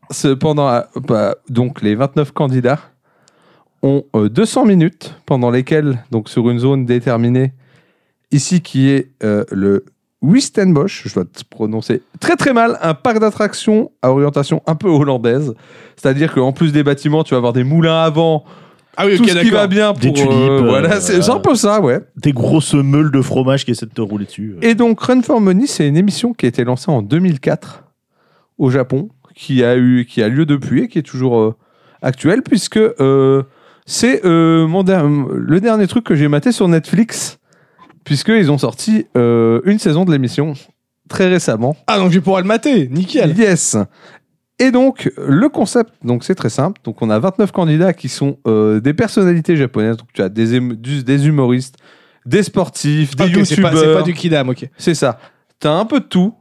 Donc, les 29 candidats ont 200 minutes pendant lesquelles, donc sur une zone déterminée, ici qui est le Wistenbosch, je dois te prononcer très très mal, un parc d'attractions à orientation un peu hollandaise. C'est-à-dire qu'en plus des bâtiments, tu vas avoir des moulins à vent, Ah oui, tout ok, ce qui va d'accord. bien pour... Des tulipes, voilà, c'est un peu ça, ouais. Des grosses meules de fromage qui essaient de te rouler dessus. Et donc, Run for Money, c'est une émission qui a été lancée en 2004 au Japon, qui a lieu depuis et qui est toujours actuelle, puisque c'est le dernier truc que j'ai maté sur Netflix, puisqu'ils ont sorti une saison de l'émission très récemment. Ah, donc je vais pouvoir le mater. Nickel. Yes. Et donc, le concept, donc c'est très simple. Donc, on a 29 candidats qui sont des personnalités japonaises. Donc, tu as des humoristes, des sportifs, des Ok, youtubeurs. c'est pas du Kidam, ok. C'est ça. Tu as un peu de tout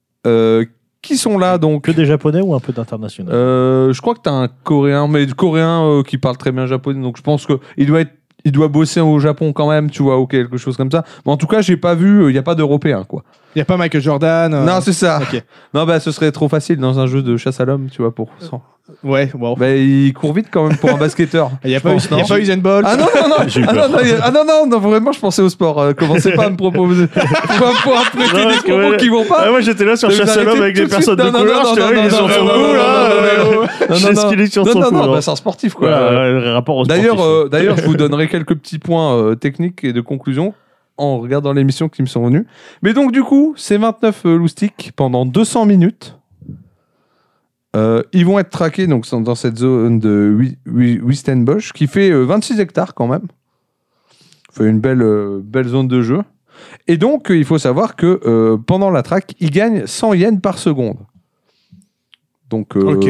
qui sont là. Donc, Que des japonais ou un peu d'international je crois que tu as un coréen, mais coréen qui parle très bien japonais. Donc, je pense qu'il doit bosser au Japon quand même, tu vois, ou quelque chose comme ça. Mais en tout cas, j'ai pas vu, il n'y a pas d'Européens, quoi. Il n'y a pas Michael Jordan. Non, c'est ça. Ok. Non, bah, ce serait trop facile dans un jeu de chasse à l'homme, tu vois, pour ça. Ouais, wow. Bah, il court vite quand même pour un basketteur. Il n'y a je pas pense, non Usain Bolt. Ah non, J'ai eu ah peur. non, vraiment, je pensais au sport. Commencez pas à me proposer. Pour apprêter Non, des parce que propos ouais. qui vont pas. Ah, moi j'étais là sur Vous chasse à l'homme arrêtez avec tout des de personnes suite. de Non, couleur. non, Je te non, vois, ils non, sont sur non, vous non, là. Qu'est-ce qu'il est sur son Non, fou, bah, c'est un sportif, quoi. Voilà, le rapport au sportif. D'ailleurs, je vous donnerai quelques petits points techniques et de conclusion en regardant l'émission qui me sont venus. Mais donc, du coup, ces 29 loustiques pendant 200 minutes. Ils vont être traqués donc, dans cette zone de Wistenbosch qui fait 26 hectares quand même. Fait une belle zone de jeu. Et donc, il faut savoir que pendant la traque, ils gagnent 100 yens par seconde. Donc, Ok.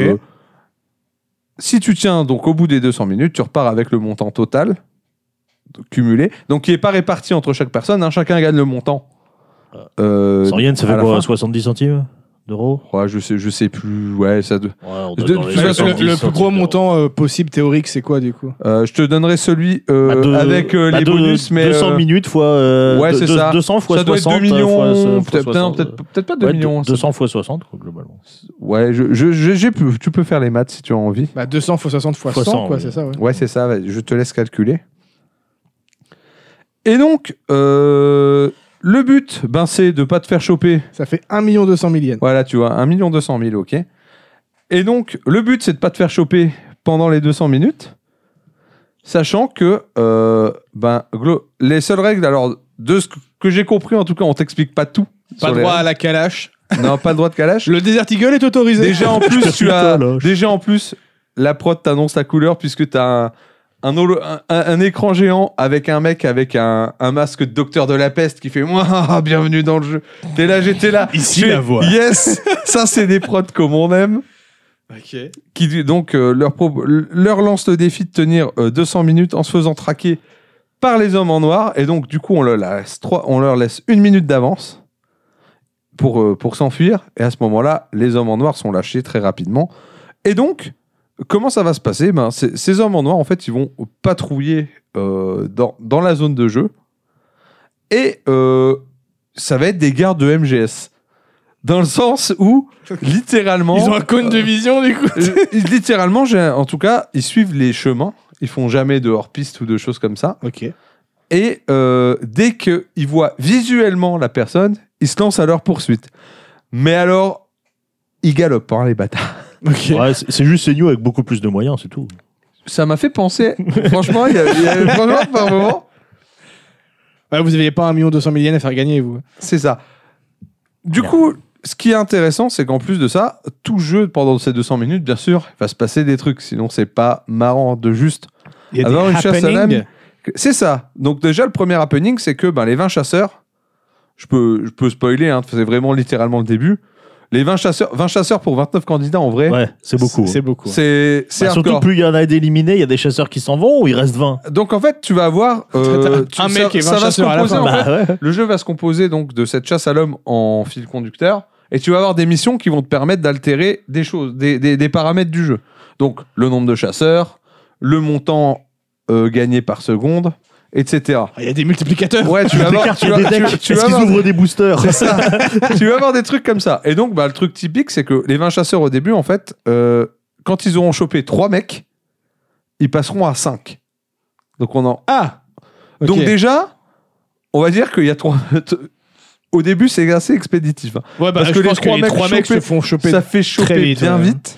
si tu tiens donc, au bout des 200 minutes, tu repars avec le montant total cumulé. Donc, qui n'est pas réparti entre chaque personne. Hein, chacun gagne le montant. 100 yens, ça à fait la quoi fin. 70 centimes d'euros Ouais, je sais plus. Ouais, ça doit... Ouais, on De- doit dans les de toute façon, 70 Le plus centimes gros d'euros. montant possible théorique, c'est quoi du coup? je te donnerai celui Bah, avec les bonus, mais 200 minutes fois. ouais, c'est ça. 200 fois ça doit 60. être 2 millions. fois Peut-être 60, peut-être pas 2 ouais, millions. 200 fois 60, quoi, globalement. Ouais, j'ai plus. Tu peux faire les maths si tu as envie. Bah 200 fois 60 fois 100, Fois 100, quoi, oui. c'est ça, ouais. Ouais, c'est ça. Ouais, je te laisse calculer. Et donc, le but, ben, c'est de pas te faire choper. Ça fait 1 200 000 yens. Voilà, tu vois, 1 200 000, ok. Et donc, le but, c'est de pas te faire choper pendant les 200 minutes, sachant que les seules règles, alors, de ce que j'ai compris, en tout cas, on t'explique pas tout. Pas sur les droit à règles. la calache. Non, pas le droit de calage. Le Desert Eagle est autorisé. Déjà en plus, Putain, la prod t'annonce ta couleur puisque t'as un écran géant avec un mec avec un masque de docteur de la peste qui fait moi bienvenue dans le jeu. T'es là, j'étais là. Ici, Je fais, la voix. Yes, ça c'est des prods comme on aime. Ok. Qui donc leur lance le défi de tenir 200 minutes en se faisant traquer par les hommes en noir et donc du coup on leur laisse 1 minute d'avance pour s'enfuir et à ce moment-là les hommes en noir sont lâchés très rapidement et donc comment ça va se passer? Ces hommes en noir, en fait, ils vont patrouiller dans la zone de jeu. Et ça va être des gardes de MGS. Dans le sens où, littéralement... Ils ont un cône de vision, du coup. littéralement, en tout cas, ils suivent les chemins. Ils font jamais de hors-piste ou de choses comme ça. Ok. Et dès qu'ils voient visuellement la personne, ils se lancent à leur poursuite. Mais alors, ils galopent, hein, les bâtards. Ok. Ouais, c'est juste CNews avec beaucoup plus de moyens, c'est tout. Ça m'a fait penser... franchement, il y a franchement, par moment... Ouais, vous n'aviez pas 1 200 000 yens à faire gagner, vous. C'est ça. Du coup, ce qui est intéressant, c'est qu'en plus de ça, tout jeu, pendant ces 200 minutes, bien sûr, il va se passer des trucs. Sinon, c'est pas marrant de juste Il y a avoir des une chasse à happenings. l'âme. C'est ça. Donc déjà, le premier happening, c'est que les 20 chasseurs, je peux spoiler, hein, c'est vraiment littéralement le début. Les 20 chasseurs pour 29 candidats, en vrai, Ouais, c'est beaucoup. C'est beaucoup. c'est Surtout, hardcore. plus il y en a d'éliminés, il y a des chasseurs qui s'en vont ou il reste 20. Donc en fait, tu vas avoir... Un mec et 20 ça va se chasseurs à la composer, fin. en fait, Bah ouais. le jeu va se composer donc de cette chasse à l'homme en fil conducteur et tu vas avoir des missions qui vont te permettre d'altérer des choses, des paramètres du jeu. Donc le nombre de chasseurs, le montant gagné par seconde, etc. Il y a des multiplicateurs. Ouais, tu vas Des avoir, cartes, tu il y a vas- des tu- decks. tu Est-ce vas qu'ils avoir- ouvrent des boosters? c'est ça. Tu vas avoir des trucs comme ça. Et donc, le truc typique, c'est que les 20 chasseurs au début, en fait, quand ils auront chopé 3 mecs, ils passeront à 5. Donc Ah. Ok. Donc déjà, on va dire qu'il y a 3... Au début, c'est assez expéditif. Hein. Ouais, parce je que les pense trois les mecs 3 mecs se chopés, font choper. Ça fait choper très vite, bien ouais. vite.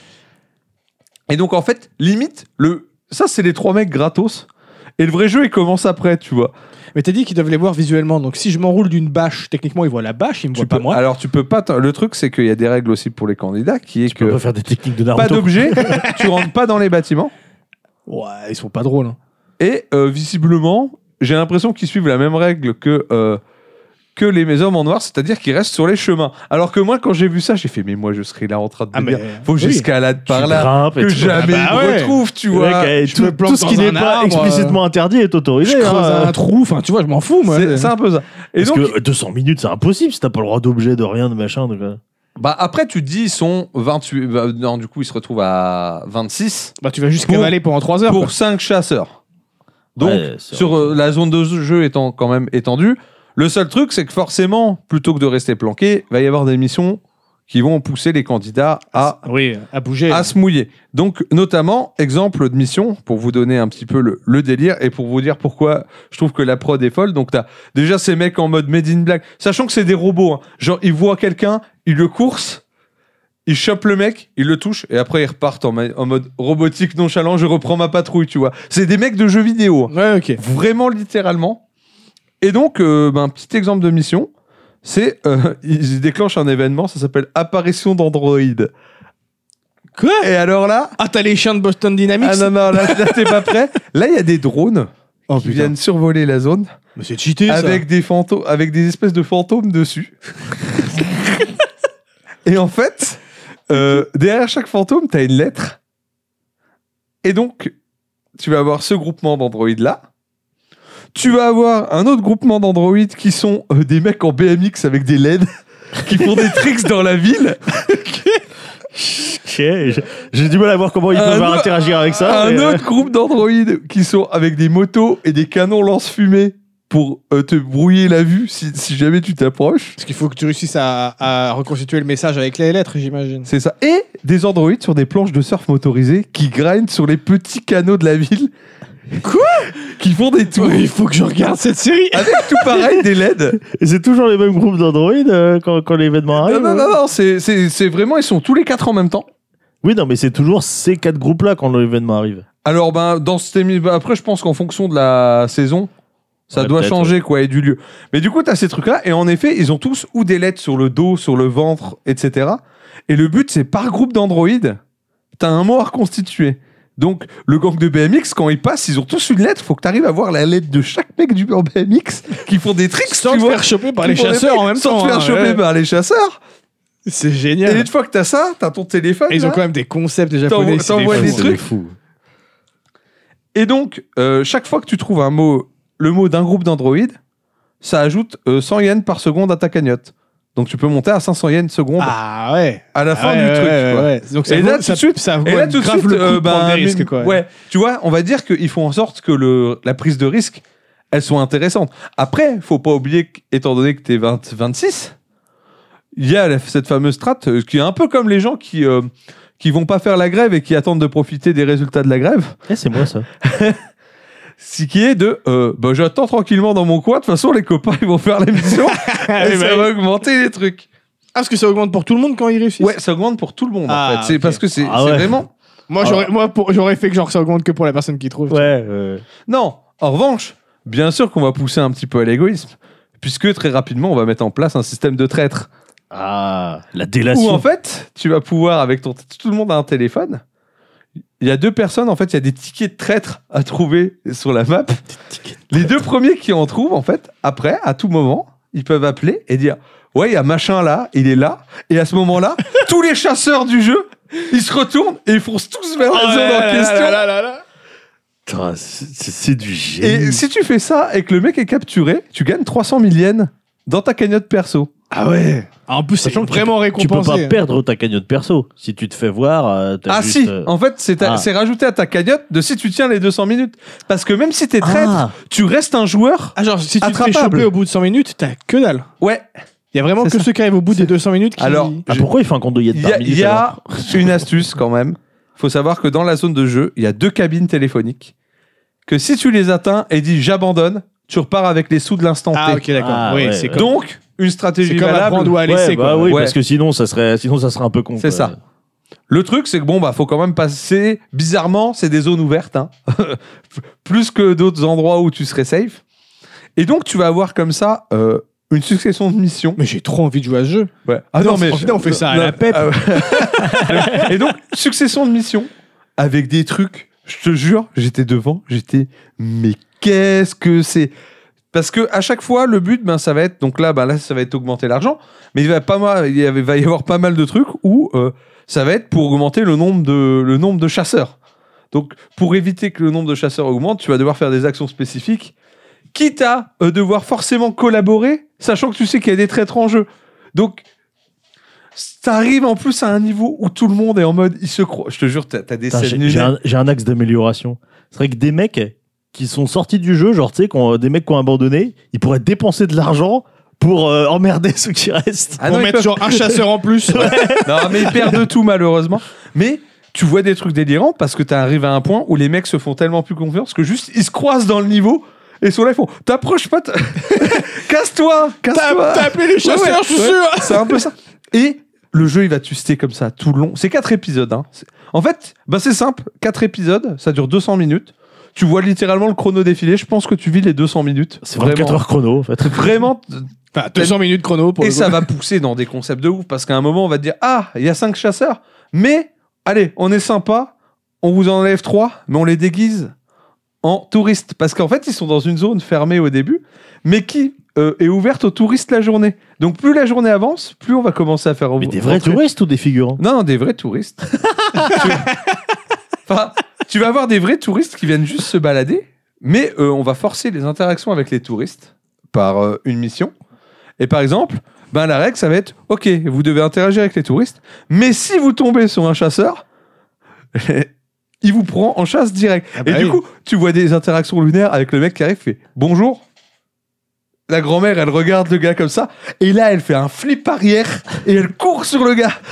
Et donc, en fait, limite, ça, c'est les 3 mecs gratos. Et le vrai jeu, il commence après, tu vois. Mais t'as dit qu'ils doivent les voir visuellement. Donc si je m'enroule d'une bâche, techniquement, ils voient la bâche, ils me voient pas moi. Alors, tu peux pas... Le truc, c'est qu'il y a des règles aussi pour les candidats, qui est Tu peux que pas faire des techniques de pas Naruto. d'objet, tu rentres pas dans les bâtiments. Ouais, ils sont pas drôles. Hein. Et visiblement, j'ai l'impression qu'ils suivent la même règle que les hommes en noir, c'est-à-dire qu'ils restent sur les chemins. Alors que moi, quand j'ai vu ça, j'ai fait, mais moi, je serais là en train de me dire, faut que oui. j'escalade par Tu là, grimpes et que tout. jamais Ah bah ils me ouais. retrouvent, tu Ouais, vois. je me planque tout ce qui dans n'est un pas arbre, explicitement interdit est autorisé. Je creuse hein. un trou, enfin tu vois, je m'en fous moi. C'est un peu ça. Et Parce donc, que 200 minutes, c'est impossible si t'as pas le droit d'objet, de rien, de machin. après, tu te dis, ils sont 28. Non, du coup, ils se retrouvent à 26 Bah tu vas juste Pour- cavaler pendant 3 heures. pour quoi. 5 chasseurs. Donc, Ouais, c'est sur vrai. la zone de jeu étant quand même étendue, le seul truc, c'est que forcément, plutôt que de rester planqué, il va y avoir des missions qui vont pousser les candidats Oui, à bouger. à se mouiller. Donc, notamment, exemple de mission, pour vous donner un petit peu le délire et pour vous dire pourquoi je trouve que la prod est folle. Donc, t'as déjà ces mecs en mode Made in Black, sachant que c'est des robots. Hein. Genre, ils voient quelqu'un, ils le coursent, ils chopent le mec, ils le touchent et après, ils repartent en mode robotique nonchalant, je reprends ma patrouille, tu vois. C'est des mecs de jeux vidéo. Hein. Ouais, ok. Vraiment, littéralement. Et donc, un petit exemple de mission, c'est ils déclenchent un événement, ça s'appelle apparition d'androïdes. Quoi? Et alors là, Ah, t'as les chiens de Boston Dynamics? ah non, là t'es pas prêt. Là, il y a des drones Oh qui putain. viennent survoler la zone Mais c'est cheaté ça. avec des fantômes, avec des espèces de fantômes dessus. Et en fait, derrière chaque fantôme, t'as une lettre. Et donc, tu vas avoir ce groupement d'androïdes là. Tu vas avoir un autre groupement d'androïdes qui sont des mecs en BMX avec des LED qui font des tricks dans la ville. J'ai du mal à voir comment ils Un peuvent autre- interagir avec ça. Un mais, autre groupe d'androïdes qui sont avec des motos et des canons lance-fumée pour te brouiller la vue si jamais tu t'approches. Parce qu'il faut que tu réussisses à reconstituer le message avec les lettres, j'imagine. C'est ça. Et des androïdes sur des planches de surf motorisées qui grindent sur les petits canaux de la ville. Quoi? Qui font des tours. Il faut que je regarde cette série. Avec tout pareil, des LED. Et c'est toujours les mêmes groupes d'Android quand l'événement arrive. Non, c'est vraiment, ils sont tous les 4 en même temps. Oui, non, mais c'est toujours ces 4 groupes-là quand l'événement arrive. Alors, dans cette après, je pense qu'en fonction de la saison, ça Ouais, doit peut-être, changer, quoi, et du lieu. Mais du coup, t'as ces trucs-là, et en effet, ils ont tous ou des lettres sur le dos, sur le ventre, etc. Et le but, c'est par groupe d'androïdes, t'as un mot à reconstituer. Donc, le gang de BMX, quand ils passent, ils ont tous une lettre. Faut que t'arrives à voir la lettre de chaque mec du BMX qui font des tricks, Sans tu te vois. faire choper par Qui les font des chasseurs trucs en même sans temps. te faire hein, choper ouais. par les chasseurs. C'est Et génial. une fois que t'as ça, t'as ton téléphone. Et ils ont là. quand même des concepts japonais. c'est t'envoies fous, des hein. trucs. fou. Et donc, chaque fois que tu trouves le mot d'un groupe d'androïdes, ça ajoute 100 yens par seconde à ta cagnotte. Donc tu peux monter à 500 yens seconde Ah ouais. à la fin Ouais, du ouais, truc. ouais, tu vois. ouais. Donc Et là, tout de suite, ça vaut Et là, tout de grave suite, le coup de prendre des risques, quoi. ouais, tu vois, on va dire qu'ils font en sorte que la prise de risque, elle soit intéressante. Après, faut pas oublier qu'étant donné que t'es 26, il y a cette fameuse strat qui est un peu comme les gens qui vont pas faire la grève et qui attendent de profiter des résultats de la grève. C'est moi ça. Ce qui est de j'attends tranquillement dans mon coin, de toute façon les copains ils vont faire l'émission et ça va augmenter les trucs. Ah, parce que ça augmente pour tout le monde quand ils réussissent. Ouais, ça augmente pour tout le monde en Ah, fait. C'est ok. parce que c'est Ah ouais. vraiment. Moi, j'aurais fait que genre ça augmente que pour la personne qui trouve. Ouais. Non, en revanche, bien sûr qu'on va pousser un petit peu à l'égoïsme, puisque très rapidement on va mettre en place un système de traître. Ah, la Où délation. en fait, tu vas pouvoir avec tout le monde a un téléphone. Il y a 2 personnes, en fait, il y a des tickets de traître à trouver sur la map. Les 2 premiers qui en trouvent, en fait, après, à tout moment, ils peuvent appeler et dire ouais, il y a machin là, il est là. Et à ce moment-là, tous les chasseurs du jeu, ils se retournent et ils foncent tous vers la zone en question. Putain, c'est du génie. Et si tu fais ça et que le mec est capturé, tu gagnes 300 000 yens dans ta cagnotte perso. Ah ouais. En plus, c'est Sachant que vraiment tu peux récompensé. pas perdre ta cagnotte perso. Si tu te fais voir, t'as Ah juste, si, en fait, c'est rajouté à ta cagnotte de si tu tiens les 200 minutes. Parce que même si t'es traître, tu restes un joueur. Ah, genre, si tu te fais attrapable. choper au bout de 100 minutes, t'as que dalle. Ouais. Il y a vraiment C'est que ça. ceux qui arrivent au bout des 200 minutes qui... Alors, pourquoi il fait un compte de yens par minute Il y a alors une astuce quand même. Faut savoir que dans la zone de jeu, il y a 2 cabines téléphoniques. Que si tu les atteins et dis j'abandonne, tu repars avec les sous de l'instant T. Ah, ok, d'accord. Ah, oui, ouais. c'est comme... Donc, une stratégie C'est comme valable. apprendre où à laisser, Ouais, bah quoi. oui, Ouais. parce que sinon ça serait un peu con. C'est quoi. ça. Le truc, c'est que faut quand même passer. Bizarrement, c'est des zones ouvertes, hein. Plus que d'autres endroits où tu serais safe. Et donc, tu vas avoir comme ça une succession de missions. Mais j'ai trop envie de jouer à ce jeu. Ouais. Ah non, mais on fait ça à la pep. Et donc, succession de missions avec des trucs. Je te jure, j'étais devant, mais qu'est-ce que c'est? Parce que à chaque fois, le but, ça va être donc là, ça va être augmenter l'argent, mais il va y avoir pas mal de trucs où ça va être pour augmenter le nombre de chasseurs. Donc, pour éviter que le nombre de chasseurs augmente, tu vas devoir faire des actions spécifiques, quitte à devoir forcément collaborer, sachant que tu sais qu'il y a des traîtres en jeu. Donc, ça arrive en plus à un niveau où tout le monde est en mode, il se croit. Je te jure, t'as des Putain, scènes j'ai un axe d'amélioration. C'est vrai que des mecs qui sont sortis du jeu, genre, tu sais, des mecs qui ont abandonné, ils pourraient dépenser de l'argent pour emmerder ceux qui restent. Ah On non, ils met peuvent- genre un chasseur en plus. Non, mais ils perdent tout, malheureusement. Mais tu vois des trucs délirants parce que t'arrives à un point où les mecs se font tellement plus confiance que juste, ils se croisent dans le niveau et sont là, ils font t'approches pas, casse-toi. T'as appelé les chasseurs, Ouais, je suis ouais. sûr. C'est un peu ça. Et le jeu, il va tuster comme ça tout le long. C'est 4 épisodes. Hein. En fait, c'est simple. 4 épisodes, ça dure 200 minutes. Tu vois littéralement le chrono défiler. Je pense que tu vis les 200 minutes. C'est 24 heures chrono, en fait. Vraiment. Enfin, 200 minutes chrono pour Et le ça coup. va pousser dans des concepts de ouf. Parce qu'à un moment, on va te dire ah, il y a 5 chasseurs. Mais, allez, on est sympa. On vous enlève 3, mais on les déguise en touristes. Parce qu'en fait, ils sont dans une zone fermée au début, mais qui est ouverte aux touristes la journée. Donc, plus la journée avance, plus on va commencer à faire... Mais des vrais rentrer- touristes ou des figurants? Non, des vrais touristes. Enfin, tu vas avoir des vrais touristes qui viennent juste se balader, mais on va forcer les interactions avec les touristes par une mission. Et par exemple, la règle, ça va être, ok, vous devez interagir avec les touristes, mais si vous tombez sur un chasseur, il vous prend en chasse direct. Ah bah Et du oui. coup, tu vois des interactions lunaires avec le mec qui arrive, fait bonjour. La grand-mère, elle regarde le gars comme ça, et là, elle fait un flip arrière, et elle court sur le gars.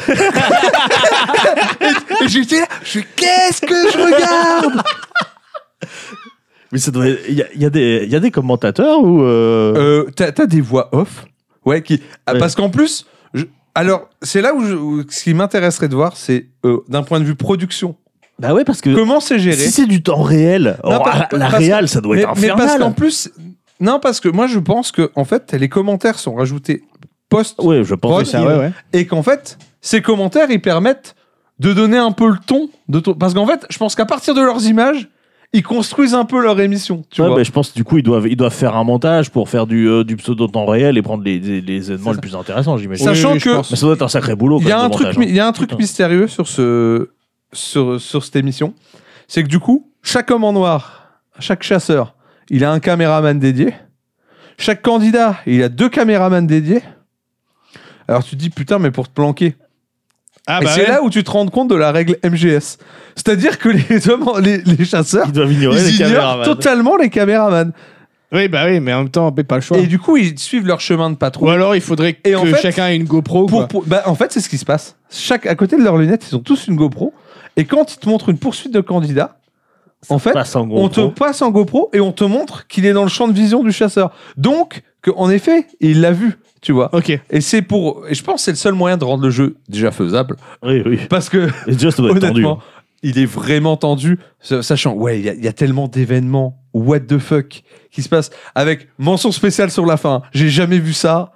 Et j'étais là, je fais, qu'est-ce que je regarde? Mais ça doit être- il y a des commentateurs ou T'as des voix off, ouais, parce qu'en plus, alors, c'est là où ce qui m'intéresserait de voir, c'est d'un point de vue production, Bah ouais, parce que comment c'est géré. si c'est du temps réel, Non, la parce- réal, ça doit être mais parce infernal. qu'en plus, non, parce que moi, je pense que en fait, les commentaires sont rajoutés post Ouais, je pense Prod, aussi. Ça, ouais. et qu'en fait, ces commentaires, ils permettent de donner un peu le ton parce qu'en fait, je pense qu'à partir de leurs images, ils construisent un peu leur émission, tu Ouais, vois. bah, je pense du coup ils doivent faire un montage pour faire du pseudo temps réel et prendre les événements C'est les plus intéressants, j'imagine. Sachant oui, je que pense. Mais ça doit être un sacré boulot. il y a quand un même, de truc, montage, hein. il y a un truc Putain. mystérieux sur cette émission, c'est que du coup, chaque homme en noir, chaque chasseur, il a un caméraman dédié. Chaque candidat, il a 2 caméramans dédiés. Alors tu te dis putain, mais pour te planquer. Ah Et bah c'est ouais. là où tu te rends compte de la règle MGS. C'est-à-dire que les chasseurs, Ils doivent ignorer les ils ignorent caméramans. totalement les caméramans. Oui, bah oui, mais en même temps, pas le choix. Et du coup, ils suivent leur chemin de Ou patrouille. alors, il faudrait Et que en fait, chacun ait une GoPro. quoi. Bah, en fait, c'est ce qui se passe. À côté de leurs lunettes, ils ont tous une GoPro. Et quand ils te montrent une poursuite de candidats, en fait, Passe en on te GoPro. passe en GoPro et on te montre qu'il est dans le champ de vision du chasseur. Donc, en effet, il l'a vu, tu vois. Ok. Et et je pense que c'est le seul moyen de rendre le jeu déjà faisable. Oui, oui. Parce que, Et déjà, ça doit être tendu. honnêtement, il est vraiment tendu, sachant, ouais, il y a tellement d'événements, what the fuck, qui se passent, avec mention spéciale sur la fin. J'ai jamais vu ça.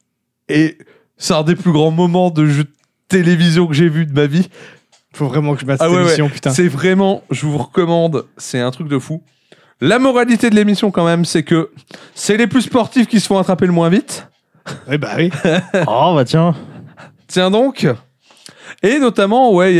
Et c'est un des plus grands moments de jeu de télévision que j'ai vu de ma vie. Faut vraiment que je mette cette Ah ouais, émission, putain. C'est vraiment, je vous recommande, c'est un truc de fou. La moralité de l'émission, quand même, c'est que c'est les plus sportifs qui se font attraper le moins vite. Oui, bah oui. Oh, bah tiens. Tiens donc. Et notamment, ouais,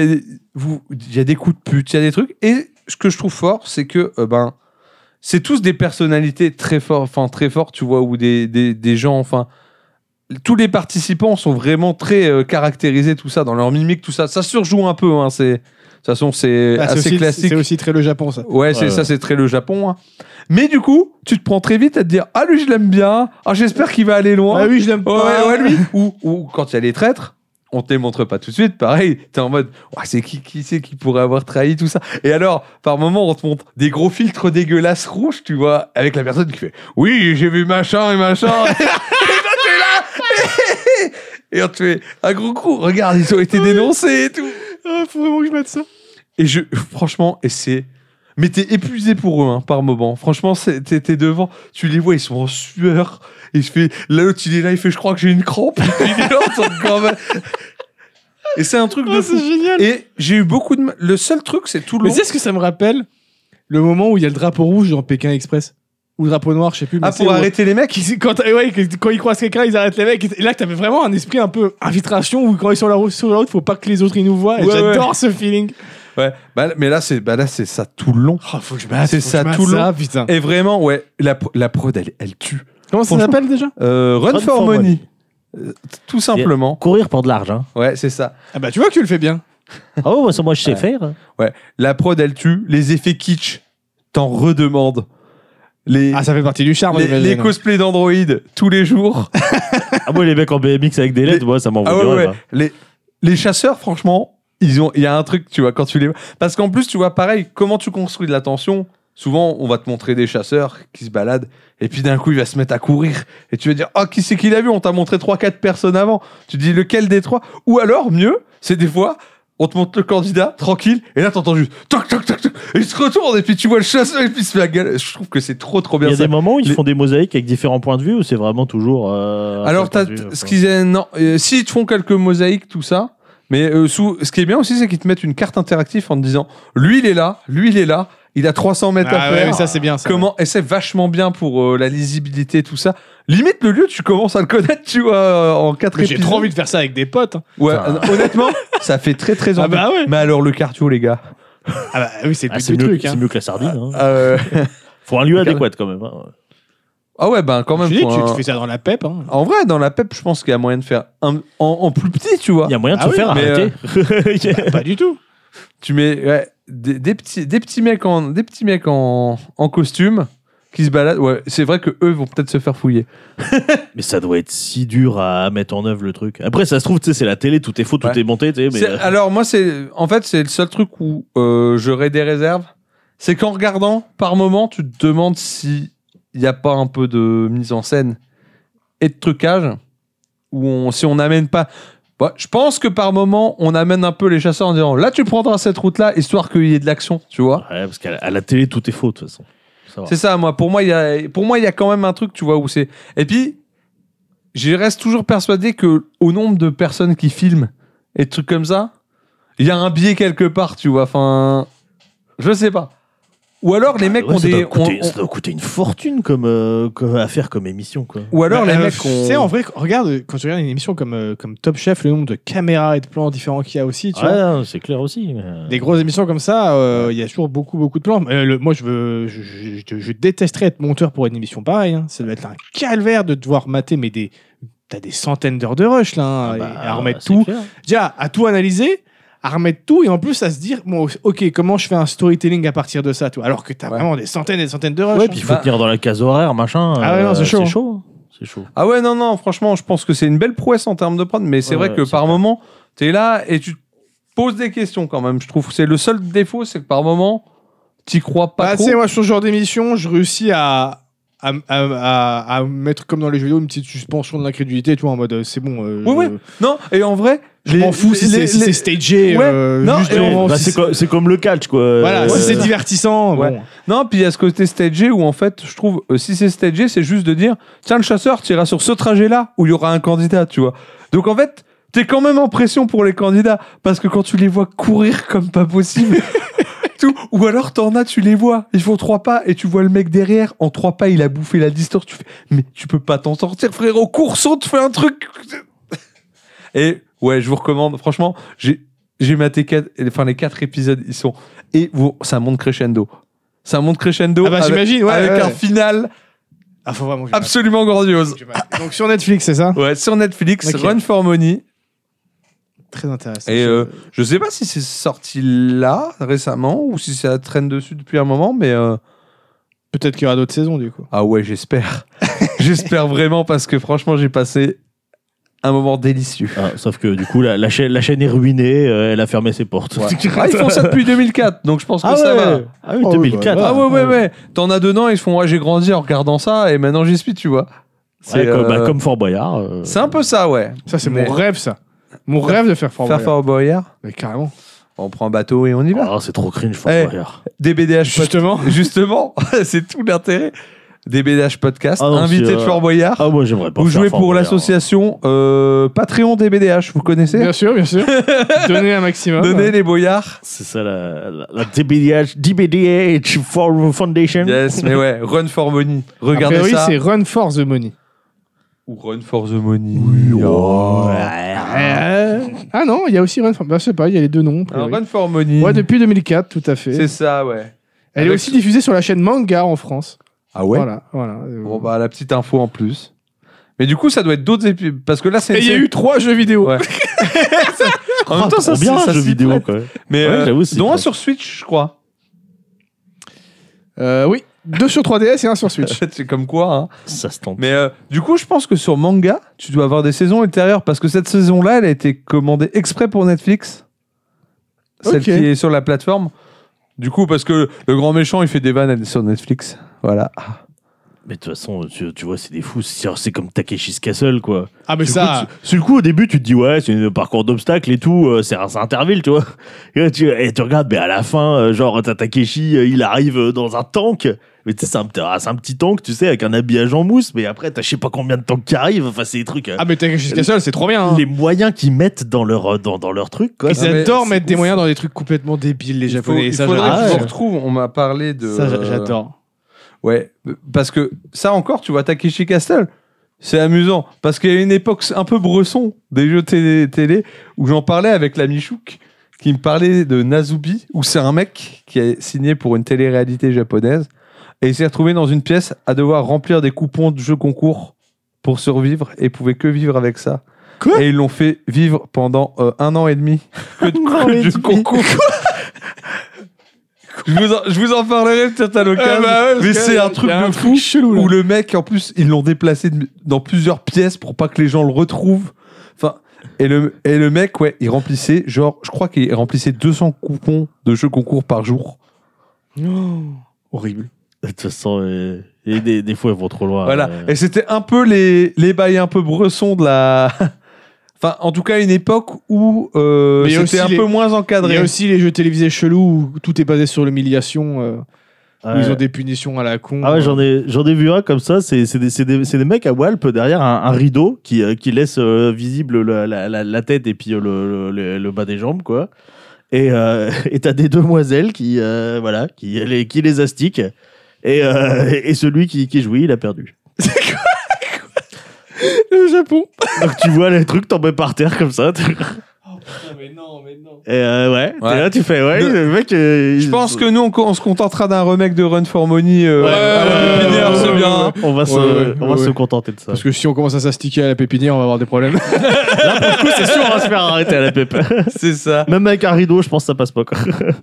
il y a des coups de pute, il y a des trucs. Et ce que je trouve fort, c'est que, c'est tous des personnalités très fortes, tu vois, ou des gens, enfin. Tous les participants sont vraiment très caractérisés, tout ça, dans leur mimique, tout ça. Ça surjoue un peu, hein, de toute façon, c'est Ah, assez classique. C'est aussi très le Japon, ça. Ouais, ça, c'est très le Japon. Hein. Mais du coup, tu te prends très vite à te dire ah, lui, je l'aime bien. Ah, j'espère qu'il va aller loin. Ah oui, je l'aime pas. Ouais, lui. Ou quand il y a les traîtres, on te les montre pas tout de suite. Pareil, t'es en mode ouais, c'est qui c'est qui pourrait avoir trahi tout ça. Et alors, par moment, on te montre des gros filtres dégueulasses rouges, tu vois, avec la personne qui fait oui, j'ai vu machin et machin. Et toi, t'es là. Et on te fait un gros coup. Regarde, ils ont été dénoncés et tout. Ah, faut vraiment que je mette ça. Et franchement, mais t'es épuisé pour eux, hein, par moment. Franchement, t'es devant, tu les vois, ils sont en sueur. Et je fais, là, l'autre, il est là, il fait, je crois que j'ai une crampe. Et il est là, en train de quand même. Et c'est un truc de fou. C'est génial. Et j'ai eu beaucoup de le seul truc, c'est tout le Mais long. tu sais ce que ça me rappelle? Le moment où il y a le drapeau rouge dans Pékin Express. Ou le drapeau noir, je sais plus. Ah, pour arrêter les mecs? Quand ils croisent quelqu'un, ils arrêtent les mecs. Et là, t'avais vraiment un esprit un peu infiltration où quand ils sont sur la route, faut pas que les autres ils nous voient. Et Ouais, j'adore ce feeling. Ouais. Mais là, c'est ça tout le long. Oh, faut que je mette C'est ça tout le long. putain. Et vraiment, ouais, la prod, elle tue. Comment ça franchement, s'appelle déjà? Run for Money. Tout simplement. Courir pour de l'argent. Ouais, c'est ça. Ah bah tu vois que tu le fais bien. Ah ouais, ça, moi, je sais Ouais. faire. Ouais. La prod, elle tue. Les effets kitsch, t'en redemandes. Les, Ah, ça fait partie du charme. les j'imagine. cosplays d'Android tous les jours. Ah, moi, les mecs en BMX avec des LED, moi, ça m'envoie Ah du ouais, rêve. ouais. Les chasseurs, franchement, il y a un truc, tu vois, quand tu les vois. Parce qu'en plus, tu vois, pareil, comment tu construis de la tension. Souvent, on va te montrer des chasseurs qui se baladent, et puis d'un coup, il va se mettre à courir. Et tu vas dire, oh, qui c'est qui l'a vu? On t'a montré 3-4 personnes avant. Tu dis, lequel des 3? Ou alors, mieux, c'est des fois, on te montre le candidat, tranquille, et là, t'entends juste, toc, toc, toc, toc, et il se retourne, et puis tu vois le chasseur, et puis il se fait la gueule. Je trouve que c'est trop Il bien y a ça. des moments où ils Les- font des mosaïques avec différents points de vue ou c'est vraiment toujours. Alors, si ils te font quelques mosaïques, tout ça, mais ce qui est bien aussi, c'est qu'ils te mettent une carte interactive en te disant, lui, il est là, il a 300 mètres à Ah ouais, faire. mais ça c'est bien ça. Comment et c'est vachement bien pour la lisibilité, tout ça. Limite, le lieu, tu commences à le connaître, tu vois, en 4 Mais épisodes. j'ai trop envie de faire ça avec des potes. hein. Ouais, Putain. honnêtement, ça fait très très Ah envie. bah ouais. Mais alors, le cardio, les gars. Ah bah oui, c'est le Ah, but c'est du mieux, truc. c'est hein. mieux que la sardine. Hein. Euh, Faut un lieu adéquat quand même. Hein. Ah ouais, ben quand même. Je dis, faut tu un- fais ça dans la pep. Hein. En vrai, dans la PEP, je pense qu'il y a moyen de faire en plus petit, tu vois. Il y a moyen de Ah se oui, faire mais, arrêter. Pas du tout. Tu mets ouais, des petits mecs en costume qui se baladent. Ouais, c'est vrai que eux vont peut-être se faire fouiller. Mais ça doit être si dur à mettre en œuvre le truc. Après, ça se trouve, tu sais, c'est la télé, tout est faux, tout Ouais. est monté. Tu sais, mais, Alors moi, c'est le seul truc où j'aurais des réserves. C'est qu'en regardant, par moment, tu te demandes si il n'y a pas un peu de mise en scène et de trucage, si on n'amène pas... Ouais, je pense que par moment, on amène un peu les chasseurs en disant, là, tu prendras cette route-là, histoire qu'il y ait de l'action, tu vois. Ouais, parce qu'à la télé, tout est faux, de toute façon. Ça va. C'est ça, moi. Pour moi, il y a quand même un truc, tu vois, où c'est... Et puis, je reste toujours persuadé que au nombre de personnes qui filment et de trucs comme ça, il y a un biais quelque part, tu vois. Enfin, je sais pas. Ou alors les mecs Ouais, ont ça des... doit coûter, ça doit coûter une fortune à faire comme émission, quoi. Ou alors les mecs Tu ont... sais, en vrai, regarde, quand tu regardes une émission comme Top Chef, le nombre de caméras et de plans différents qu'il y a aussi, tu vois. Ouais, non, c'est clair aussi. Mais... Des grosses émissions comme ça, il y a toujours beaucoup de plans. Moi, je détesterais être monteur pour une émission pareille. Hein. Ça doit être un calvaire de devoir mater mais des t'as des centaines d'heures de rush là, hein, et à remettre c'est tout. clair. Déjà, à tout analyser, à remettre tout, et en plus à se dire, bon, ok, comment je fais un storytelling à partir de ça, toi, alors que t'as vraiment des centaines et des centaines de rush. Ouais, hein. puis il faut tenir dans la case horaire, machin. Ah ouais, non, c'est chaud. C'est chaud. C'est chaud. Ah ouais, non, franchement, je pense que c'est une belle prouesse en termes de prod, mais c'est vrai que par moment, t'es là et tu te poses des questions quand même. Je trouve que c'est le seul défaut, c'est que par moment, t'y crois pas trop. Tu sais, moi, sur ce genre d'émission, je réussis à mettre comme dans les jeux vidéo une petite suspension de l'incrédulité, tu vois, en mode c'est bon. Ouais. Non, et en vrai, je m'en fous si c'est stagé. Ouais, non, juste c'est comme le catch, quoi. Voilà, si c'est divertissant. Ouais. Bon. Non, puis il y a ce côté stagé où en fait, je trouve, si c'est stagé, c'est juste de dire tiens, le chasseur, tu iras sur ce trajet-là où il y aura un candidat, tu vois. Donc en fait, t'es quand même en pression pour les candidats parce que quand tu les vois courir comme pas possible. Tout. Ou alors t'en as, tu les vois, ils font 3 pas et tu vois le mec derrière, en 3 pas il a bouffé la distance, tu fais mais tu peux pas t'en sortir frérot, cours, saute, fais un truc. Et ouais, je vous recommande, franchement, j'ai maté les 4 épisodes, ils sont, et ça monte crescendo. Ça monte crescendo ah bah, j'imagine, ouais, avec ouais. un final faut vraiment que absolument grandiose. Donc sur Netflix, c'est ça? Ouais, sur Netflix, Okay. Run for Money. Très intéressant. Et je sais pas si c'est sorti là récemment ou si ça traîne dessus depuis un moment, mais peut-être qu'il y aura d'autres saisons du coup. ah ouais, j'espère. J'espère vraiment parce que franchement, j'ai passé un moment délicieux. Ah, sauf que du coup, la chaîne est ruinée, elle a fermé ses portes. Ouais. Ah, ils font ça depuis 2004, donc je pense que ça va. Ah oui, 2004. Ah ouais. T'en as dedans, ils font ouais, j'ai grandi en regardant ça et maintenant j'y suis, tu vois. C'est comme Fort Boyard. C'est un peu ça, ouais. Ça, c'est mon rêve, ça. Mon rêve de faire Fort Boyard. Mais carrément. On prend un bateau et on y va. Oh, c'est trop cringe, Fort Boyard. DBDH Justement, c'est tout l'intérêt. DBDH Podcast, Ah non, invité de Fort Boyard. Ah, moi, j'aimerais pas. Vous faire jouez Fort pour Boyard. l'association Patreon DBDH, vous connaissez? Bien sûr. Donnez un maximum. Donnez les boyards. C'est ça la DBDH Foundation. Yes, mais ouais, Run for Money. Regardez Après, ça. oui, c'est Run for the Money. Ou Run for the Money. Oui, Ah non, il y a aussi Run for... Bah, je sais pas, il y a les deux noms. Alors, Run for Money. Ouais, depuis 2004, tout à fait. C'est ça, ouais. Elle est aussi diffusée sur la chaîne Manga en France. Ah ouais? Voilà. Bon, bah, la petite info en plus. Mais du coup, ça doit être d'autres épisodes. Parce que là, c'est. Et il y a eu 3 jeux vidéo. Ouais. En même temps, ça bien un jeu s'y vidéo, prête. quoi. Mais Ouais, j'avoue, c'est dont un vrai. sur Switch, je crois. Oui, 2 sur 3DS et 1 sur Switch. C'est comme quoi, hein. Ça se tente. Mais du coup, je pense que sur Manga, tu dois avoir des saisons ultérieures parce que cette saison-là, elle a été commandée exprès pour Netflix. Celle Ok. qui est sur la plateforme. Du coup, parce que le grand méchant, il fait des vannes sur Netflix. Voilà. Mais de toute façon, tu vois, c'est des fous. C'est comme Takeshi's Castle, quoi. Ah, mais Sur ça... le coup, sur le coup, au début, tu te dis, ouais, c'est un parcours d'obstacles et tout, c'est Interville, tu vois. Et tu regardes, mais à la fin, genre, t'as Takeshi, il arrive dans un tank. Mais tu sais, c'est un petit tank, tu sais, avec un habillage en mousse. Mais après, t'as je sais pas combien de tanks qui arrivent. Enfin, c'est des trucs. Ah, mais Takeshi's Castle, c'est trop bien. Hein. Les moyens qu'ils mettent dans leur truc, quoi. Ils Ah, mais adorent c'est mettre des ouf. moyens dans des trucs complètement débiles, les Japonais. Il Ça, faudrait j'adore. que je ouais. me retrouve. On m'a parlé de. Ça, j'adore. Ouais, parce que ça encore, tu vois, Takeshi Castle, c'est amusant. Parce qu'il y a une époque un peu bresson des jeux télé où j'en parlais avec la Michouk qui me parlait de Nazubi, où c'est un mec qui a signé pour une télé-réalité japonaise et il s'est retrouvé dans une pièce à devoir remplir des coupons de jeux concours pour survivre et pouvait que vivre avec ça. Quoi ? Et ils l'ont fait vivre pendant 1 an et demi que de jeux concours. Je vous en parlerai peut-être à l'occasion. Mais c'est un truc de fou chelou, là. où le mec, en plus, ils l'ont déplacé dans plusieurs pièces pour pas que les gens le retrouvent. Enfin, et le mec, ouais, il remplissait, genre, je crois qu'il remplissait 200 coupons de jeux concours par jour. Horrible. De toute façon, et des fois, ils vont trop loin. Voilà. Et c'était un peu les bails un peu bressons de la. Enfin, en tout cas, une époque où Mais il y a c'était aussi un peu moins Il y encadré. a aussi les jeux télévisés chelous où tout est basé sur l'humiliation, où ils ont des punitions à la con. Ah ouais, j'en ai vu un comme ça. C'est des mecs à Walp derrière un rideau qui laisse visible la tête et puis le bas des jambes, quoi. Et t'as des demoiselles qui les astiquent. Et celui qui jouit, il a perdu. Le Japon. Donc tu vois les trucs tomber par terre comme ça. mais non. Et ouais, Ouais. et là tu fais, ouais, Le- le mec. Je pense que nous, on se contentera d'un remake de Run for Money à la pépinière, c'est bien. On va se contenter de ça. Parce que si on commence à s'astiquer à la pépinière, on va avoir des problèmes. Là, pour le coup, c'est sûr, on va se faire arrêter à la pép. C'est ça. Même avec un rideau, je pense que ça passe pas, quoi.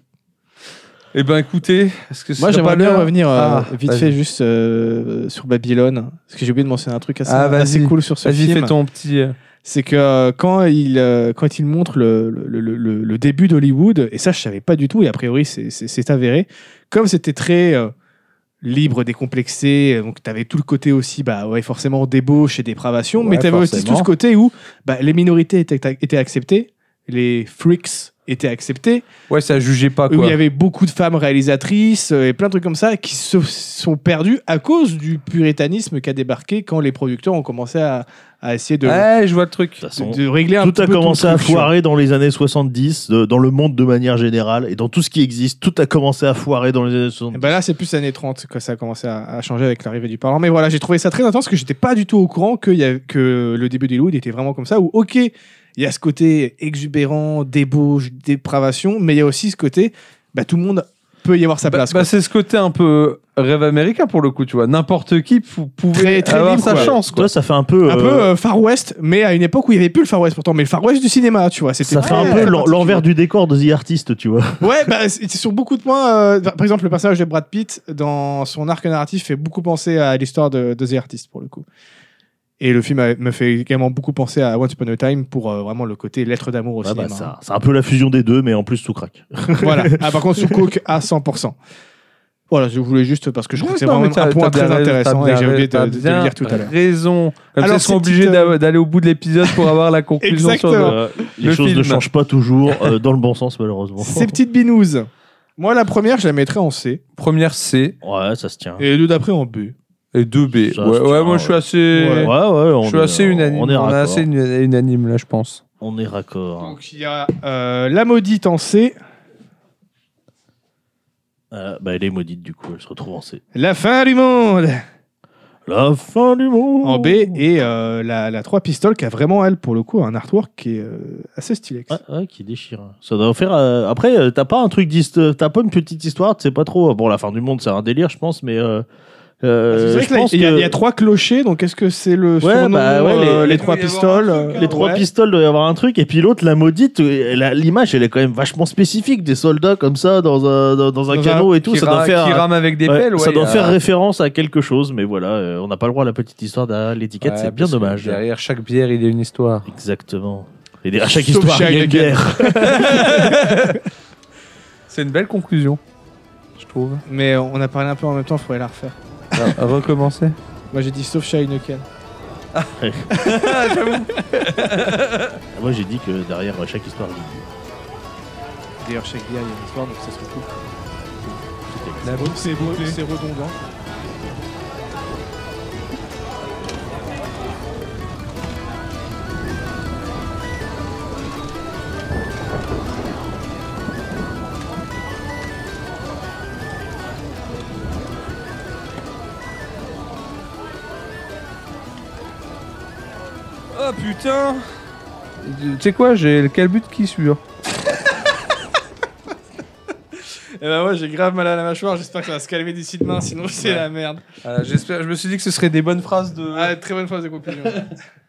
Eh ben écoutez, est-ce que ce Moi, serait j'aimerais pas bien l'heure revenir vite vas-y. fait juste sur Babylone. Parce que j'ai oublié de mentionner un truc Ah, vas-y. assez cool sur ce Vas-y, film. fais ton petit. C'est que quand il montre le début d'Hollywood, et ça je savais pas du tout, et a priori c'est avéré, comme c'était très libre, décomplexé, donc tu avais tout le côté aussi, bah ouais, forcément débauche et dépravation, Ouais, mais tu avais aussi forcément. tout ce côté où bah, les minorités étaient acceptées, les freaks étaient acceptés, Ouais, ça jugeait pas où il quoi. y avait beaucoup de femmes réalisatrices et plein de trucs comme ça qui se sont perdus à cause du puritanisme qui a débarqué quand les producteurs ont commencé à essayer de, Ouais, je vois le truc. De toute façon, de régler un tout petit a peu commencé le à truc, tu vois. foirer dans les années 70, dans le monde de manière générale, et dans tout ce qui existe, tout a commencé à foirer dans les années 70. Et ben là, c'est plus années 30 que ça a commencé à changer avec l'arrivée du parlant. Mais voilà, j'ai trouvé ça très intense parce que j'étais pas du tout au courant que le début d'Hollywood était vraiment comme ça. Où, ok, il y a ce côté exubérant, débauche, dépravation, mais il y a aussi ce côté, bah, tout le monde peut y avoir sa place. Bah, quoi. c'est ce côté un peu rêve américain pour le coup, tu vois. N'importe qui pouvait Très avoir libre, sa quoi. chance, quoi. Toi, ça fait un peu. Un peu Far West, mais à une époque où il y avait plus le Far West pourtant, mais le Far West du cinéma, tu vois. C'était ça fait un très peu particulier. l'envers du décor de The Artist, tu vois. Ouais, bah, c'est sur beaucoup de points. Par exemple, le personnage de Brad Pitt, dans son arc narratif, fait beaucoup penser à l'histoire de The Artist, pour le coup. Et le film me fait également beaucoup penser à Once Upon a Time pour vraiment le côté lettre d'amour au Ouais, bah, cinéma. c'est un peu la fusion des deux, mais en plus sous crack. Voilà. Ah, par contre, sous coke à 100%. Voilà, je voulais juste parce que je trouve que c'est Non, vraiment mais t'as- un point t'as très bien raison, intéressant t'as et j'ai bien oublié raison, de le dire tout à l'heure. Raison. Comme Alors, ça, ils seront ces obligés petites, d'aller au bout de l'épisode pour avoir la conclusion sur Exactement. le... Les Le choses ne film. changent pas toujours dans le bon sens, malheureusement. Ces petites binous. Moi, la première, je la mettrais en C Première C Ouais, ça se tient. et les deux d'après en B. et 2B. Ça, Ouais, c'est ouais, bien, moi je suis ouais. assez... Ouais. Ouais, Je suis assez unanime. On est On est raccord. assez unanime là, je pense. On est raccord. Donc, il y a La Maudite en C, Bah, elle est maudite, du coup, elle se retrouve en C. La Fin du Monde La fin du monde. en B et la 3 pistoles qui a vraiment, elle, pour le coup, un artwork qui est assez stylé. Ouais, qui déchire. Ça doit faire. Après, t'as pas un truc t'as pas une petite histoire, tu sais pas trop. Bon, la fin du monde, c'est un délire, je pense, mais. C'est vrai je que là, pense il y a 3 clochers, donc est-ce que c'est le surnom, bah ouais, les 3 il doit y pistoles avoir un truc, Les 3 ouais. pistoles doit y avoir un truc, et puis l'autre, la maudite, l'image, elle est quand même vachement spécifique. Des soldats comme ça dans un canot et tout. Qui Ça doit faire. qui rame avec des Ouais, pelles, ouais, ça doit il y a- faire référence à quelque chose, mais voilà, on n'a pas le droit à la petite histoire derrière l'étiquette, Ouais, c'est bien parce que dommage. Derrière chaque bière, il y a une histoire. Exactement. Et derrière chaque Sauf histoire, chez il y a une Heineken. bière. C'est une belle conclusion, je trouve. Mais on a parlé un peu en même temps, il faudrait la refaire. À recommencer. Moi j'ai dit sauf chez Heineken. Moi, j'ai dit que derrière chaque histoire, il y a une bière. D'ailleurs, chaque bière, il y a une histoire, donc ça se coupe. Tout est- C'est redondant. Oh putain. Tu sais quoi, j'ai le calbut qui suit. Et ben moi j'ai grave mal à la mâchoire, j'espère que ça va se calmer d'ici demain, sinon c'est la merde. J'espère. Je me suis dit que ce serait des bonnes phrases de. Ah, très bonne phrase de conclusion.